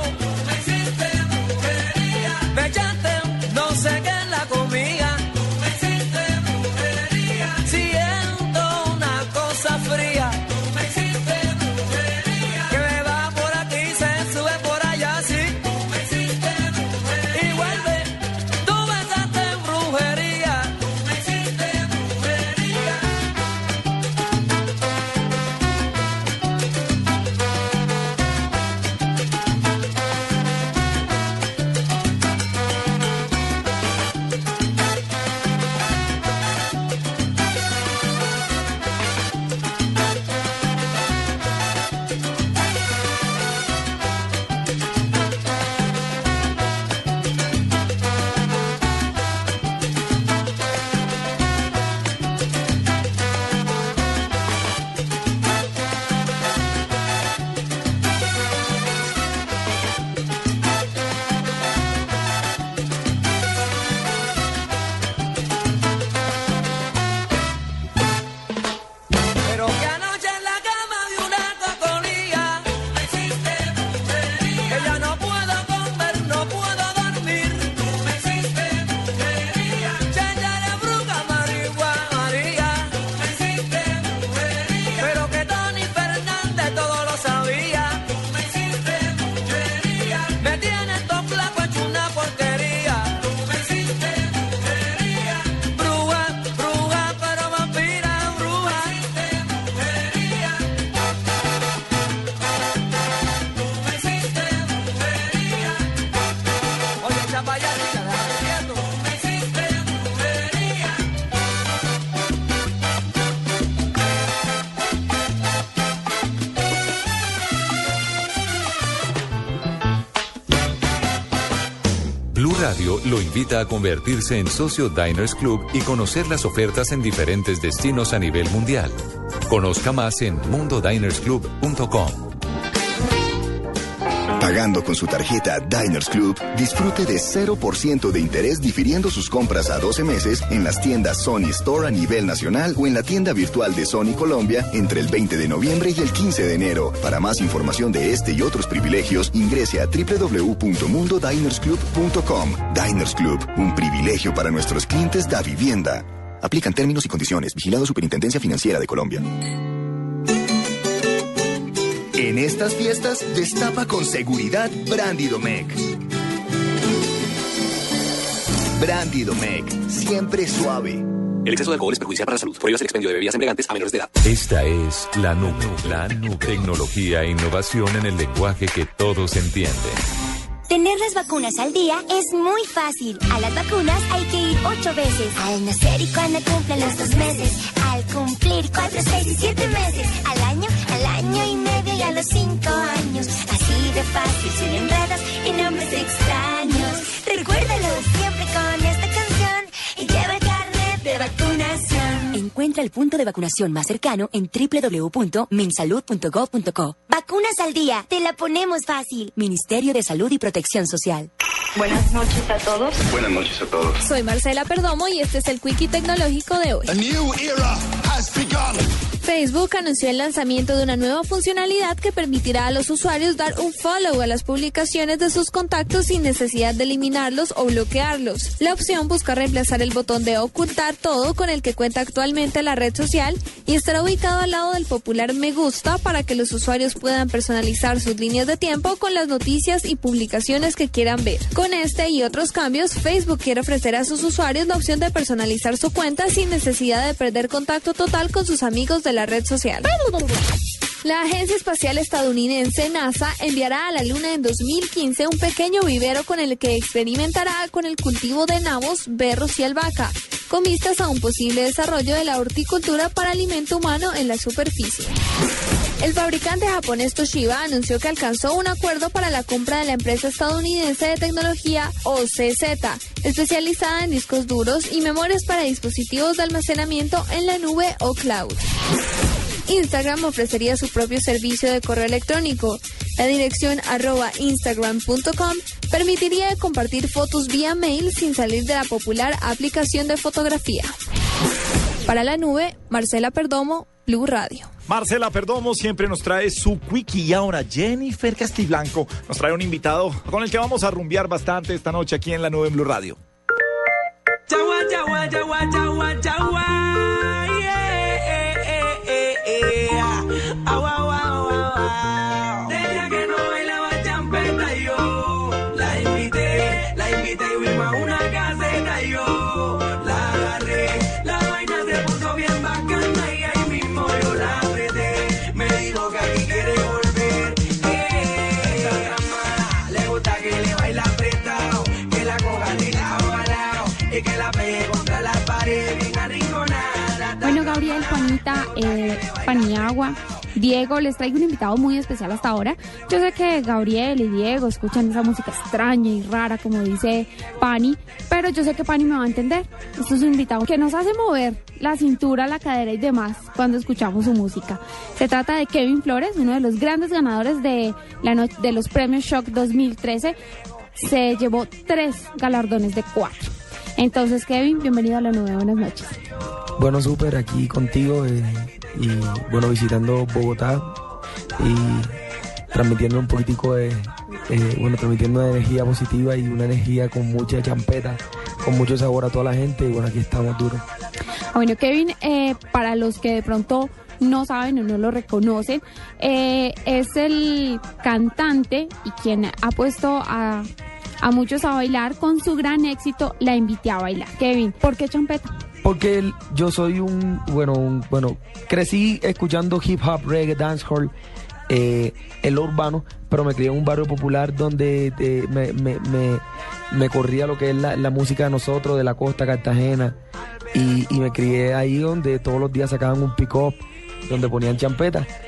Radio lo invita a convertirse en socio Diners Club y conocer las ofertas en diferentes destinos a nivel mundial. Conozca más en mundo diners club punto com. Pagando con su tarjeta Diners Club, disfrute de cero por ciento de interés difiriendo sus compras a doce meses en las tiendas Sony Store a nivel nacional o en la tienda virtual de Sony Colombia entre el veinte de noviembre y el quince de enero. Para más información de este y otros privilegios, ingrese a doble u doble u doble u punto mundo diners club punto com. Diners Club, un privilegio para nuestros clientes da vivienda. Aplican términos y condiciones. Vigilado Superintendencia Financiera de Colombia. En estas fiestas, destapa con seguridad Brandy Domecq. Brandy Domecq, siempre suave. El exceso de alcohol es perjudicial para la salud. Prohíbas el expendio de bebidas embriagantes a menores de edad. Esta es La Nube. La Nube. Tecnología e innovación en el lenguaje que todos entienden. Tener las vacunas al día es muy fácil. A las vacunas hay que ir ocho veces. Al nacer y cuando cumplen los dos meses. Al cumplir cuatro, seis y siete meses. Al año, al año y medio y a los cinco años. Así de fácil, sin enredos y nombres extraños. Recuérdalo siempre con esta canción y lleva el carnet de vacunación. Encuentra el punto de vacunación más cercano en doble u doble u doble u punto minsalud punto gov punto co. Vacunas al día, te la ponemos fácil. Ministerio de Salud y Protección Social. Buenas noches a todos. Buenas noches a todos. Soy Marcela Perdomo y este es el Quickie Tecnológico de hoy. A new era has begun. Facebook anunció el lanzamiento de una nueva funcionalidad que permitirá a los usuarios dar un follow a las publicaciones de sus contactos sin necesidad de eliminarlos o bloquearlos. La opción busca reemplazar el botón de ocultar todo con el que cuenta actualmente la red social y estará ubicado al lado del popular me gusta para que los usuarios puedan personalizar sus líneas de tiempo con las noticias y publicaciones que quieran ver. Con este y otros cambios, Facebook quiere ofrecer a sus usuarios la opción de personalizar su cuenta sin necesidad de perder contacto total con sus amigos de la red social. La Agencia Espacial Estadounidense NASA enviará a la Luna en dos mil quince un pequeño vivero con el que experimentará con el cultivo de nabos, berros y albahaca, con vistas a un posible desarrollo de la horticultura para alimento humano en la superficie. El fabricante japonés Toshiba anunció que alcanzó un acuerdo para la compra de la empresa estadounidense de tecnología O C Z, especializada en discos duros y memorias para dispositivos de almacenamiento en la nube o cloud. Instagram ofrecería su propio servicio de correo electrónico. La dirección arroba instagram punto com permitiría compartir fotos vía mail sin salir de la popular aplicación de fotografía. Para la nube, Marcela Perdomo, Blue Radio. Marcela Perdomo siempre nos trae su Quickie y ahora Jennifer Castiblanco nos trae un invitado con el que vamos a rumbear bastante esta noche aquí en la nube en Blue Radio. Chagua, chagua, chagua, chagua, chagua. Tenía que no bailaba champeta y yo la invité, la invité y fuimos a una caseta y yo la agarré, la vaina se puso bien bacana y ahí mismo yo la apreté, me dijo que aquí quiere volver, eh, esa gran mala, le gusta que le baila apretado, que la coja de lado a lado y que la pegue contra la pared bien arrinconada. Bueno, Gabriel, Juanita, eh, Paniagua, Diego, les traigo un invitado muy especial hasta ahora. Yo sé que Gabriel y Diego escuchan esa música extraña y rara, como dice Pani, pero yo sé que Pani me va a entender. Esto es un invitado que nos hace mover la cintura, la cadera y demás cuando escuchamos su música. Se trata de Kevin Flores, uno de los grandes ganadores de, la no- de los premios Shock dos mil trece. Se llevó tres galardones de cuatro. Entonces, Kevin, bienvenido a la nube. Buenas noches. Bueno, súper, aquí contigo eh, y bueno, visitando Bogotá y transmitiendo un poquitico de, eh, bueno, transmitiendo una energía positiva y una energía con mucha champeta, con mucho sabor a toda la gente y bueno, aquí estamos duros. Bueno, Kevin, eh, para los que de pronto no saben o no lo reconocen, eh, es el cantante y quien ha puesto a, a muchos a bailar con su gran éxito La Invité a Bailar. Kevin, ¿por qué champeta? Porque el- yo soy un, bueno, un, bueno, crecí escuchando hip hop, reggae, dancehall, eh, en lo urbano, pero me crié en un barrio popular donde eh, me, me, me, me corría lo que es la, la música de nosotros, de la costa Cartagena, y, y me crié ahí donde todos los días sacaban un pick-up, donde ponían champeta.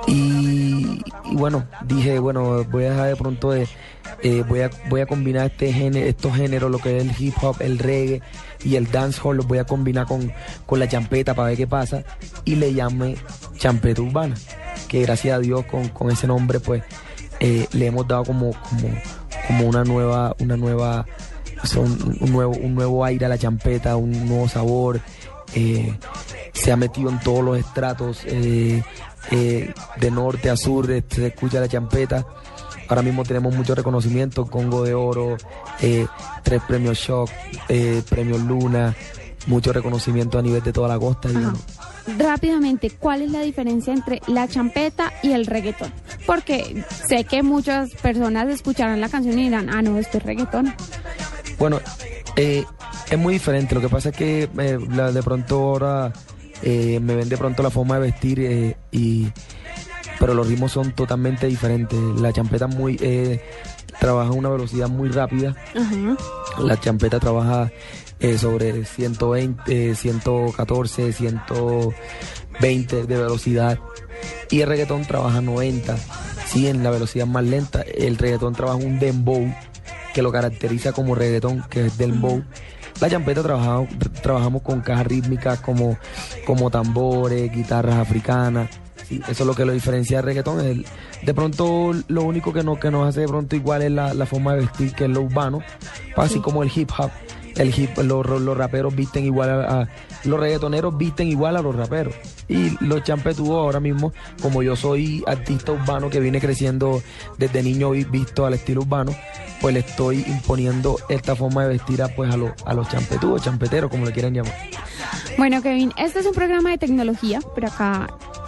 Y, y bueno, dije, bueno, voy a dejar de pronto de, eh, voy a voy a combinar este género, estos géneros, lo que es el hip hop, el reggae y el dancehall, los voy a combinar con, con la champeta para ver qué pasa, y le llamé Champeta Urbana, que gracias a Dios con, con ese nombre pues eh, le hemos dado como, como, como una nueva, una nueva, o sea, un, un nuevo, un nuevo aire a la champeta, un nuevo sabor. Eh, se ha metido en todos los estratos, eh, eh, de norte a sur, eh, se escucha la champeta. Ahora mismo tenemos mucho reconocimiento, Congo de Oro, eh, tres premios Shock, eh, premios Luna, mucho reconocimiento a nivel de toda la costa. Y bueno. Rápidamente, ¿cuál es la diferencia entre la champeta y el reggaetón? Porque sé que muchas personas escucharán la canción y dirán, ah, no, esto es reggaetón. Bueno, eh, es muy diferente. Lo que pasa es que eh, la, de pronto ahora eh, me ven de pronto la forma de vestir, eh, y pero los ritmos son totalmente diferentes. La champeta muy eh, trabaja a una velocidad muy rápida. Uh-huh. La champeta trabaja eh, sobre ciento veinte, ciento catorce, ciento veinte de velocidad, y el reggaetón trabaja noventa, sí, en la velocidad más lenta. El reggaetón trabaja un dembow que lo caracteriza como reggaetón, que es dembow. La champeta trabajamos, trabajamos con cajas rítmicas como, como tambores, guitarras africanas. Sí, eso es lo que lo diferencia del reggaetón. Es el, de pronto lo único que, no, que nos hace de pronto igual es la, la forma de vestir, que es lo urbano, así sí. Como el hip hop. El hip, los, los raperos visten igual a, a los reggaetoneros visten igual a los raperos, y los champetúos ahora mismo, como yo soy artista urbano que viene creciendo desde niño visto al estilo urbano, pues le estoy imponiendo esta forma de vestir a, pues a, los, a los champetúos, champeteros, como le quieran llamar. Bueno, Kevin, este es un programa de tecnología, pero acá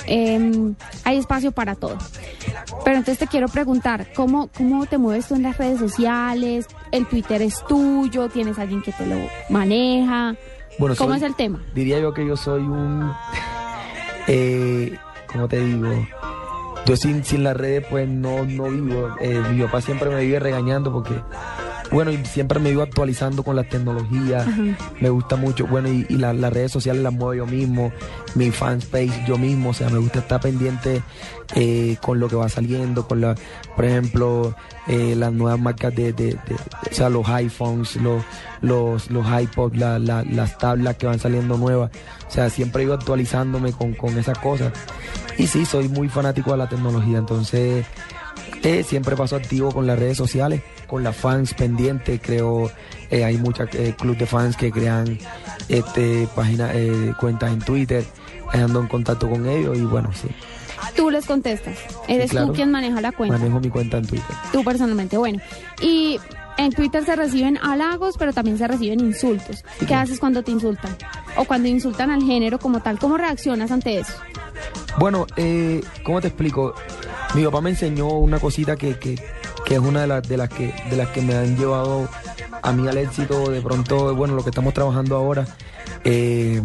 eh, hay espacio para todo. Pero entonces te quiero preguntar, ¿cómo, cómo te mueves tú en las redes sociales? ¿El Twitter es tuyo? ¿Tienes alguien que te lo maneja? Bueno, ¿Cómo soy, es el tema? Diría yo que yo soy un... eh, ¿Cómo te digo? Yo sin, sin las redes pues no, no vivo. Eh, mi papá siempre me vive regañando porque... Bueno, y siempre me vivo actualizando con las tecnologías. Ajá. Me gusta mucho. Bueno, y, y la, las redes sociales las muevo yo mismo. Mi fanpage yo mismo. O sea, me gusta estar pendiente eh, con lo que va saliendo. Con la, por ejemplo, eh, las nuevas marcas de, de, de, de... O sea, los iPhones, los, los, los iPods, la, la, las tablas que van saliendo nuevas. O sea, siempre vivo actualizándome con, con esas cosas. Y sí, soy muy fanático de la tecnología. Entonces... Eh, siempre paso activo con las redes sociales, con las fans pendientes. Creo, eh, hay muchas eh, clubes de fans que crean este páginas, eh, cuentas en Twitter, ando en contacto con ellos y bueno, sí. Tú les contestas, eres sí, claro, tú quien maneja la cuenta. Manejo mi cuenta en Twitter. Tú personalmente, bueno. Y en Twitter se reciben halagos, pero también se reciben insultos. ¿Qué sí. haces cuando te insultan? O cuando insultan al género como tal, ¿cómo reaccionas ante eso? Bueno, eh, ¿cómo te explico? Mi papá me enseñó una cosita que, que, que es una de las de las que de las que me han llevado a mí al éxito. De pronto, bueno, lo que estamos trabajando ahora, eh,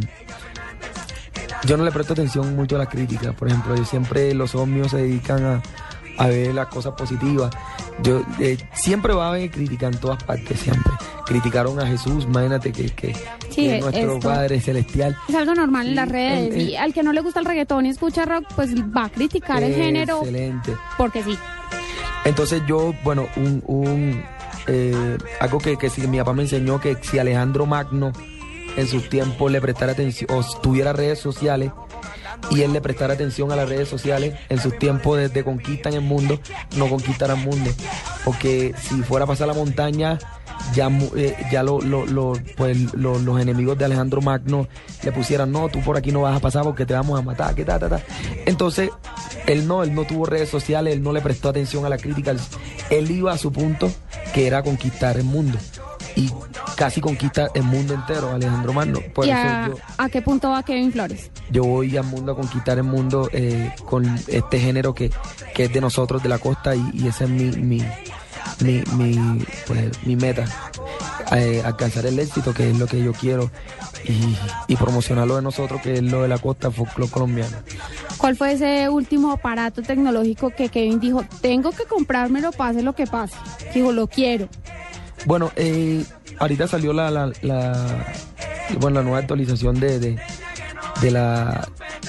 yo no le presto atención mucho a las críticas. Por ejemplo, yo siempre, los ojos míos se dedican a, a ver las cosas positivas. Yo eh, siempre va a haber crítica en todas partes, siempre. Criticaron a Jesús, imagínate que, que, sí, que es nuestro esto. Padre Celestial. Es algo normal en las Sí, redes. el- el- Y al que no le gusta el reggaetón y escucha rock, pues va a criticar el género. Excelente. Porque sí. Entonces yo, bueno, un, un eh, algo que, que sí, mi papá me enseñó, que si Alejandro Magno en sus tiempos le prestara atención o tuviera redes sociales y él le prestara atención a las redes sociales en sus tiempos de, de conquista en el mundo, no conquistará el mundo. Porque si fuera a pasar la montaña, ya, mu- eh, ya lo, lo, lo- pues, lo- los enemigos de Alejandro Magno le pusieran, no, tú por aquí no vas a pasar porque te vamos a matar, que ta, ta, ta. Entonces, él no, él no tuvo redes sociales, él no le prestó atención a la crítica, él, él iba a su punto, que era conquistar el mundo. Y casi conquista el mundo entero, Alejandro Magno. Por ¿Y eso a, yo, a qué punto va Kevin Flores? yo voy al mundo a conquistar el mundo eh, con este género que, que es de nosotros, de la costa, y, y esa es mi, mi, mi, mi, pues, mi meta. Eh, alcanzar el éxito, que es lo que yo quiero, y, y promocionar lo de nosotros, que es lo de la costa, folclore colombiano. ¿Cuál fue ese último aparato tecnológico que Kevin dijo, tengo que comprármelo, pase lo que pase? Dijo, lo quiero. Bueno, eh, ahorita salió la, la, la, bueno, la nueva actualización de, de, de la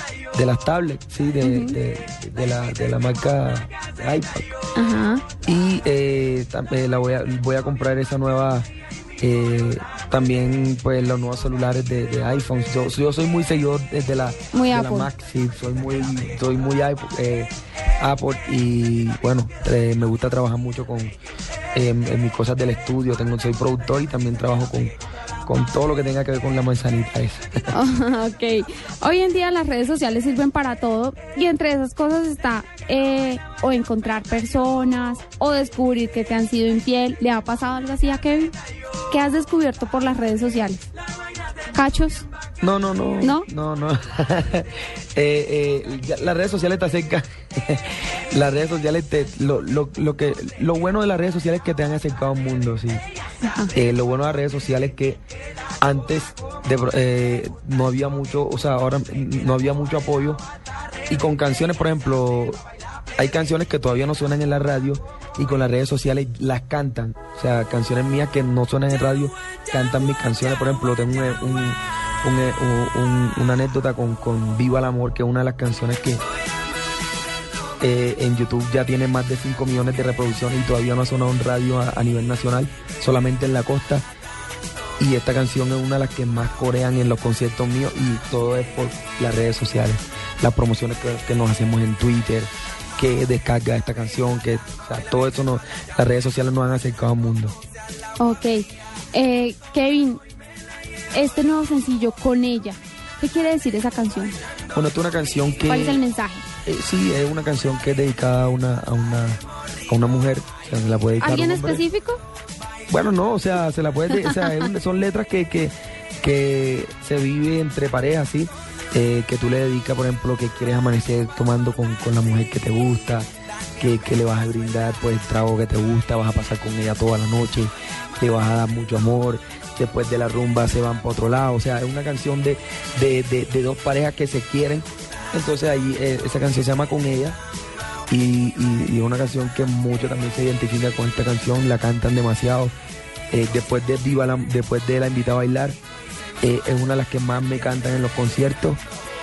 de las tablets, sí, de, uh-huh. de, de, la, de la marca iPad. Ajá. Y eh, también la voy a, voy a comprar esa nueva, eh, también pues los nuevos celulares de, de iPhone. Yo, yo soy muy seguidor de, de la, muy de Apple. la Mac, sí, soy muy, soy muy eh, Apple y bueno, eh, me gusta trabajar mucho con eh, en mis cosas del estudio. Tengo, soy productor y también trabajo con con todo lo que tenga que ver con la manzanita esa. Oh, ok. Hoy en día las redes sociales sirven para todo y entre esas cosas está eh, o encontrar personas o descubrir que te han sido infiel. ¿Le ha pasado algo así a Kevin? ¿Qué has descubierto por las redes sociales? ¿Cachos? No, no, no. ¿No? No, no. eh, eh, ya, las redes sociales te acercan. Las redes sociales, te, lo, lo, lo, que, lo bueno de las redes sociales es que te han acercado a un mundo, sí. Eh, lo bueno de las redes sociales es que antes de, eh, no había mucho, o sea, ahora no había mucho apoyo. Y con canciones, por ejemplo, hay canciones que todavía no suenan en la radio y con las redes sociales las cantan. O sea, canciones mías que no suenan en radio, cantan mis canciones. Por ejemplo, tengo un, un, un, un, una anécdota con, con Viva el Amor, que es una de las canciones que eh, en YouTube ya tiene más de cinco millones de reproducciones y todavía no ha sonado en radio a, a nivel nacional, solamente en la costa. Y esta canción es una de las que más corean en los conciertos míos y todo es por las redes sociales. Las promociones que, que nos hacemos en Twitter, que descarga esta canción, que o sea, todo eso, no, las redes sociales nos han acercado al mundo. Ok. Eh, Kevin, este nuevo sencillo, Con Ella, ¿qué quiere decir esa canción? Bueno, esta es una canción que... ¿Cuál es el mensaje? Eh, sí, es una canción que es dedicada a una, a una, a una mujer. O sea, se la puede dedicar ¿Alguien a un hombre. específico? Bueno, no, o sea, se la puede, o sea, es, son letras que, que, que se vive entre parejas, ¿sí? Eh, que tú le dedicas, por ejemplo, que quieres amanecer tomando con, con la mujer que te gusta, que, que le vas a brindar pues el trago que te gusta, vas a pasar con ella toda la noche, le vas a dar mucho amor, después de la rumba se van para otro lado. O sea, es una canción de, de, de, de dos parejas que se quieren. Entonces ahí eh, esa canción se llama Con Ella. Y, y, y una canción que mucho también se identifica con esta canción, la cantan demasiado. Eh, después de Viva la, después de La Invita a Bailar, eh, es una de las que más me cantan en los conciertos.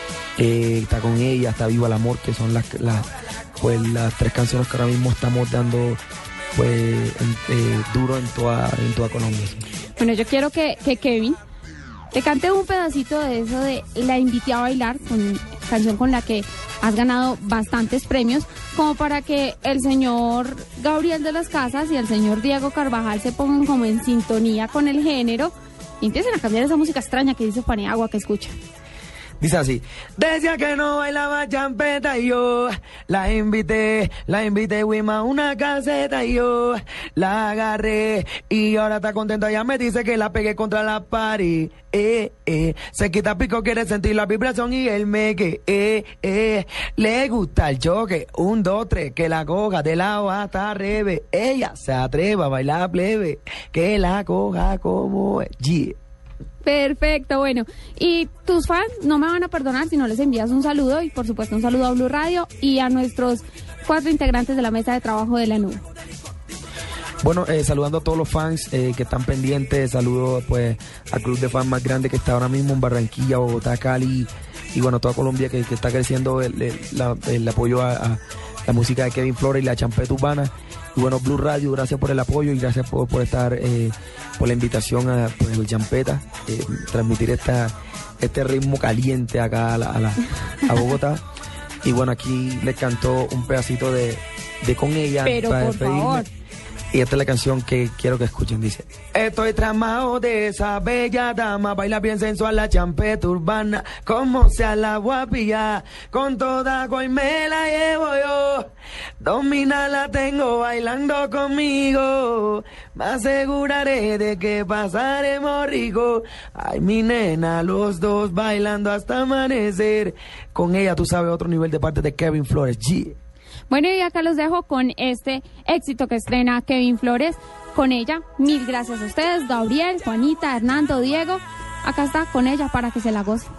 Eh, está Con Ella, está Viva el Amor, que son las, las, pues, las tres canciones que ahora mismo estamos dando pues en, eh, duro en toda, en toda Colombia. Sí. Bueno, yo quiero que, que Kevin te cante un pedacito de eso de La Invité a Bailar, con, canción con la que has ganado bastantes premios, como para que el señor Gabriel de las Casas y el señor Diego Carvajal se pongan como en sintonía con el género y empiecen a cambiar esa música extraña que dice Paniagua que escucha. Dice así: decía que no bailaba champeta y yo la invité, la invité, Wima, una caseta y yo la agarré y ahora está contenta, ya me dice que la pegué contra la pared, eh, eh, se quita pico, quiere sentir la vibración y el meque, eh, eh, le gusta el choque, un, dos, tres, que la coja de lado hasta revés, ella se atreva a bailar plebe, que la coja como es, yeah. Perfecto, bueno, y tus fans no me van a perdonar si no les envías un saludo y por supuesto un saludo a Blue Radio y a nuestros cuatro integrantes de la mesa de trabajo de la nube. Bueno, eh, saludando a todos los fans eh, que están pendientes, saludo pues al club de fans más grande que está ahora mismo en Barranquilla, Bogotá, Cali y bueno, toda Colombia que, que está creciendo el, el, la, el apoyo a, a la música de Kevin Flores y la champeta urbana. Y bueno, Blue Radio, gracias por el apoyo y gracias por, por estar, eh, por la invitación a pues, el champeta, eh, transmitir esta, este ritmo caliente acá a, la, a, la, a Bogotá. Y bueno, aquí les cantó un pedacito de, de Con Ella. Pero para por despedirme. favor. Y esta es la canción que quiero que escuchen, dice: estoy tramado de esa bella dama, baila bien sensual la champeta urbana, como sea la guapilla, con toda agua y me la llevo yo, domina la tengo bailando conmigo, me aseguraré de que pasaremos rico, ay mi nena, los dos bailando hasta amanecer, Con Ella, tú sabes, otro nivel de parte de Kevin Flores, yeah. Bueno, y acá los dejo con este éxito que estrena Kevin Flores, Con Ella. Mil gracias a ustedes, Gabriel, Juanita, Hernando, Diego. Acá está Con Ella para que se la gocen.